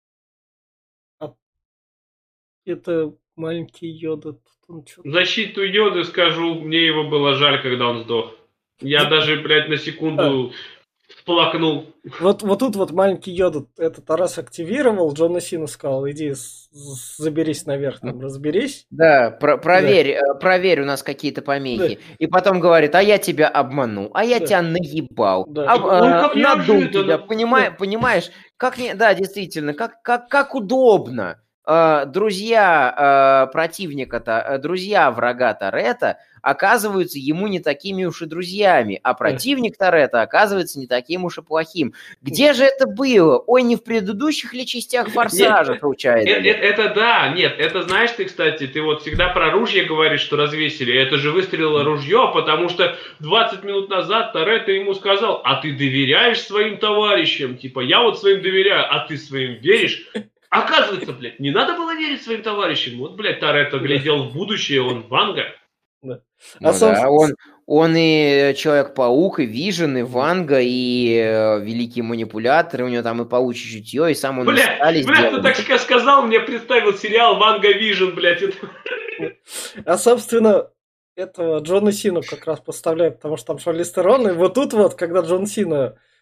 Это маленький Йода. Защиту Йоды скажу, мне его было жаль, когда он сдох. Я даже, блядь, на секунду всплакнул. Вот тут вот маленький Йода этот раз активировал, Джона Сина сказал, иди заберись наверх, там разберись. Да, проверь у нас какие-то помехи. Да. И потом говорит, а я тебя обманул, а я тебя наебал. Да. Надул тебя, понимаешь? Да, действительно, как удобно. Друзья противника, друзья врага Торетто оказываются ему не такими уж и друзьями, а противник Торетто оказывается не таким уж и плохим. Где же это было? Ой, не в предыдущих ли частях Форсажа случайно? Это да, нет, это знаешь ты, кстати, ты вот всегда про ружье говоришь, что развесили, это же выстрелило ружье, потому что 20 минут назад Торетто ему сказал, а ты доверяешь своим товарищам? Типа, я вот своим доверяю, а ты своим веришь? Оказывается, блядь, не надо было верить своим товарищам. Вот, блядь, Торетто глядел в будущее, он Ванга. Да. Он и Человек-паук, и Вижен, и Ванга, и великий манипулятор, у него там и паучье чутье, и сам он... Блядь, ты так сказал, мне представил сериал Ванга Вижен, блядь. А, собственно, этого Джона Сину как раз поставляют, потому что там Шарлиз Терон, и вот тут вот, когда Джон Сина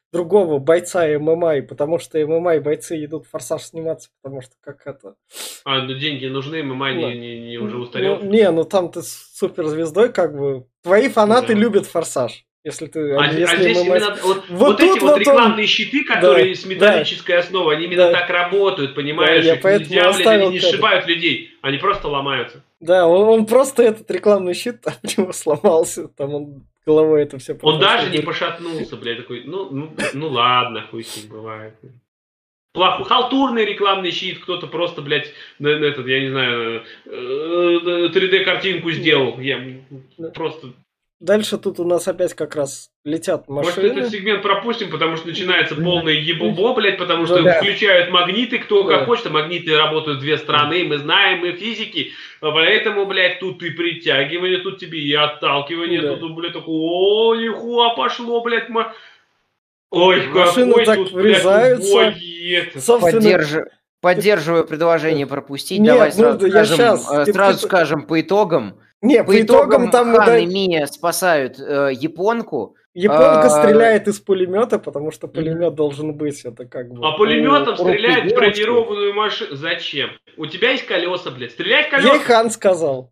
другого бойца ММА, и потому что ММА бойцы идут в «Форсаж» сниматься, потому что как это... Ну деньги нужны, ММА не уже устарел? Ну там ты с суперзвездой как бы... Твои фанаты любят «Форсаж». Если ты, если здесь ММА... именно вот эти вот рекламные щиты, которые с металлической основой, они именно так работают, понимаешь? Их нельзя, блядь, они не сшибают людей, они просто ломаются. Да, он просто этот рекламный щит там у него сломался, там он головой это все... Он даже не пошатнулся, блядь, такой, ну ладно, хуй с ним бывает. Халтурный рекламный щит, кто-то просто, блядь, этот, я не знаю, 3D-картинку сделал. Просто... Дальше тут у нас опять как раз летят машины. Может, этот сегмент пропустим, потому что начинается полное ебубо, блядь, потому что включают магниты, кто как хочет, а магниты работают в две стороны, мы знаем, мы физики, поэтому, блядь, тут и притягивание, тут тебе и отталкивание, тут, блядь, такое, о, нихуя пошло, блядь, ой, машины какой так тут, врезаются. Собственно... Поддерживаю предложение пропустить. Давай сразу скажем по итогам. По итогам там Хан и Мия спасают японку. Японка стреляет из пулемета, потому что пулемет должен быть. Это как бы... А пулеметом стреляет в бронированную машину. Зачем? У тебя есть колеса, блядь. Стреляй в колеса. Ей Хан сказал.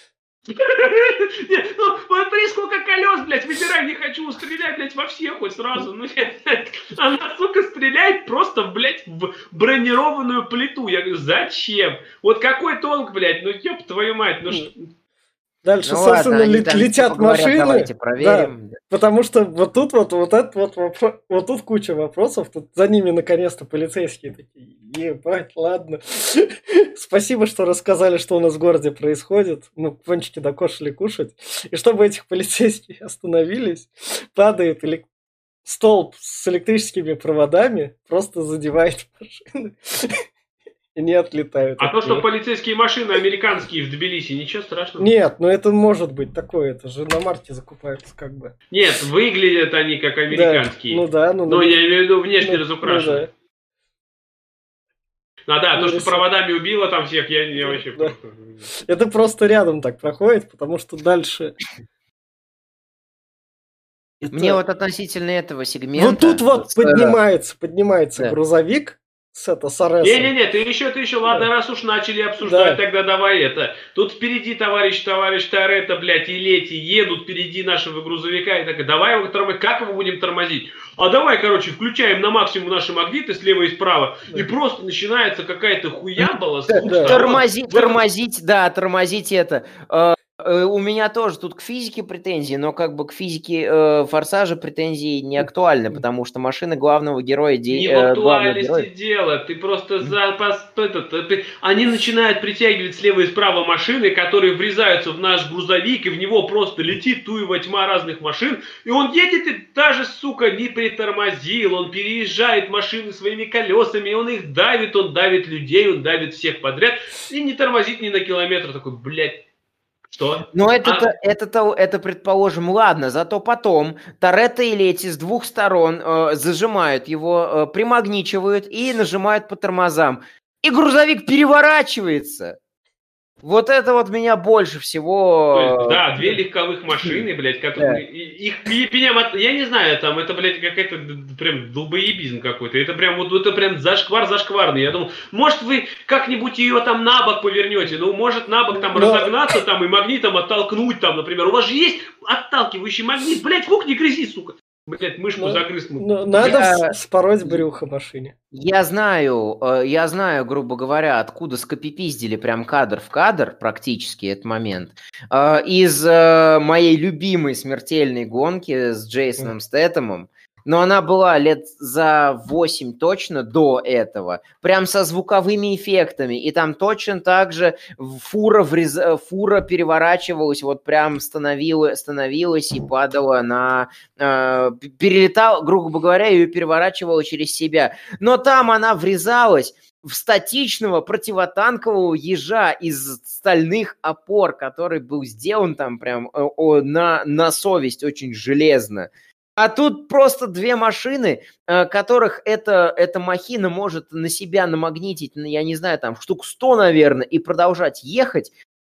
Нет, ну смотри, сколько колес, блядь, выбирай, не хочу стрелять, блядь, во всех хоть сразу. Ну, она, сука, стреляет просто, блядь, в бронированную плиту. Я говорю, зачем? Вот какой толк, блядь, ну ёб твою мать, ну что... Дальше, собственно, летят машины. Давайте проверим. Да, потому что вот тут вот тут куча вопросов. Тут за ними наконец-то полицейские такие. Ебать, ладно. Спасибо, что рассказали, что у нас в городе происходит. Мы пончики докошили кушать. И чтобы этих полицейских остановились, падает столб с электрическими проводами, просто задевает машины. И не отлетают. А то, что полицейские машины американские в Тбилиси, ничего страшного? Нет, ну это может быть такое, это же на марке закупаются как бы. Нет, выглядят они как американские. Да, но я имею в виду внешне разукрашены. То, что проводами убило там всех, я вообще... Да. Это просто рядом так проходит, потому что дальше... Мне вот относительно этого сегмента... Вот тут вот поднимается грузовик, с Аресом. Не-не-не, ты еще, ладно, раз уж начали обсуждать, тогда давай это. Тут впереди товарищ Торетто, блядь, и Лети едут впереди нашего грузовика, и так, давай его тормозить, как его будем тормозить? А давай, короче, включаем на максимум наши магниты слева и справа, и просто начинается какая-то хуябала. Тормозить это... У меня тоже тут к физике претензии, но как бы к физике Форсажа претензии не актуальны, потому что машина главного героя... Не в актуальности дело, ты просто они начинают притягивать слева и справа машины, которые врезаются в наш грузовик, и в него просто летит туева тьма разных машин, и он едет и даже, сука, не притормозил, он переезжает машины своими колесами, он их давит, он давит людей, он давит всех подряд, и не тормозит ни на километр, такой, блядь. Что? Но это предположим, ладно, зато потом Торетто и Лети с двух сторон зажимают его, примагничивают и нажимают по тормозам. И грузовик переворачивается. Вот это вот меня больше всего... Да, две легковых машины, блядь, которые... Я не знаю, там, это, блядь, какая-то прям долбоебизм какой-то. Это прям зашкварный. Я думал, может, вы как-нибудь ее там на бок повернете, может, на бок там разогнаться там и магнитом оттолкнуть там, например. У вас же есть отталкивающий магнит, блядь, фук, не грызи, сука. Блядь, мышку загрыз. Надо спороть брюхо машине. Я знаю, грубо говоря, откуда скопипиздили прям кадр в кадр, практически, этот момент. Из моей любимой смертельной гонки с Джейсоном Стэтэмом. Но она была лет за 8 точно до этого, прям со звуковыми эффектами, и там точно так же фура переворачивалась, вот прям становилась и падала на... перелетала, грубо говоря, ее переворачивала через себя. Но там она врезалась в статичного противотанкового ежа из стальных опор, который был сделан там прям на совесть очень железно. А тут просто две машины, которых эта махина может на себя намагнитить, я не знаю, там штук 100, наверное, и продолжать ехать.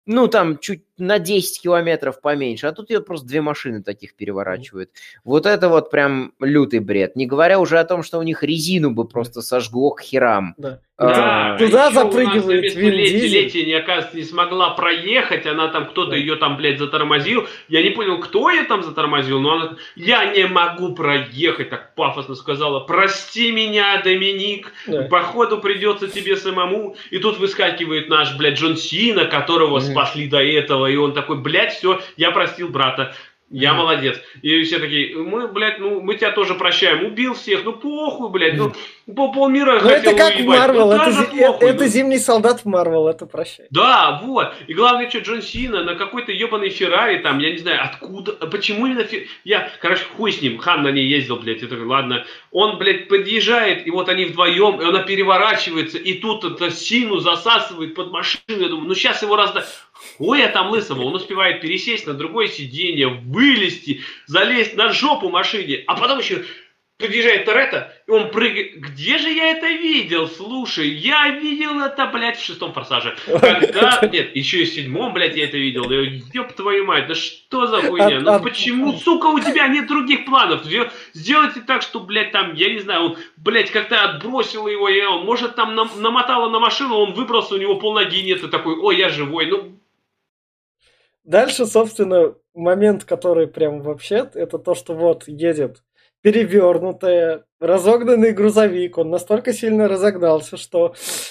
Ну, там чуть на 10 километров поменьше, а тут ее просто 2 машины таких переворачивают. Вот это вот прям лютый бред. Не говоря уже о том, что у них резину бы просто сожгло к херам. Да. Да, Туда еще у нас запрыгивает вместо Вин Лети, Дизель. не, оказывается, не смогла проехать, она там, кто-то Да. ее там, блядь, затормозил. Я не понял, кто ее там затормозил, но она, я не могу проехать, так пафосно сказала, прости меня, Доминик, Да. походу придется тебе самому. И тут выскакивает наш, блядь, Джон Сина, которого спасли до этого, и он такой, блядь, все, я простил брата. Я молодец. И все такие, мы, блядь, ну, мы тебя тоже прощаем. Убил всех, ну похуй, блядь, ну, полмира Ну это хотел как в уебать. Марвел, Ну, тоже похуй, это ну. зимний солдат в Марвел, это прощай. Да, вот. И главное, что Джон Сина на какой-то ебаной Феррари, там, я не знаю, откуда, почему именно я, короче, хуй с ним, Хан на ней ездил, блядь, я такой, ладно. Он, блядь, подъезжает, и вот они вдвоем, и она переворачивается, и тут это Сину засасывает под машину. Я думаю, ну сейчас его Ой, я там лысого, он успевает пересесть на другое сиденье, вылезти, залезть на жопу машине, а потом еще подъезжает Торетто, и он прыгает. Где же я это видел? Слушай, я видел это, блядь, в 6-м «Форсаже». Когда... Нет, еще и в 7-м, блядь, я это видел. Ёб твою мать, да что за хуйня? Ну почему, сука, у тебя нет других планов? Сделайте так, что, блядь, там, я не знаю, он, блядь, как-то отбросил его, и он, может, там намотало на машину, он выбрался, у него полноги нет, и такой, ой, я живой, ну... Дальше, собственно, момент, который прям вообще, это то, что вот едет перевернутый, разогнанный грузовик. Он настолько сильно разогнался, что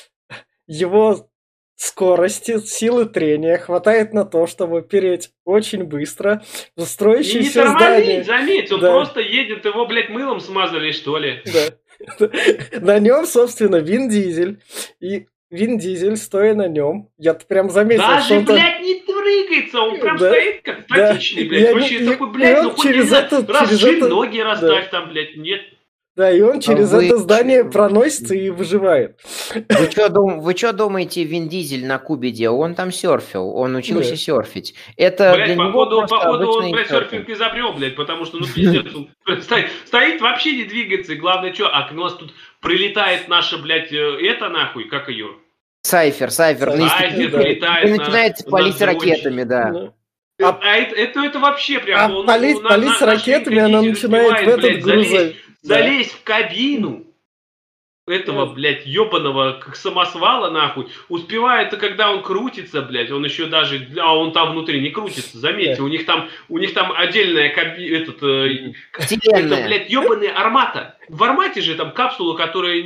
его скорости, силы трения хватает на то, чтобы переть очень быстро в строящееся не здание. Заметь, он просто едет, его, блядь, мылом смазали, что ли. Да. На нем, собственно, Вин Дизель. И Вин Дизель, стоя на нем, я прям заметил, даже, что он блядь, не двигается, он прям стоит как статичный, блядь. Вообще такой, блядь, ну хоть расширь ноги, расставь там, блядь, нет. Да, и он через это здание проносится и выживает. Вы что думаете, Вин Дизель на Кубе делал? Он там серфил, он учился серфить. Это блядь, для походу него он, блядь, серфинг изобрел, блядь, потому что, ну, пиздец, он стоит, вообще не двигается, и главное, что, а у нас тут прилетает наша, блядь, это нахуй, как ее? Сайфер прилетает. И начинает палить ракетами, да. Это вообще прям... палить ракетами она начинает в этот грузовик. Залезть в кабину этого, блядь, ебаного как самосвала, нахуй. Успевает, когда он крутится, блядь, он еще даже... А он там внутри не крутится, заметьте. У них там отдельная кабина... Это, блядь, ебаная армата. В армате же там капсула, которая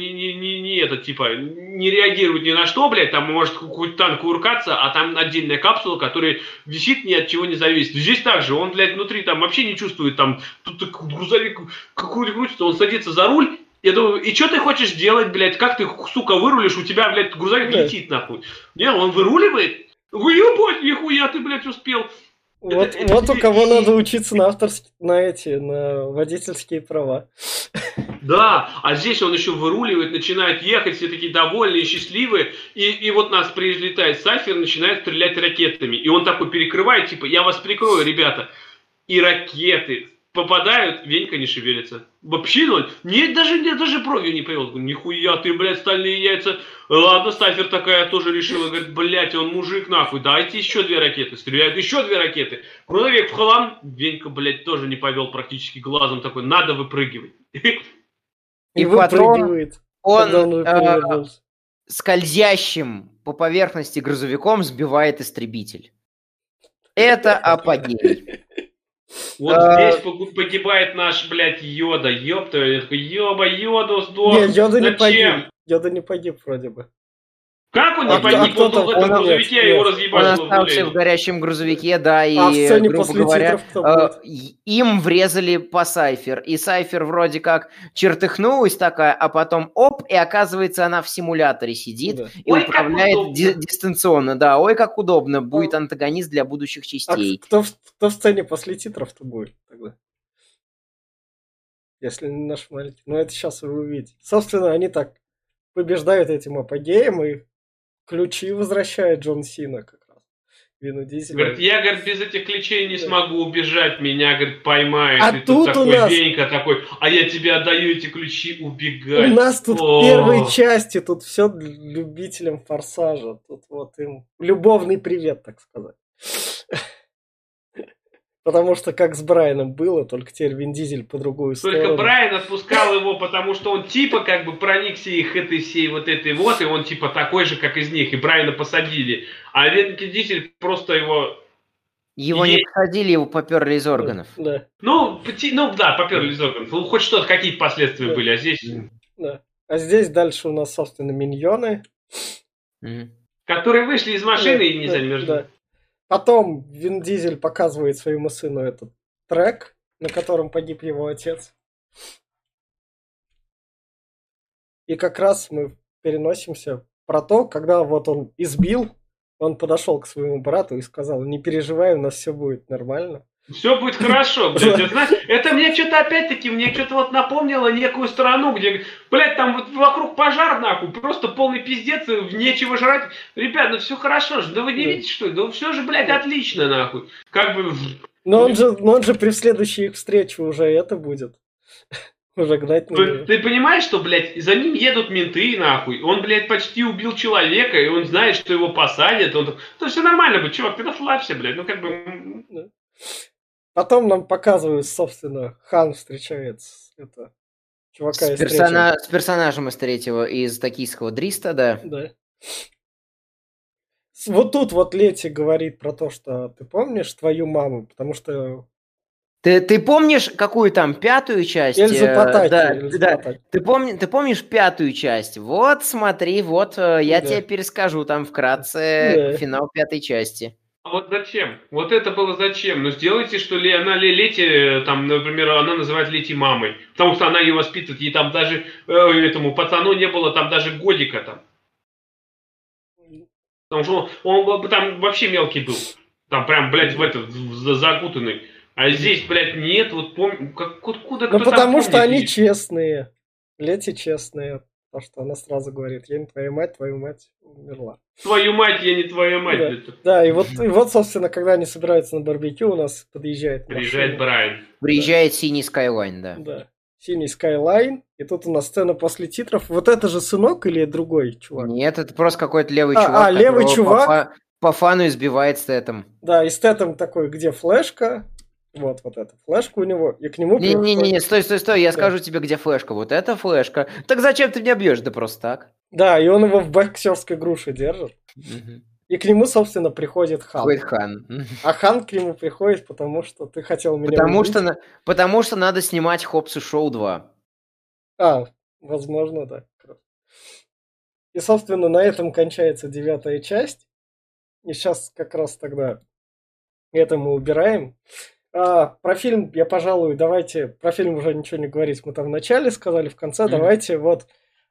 не реагирует ни на что, блядь, там может какой-то танк кувыркаться, а там отдельная капсула, которая висит, ни от чего не зависит. Здесь также, он, блядь, внутри там вообще не чувствует, там, тут грузовик какой-то крутится, он садится за руль. Я думаю, и что ты хочешь делать, блядь? Как ты, сука, вырулишь? У тебя, блядь, грузовик летит, нахуй. Не, он выруливает. Выебать, нихуя ты, блядь, успел. Вот у кого надо учиться на водительские права. Да, а здесь он еще выруливает, начинает ехать, все такие довольные, счастливые. И вот нас прилетает Сайфер, начинает стрелять ракетами. И он такой перекрывает, типа, я вас прикрою, ребята. И ракеты попадают, Венька не шевелится. Вообще ноль. Даже бровью не повел. Нихуя ты, блядь, стальные яйца. Ладно, Сайфер такая тоже решила. Говорит, блядь, он мужик нахуй. Дайте еще 2 ракеты. Стреляют еще 2 ракеты. Грузовик в хлам. Венька, блядь, тоже не повел практически глазом. Такой, надо выпрыгивать. И выпрыгивает. Он скользящим по поверхности грузовиком сбивает истребитель. Это апогей. Вот здесь погибает наш, блядь, Йода. Ёпта, я такой, Йода сдох. Не, Йода не погиб. Йода не погиб вроде бы. Как он не погиб? Он был в этом грузовике, его разъебали. Он остался в горящем грузовике, да, и, грубо говоря, им врезали по Сайфер. И Сайфер вроде как чертыхнулась такая, а потом оп, и оказывается она в симуляторе сидит и управляет дистанционно. Да, ой, как удобно, будет антагонист для будущих частей. Кто в сцене после титров-то будет тогда? Если не наш маленький. Но это сейчас вы увидите. Собственно, они так побеждают этим апогеем, и ключи возвращает Джон Сина как раз. Вину Дизелю. Говорит, я, говорит, без этих ключей не Да. смогу убежать, меня, говорит, поймают. А и тут у такой нас- Венька такой, а я тебе отдаю эти ключи, убегай. У нас тут О. в первой части, тут все любителям Форсажа. Тут вот им любовный привет, так сказать. Потому что как с Брайаном было, только теперь Вин Дизель по другую Только сторону. Брайан отпускал его, потому что он типа как бы проникся их этой всей вот этой вот, и он типа такой же, как из них, и Брайана посадили. А Вин Дизель просто его... Его не посадили, его поперли из органов. Да, Ну да, поперли из органов. Ну, хоть что-то, какие-то последствия Да. были, а здесь... да. А здесь дальше у нас, собственно, миньоны. Мгм. Которые вышли из машины и не Да, заняли. да. Потом Вин Дизель показывает своему сыну этот трек, на котором погиб его отец. И как раз мы переносимся про то, когда вот он избил, он подошел к своему брату и сказал: не переживай, у нас все будет нормально. Все будет хорошо, блядь. Это, знаешь, это мне что-то опять-таки, мне что-то вот напомнило некую страну, где, блядь, там вот вокруг пожар, нахуй, просто полный пиздец, нечего жрать. Ребят, ну все хорошо же, да вы не Да. видите, что ли? Да все же, блядь, отлично, нахуй. Как бы... Но он же при следующей их встрече уже это будет. Уже гнать на него. Ты понимаешь, что, блядь, за ним едут менты, нахуй. Он, блядь, почти убил человека, и он знает, что его посадят. Он... Да все нормально будет, чувак, ты расслабься, блядь. Ну, как бы... Да. Потом нам показывают, собственно, Хан встречает чувака С из третьего. персонажем из третьего, из токийского Дриста, да. Да. Вот тут вот Лети говорит про то, что ты помнишь твою маму, потому что Ты помнишь, какую там пятую часть? Эльзу Патаки. Да, Эльзу да. Патаки. Ты помнишь пятую часть? Вот, смотри, вот я Да. тебе перескажу там вкратце Да. финал пятой части. А вот зачем? Вот это было зачем? Ну сделайте, что ли, она Лети, там, например, она называет Лети мамой, потому что она ее воспитывает, и там даже этому пацану не было там даже годика там. Потому что он там вообще мелкий был. Там прям, блядь, закутанный. А здесь, блядь, нет, вот помню, откуда Ну, кто там потому что помнит? они честные. Лети честные. Потому что она сразу говорит: я не твоя мать, твою мать умерла. Твою мать, я не твоя мать. Да. блядь. Да, и вот, собственно, когда они собираются на барбекю, у нас подъезжает Приезжает машина. Брайан. Приезжает синий Скайлайн, да. Да. Синий Skyline. И тут у нас сцена после титров. Вот это же сынок или другой чувак? Нет, это просто какой-то левый А, чувак, левый которого чувак. по фану избивает стетом. Да, и стетом такой, где флешка. Вот эта флешка у него. И к нему Не-не-не, стой, я Да. скажу тебе, где флешка. Вот это флешка. Так зачем ты меня бьешь? Да просто так. Да, и он его в боксерской груше держит. Мгм. И к нему, собственно, приходит Хан. Ходит Хан. А Хан к нему приходит, потому что ты хотел меня убить. Потому что надо снимать Хопс и Шоу 2. А, возможно, да. И, собственно, на этом кончается 9-я часть. И сейчас как раз тогда это мы убираем. Про фильм я, пожалуй, давайте... Про фильм уже ничего не говорить. Мы там в начале сказали, в конце. Мгм. Давайте вот...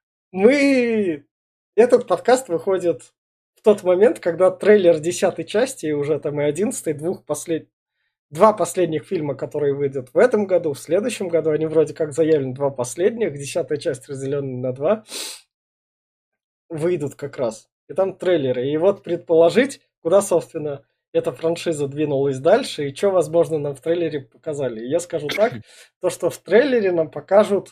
Этот подкаст выходит в тот момент, когда трейлер 10-й части, и уже там и 11-й, два последних фильма, которые выйдут в этом году, в следующем году, они вроде как заявлены два последних, 10-я часть разделенная на 2, выйдут как раз. И там трейлеры. И вот предположить, куда, собственно, эта франшиза двинулась дальше, и что, возможно, нам в трейлере показали. И я скажу так, то, что в трейлере нам покажут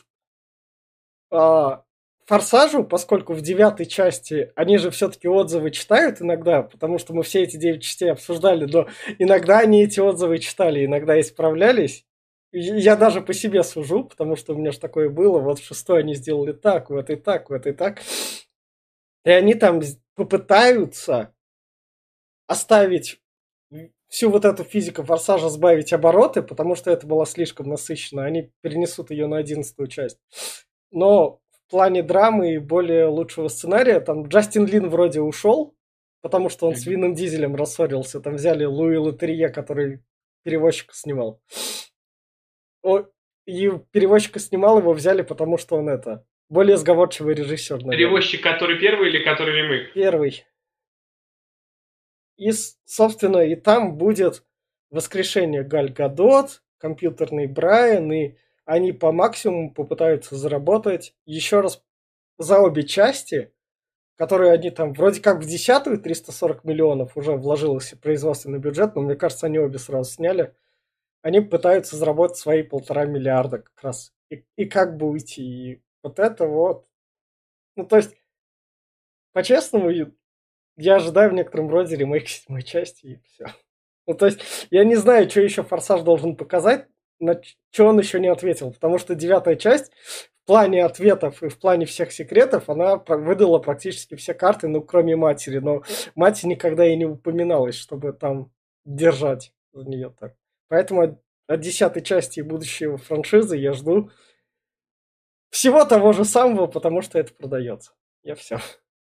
Форсажу, поскольку в 9-й части они же все-таки отзывы читают иногда, потому что мы все эти 9 частей обсуждали, но иногда они эти отзывы читали, иногда исправлялись. И я даже по себе сужу, потому что у меня же такое было. Вот в 6-й они сделали так, в этой так, в этой так. И они там попытаются оставить всю вот эту физику Форсажа, сбавить обороты, потому что это было слишком насыщенно. Они перенесут ее на 11-ю часть. Но в плане драмы и более лучшего сценария, там Джастин Лин вроде ушел, потому что он с Вином Дизелем рассорился. Там взяли Луи Лотерье, который перевозчика снимал. И перевозчика снимал, его взяли, потому что он более сговорчивый режиссер. Наверное. Перевозчик, который первый или который ремейк? Первый. И, собственно, и там будет воскрешение Галь Гадот, компьютерный Брайан, и они по максимуму попытаются заработать еще раз за обе части которые они там вроде как в 10-ю 340 миллионов уже вложилось в производственный бюджет, но мне кажется, они обе сразу сняли. Они пытаются заработать свои 1,5 миллиарда как раз. И как бы уйти. И вот это вот. Ну, то есть, по-честному, я ожидаю в некотором роде ремейк 7-й части, и все. Ну, то есть, я не знаю, что еще Форсаж должен показать, на что он еще не ответил. Потому что 9-я часть в плане ответов и в плане всех секретов, она выдала практически все карты, ну, кроме матери. Но мать никогда и не упоминалась, чтобы там держать за нее так. Поэтому от 10-й части и будущего франшизы я жду всего того же самого, потому что это продается. Я все.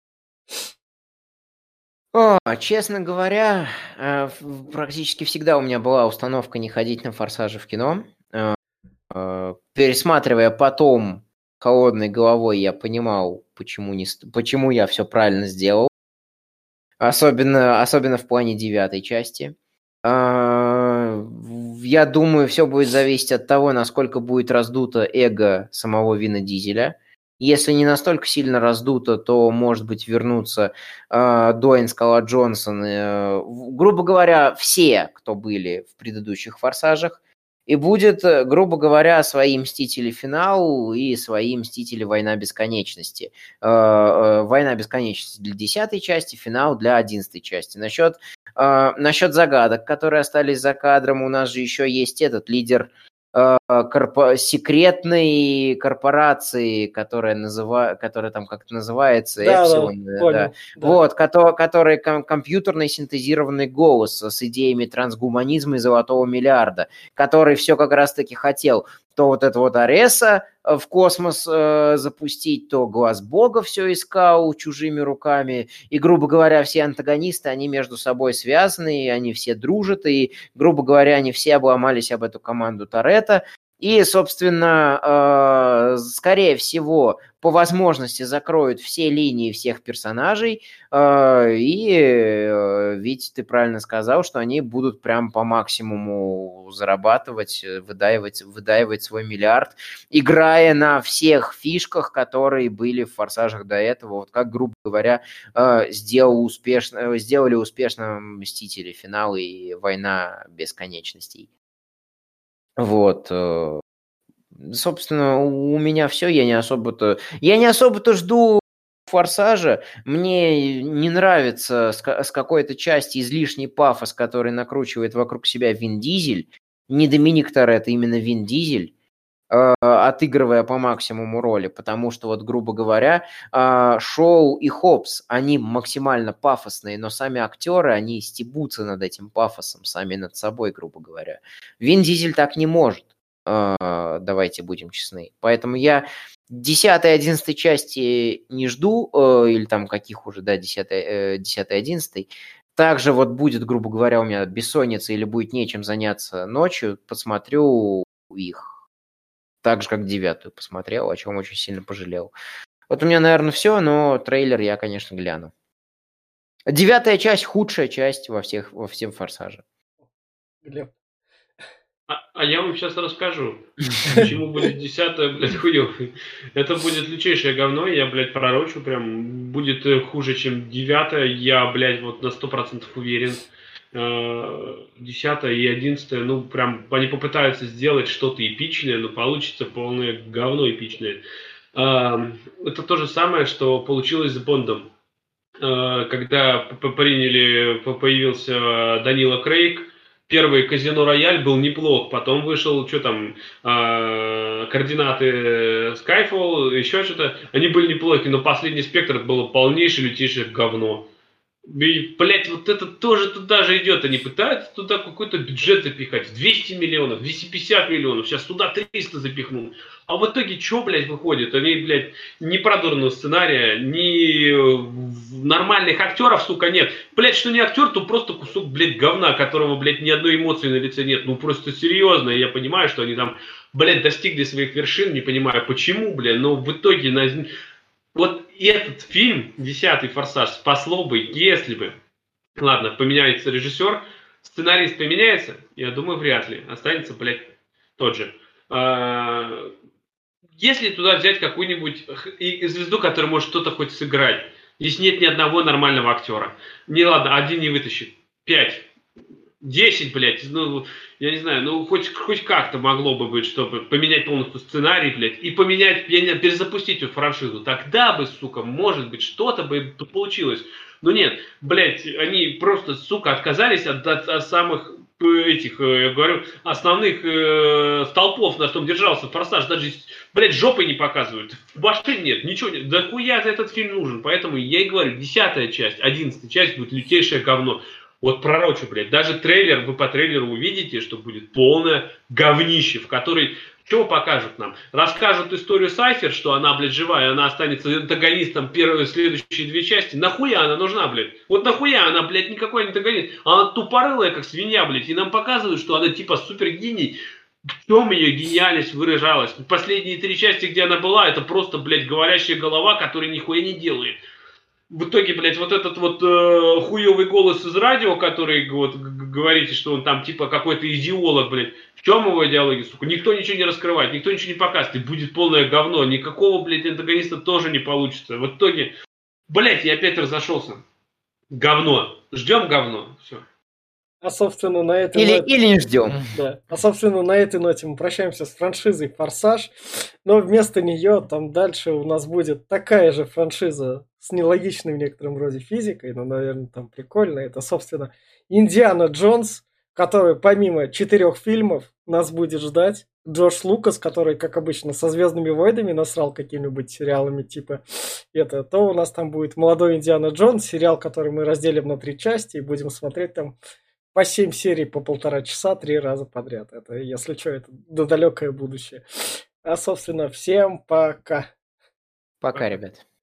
Честно говоря, практически всегда у меня была установка не ходить на «Форсажи» в кино. Пересматривая потом холодной головой, я понимал, почему я все правильно сделал. Особенно в плане 9-й части. Я думаю, все будет зависеть от того, насколько будет раздуто эго самого Вина Дизеля. Если не настолько сильно раздуто, то, может быть, вернутся Дуэйн Скала Джонсон, грубо говоря, все, кто были в предыдущих «Форсажах». И будет, грубо говоря, свои «Мстители. Финал» и свои «Мстители. Война бесконечности». «Война бесконечности» для 10-й части, «Финал» для 11-й части. Насчет загадок, которые остались за кадром, у нас же еще есть этот лидер секретной корпорации, которая там как-то называется, Эпсилон, понял, да. Вот, который компьютерный синтезированный голос с идеями трансгуманизма и золотого миллиарда, который все как раз-таки хотел то вот это вот Ареса в космос запустить, то Глаз Бога все искал чужими руками. И, грубо говоря, все антагонисты, они между собой связаны, и они все дружат, и, грубо говоря, они все обломались об эту команду Торетто. И, собственно, скорее всего, по возможности закроют все линии всех персонажей. И ведь ты правильно сказал, что они будут прям по максимуму зарабатывать, выдаивать свой миллиард, играя на всех фишках, которые были в «Форсажах» до этого. Вот как, грубо говоря, сделали успешно «Мстители. Финал» и «Война бесконечностей». Вот. Собственно, у меня все. Я не особо-то жду «Форсажа». Мне не нравится с какой-то части излишний пафос, который накручивает вокруг себя Вин Дизель. Не Доминик Торетто, именно Вин Дизель, отыгрывая по максимуму роли. Потому что, вот, грубо говоря, Шоу и Хопс, они максимально пафосные, но сами актеры, они стебутся над этим пафосом, сами над собой, грубо говоря. Вин Дизель так не может. Давайте будем честны. Поэтому я 10-й, 11-й части не жду, или там каких уже, да, 10-й, 11-й. Также вот будет, грубо говоря, у меня бессонница или будет нечем заняться ночью, посмотрю их. Так же, как 9-ю посмотрел, о чем очень сильно пожалел. Вот у меня, наверное, все, но трейлер я, конечно, гляну. 9-я часть худшая часть во всем «Форсаже». Глеб. А я вам сейчас расскажу, почему будет 10-я, блядь, хуёвый. Это будет лютейшее говно, я, блядь, пророчу, прям будет хуже, чем 9-я, я, блядь, вот на 100% уверен. 10-я и 11-я, ну, прям, они попытаются сделать что-то эпичное, но получится полное говно эпичное. Это то же самое, что получилось с Бондом. Когда появился Данила Крейг, первый «Казино Рояль» был неплох, потом вышел, что там, координаты Skyfall, еще что-то, они были неплохи, но «Последний спектр» было полнейшее, лютейшее говно. И, блять, вот это тоже туда же идет, они пытаются туда какой-то бюджет запихать, 200 миллионов, 250 миллионов, сейчас туда 300 запихнут. А в итоге что, блядь, выходит? Они, блядь, ни продуманного сценария, ни нормальных актеров, сука, нет. Блядь, что не актер, то просто кусок, блядь, говна, которого, блядь, ни одной эмоции на лице нет. Ну, просто серьезно, я понимаю, что они там, блядь, достигли своих вершин, не понимаю почему, блядь, но в итоге... Вот этот фильм, 10-й «Форсаж», спасло бы, если бы, ладно, поменяется режиссер, сценарист поменяется, я думаю, вряд ли, останется, блядь, тот же. Если туда взять какую-нибудь звезду, которая может что-то хоть сыграть, Здесь нет ни одного нормального актера. Не ладно, один не вытащит. 5. 10, блядь, ну, я не знаю, ну, хоть как-то могло бы быть, чтобы поменять полностью сценарий, блядь, и поменять, перезапустить эту франшизу. Тогда бы, сука, может быть, что-то бы получилось. Но нет, блядь, они просто, сука, отказались от самых этих, я говорю, основных столпов, на чем держался Форсаж. Даже, блядь, жопы не показывают. Машин нет, ничего нет. Да хуя этот фильм нужен. Поэтому я и говорю, 10-я часть, 11-я часть будет лютейшее говно. Вот пророчу, блядь, даже трейлер, вы по трейлеру увидите, что будет полное говнище, в которой что покажут нам? Расскажут историю Сайфер, что она, блядь, живая, она останется антагонистом следующие 2 части. Нахуя она нужна, блядь? Вот нахуя она, блядь, никакой не антагонист? Она тупорылая, как свинья, блядь, и нам показывают, что она типа супергений. В чем ее гениальность выражалась? Последние 3 части, где она была, это просто, блядь, говорящая голова, которая нихуя не делает. В итоге, блядь, вот этот вот хуёвый голос из радио, который вот говорите, что он там типа какой-то идеолог, блядь. В чем его идеология, сука? Никто ничего не раскрывает, никто ничего не показывает, и будет полное говно. Никакого, блядь, антагониста тоже не получится. В итоге, блядь, я опять разошелся. Говно. Ждем говно. Все. А, собственно, на этой Или не ждем. Да. А, собственно, на этой ноте мы прощаемся с франшизой «Форсаж», но вместо нее там дальше у нас будет такая же франшиза с нелогичной в некотором роде физикой, но, наверное, там прикольно. Это, собственно, «Индиана Джонс», который помимо 4 фильмов нас будет ждать. Джордж Лукас, который, как обычно, со «Звездными войнами» насрал какими-нибудь сериалами типа это, то у нас там будет «Молодой Индиана Джонс», сериал, который мы разделим на 3 части и будем смотреть там по 7 серий по 1,5 часа 3 раза подряд. Это, если что, это далекое будущее. А, собственно, всем пока. Пока, ребят.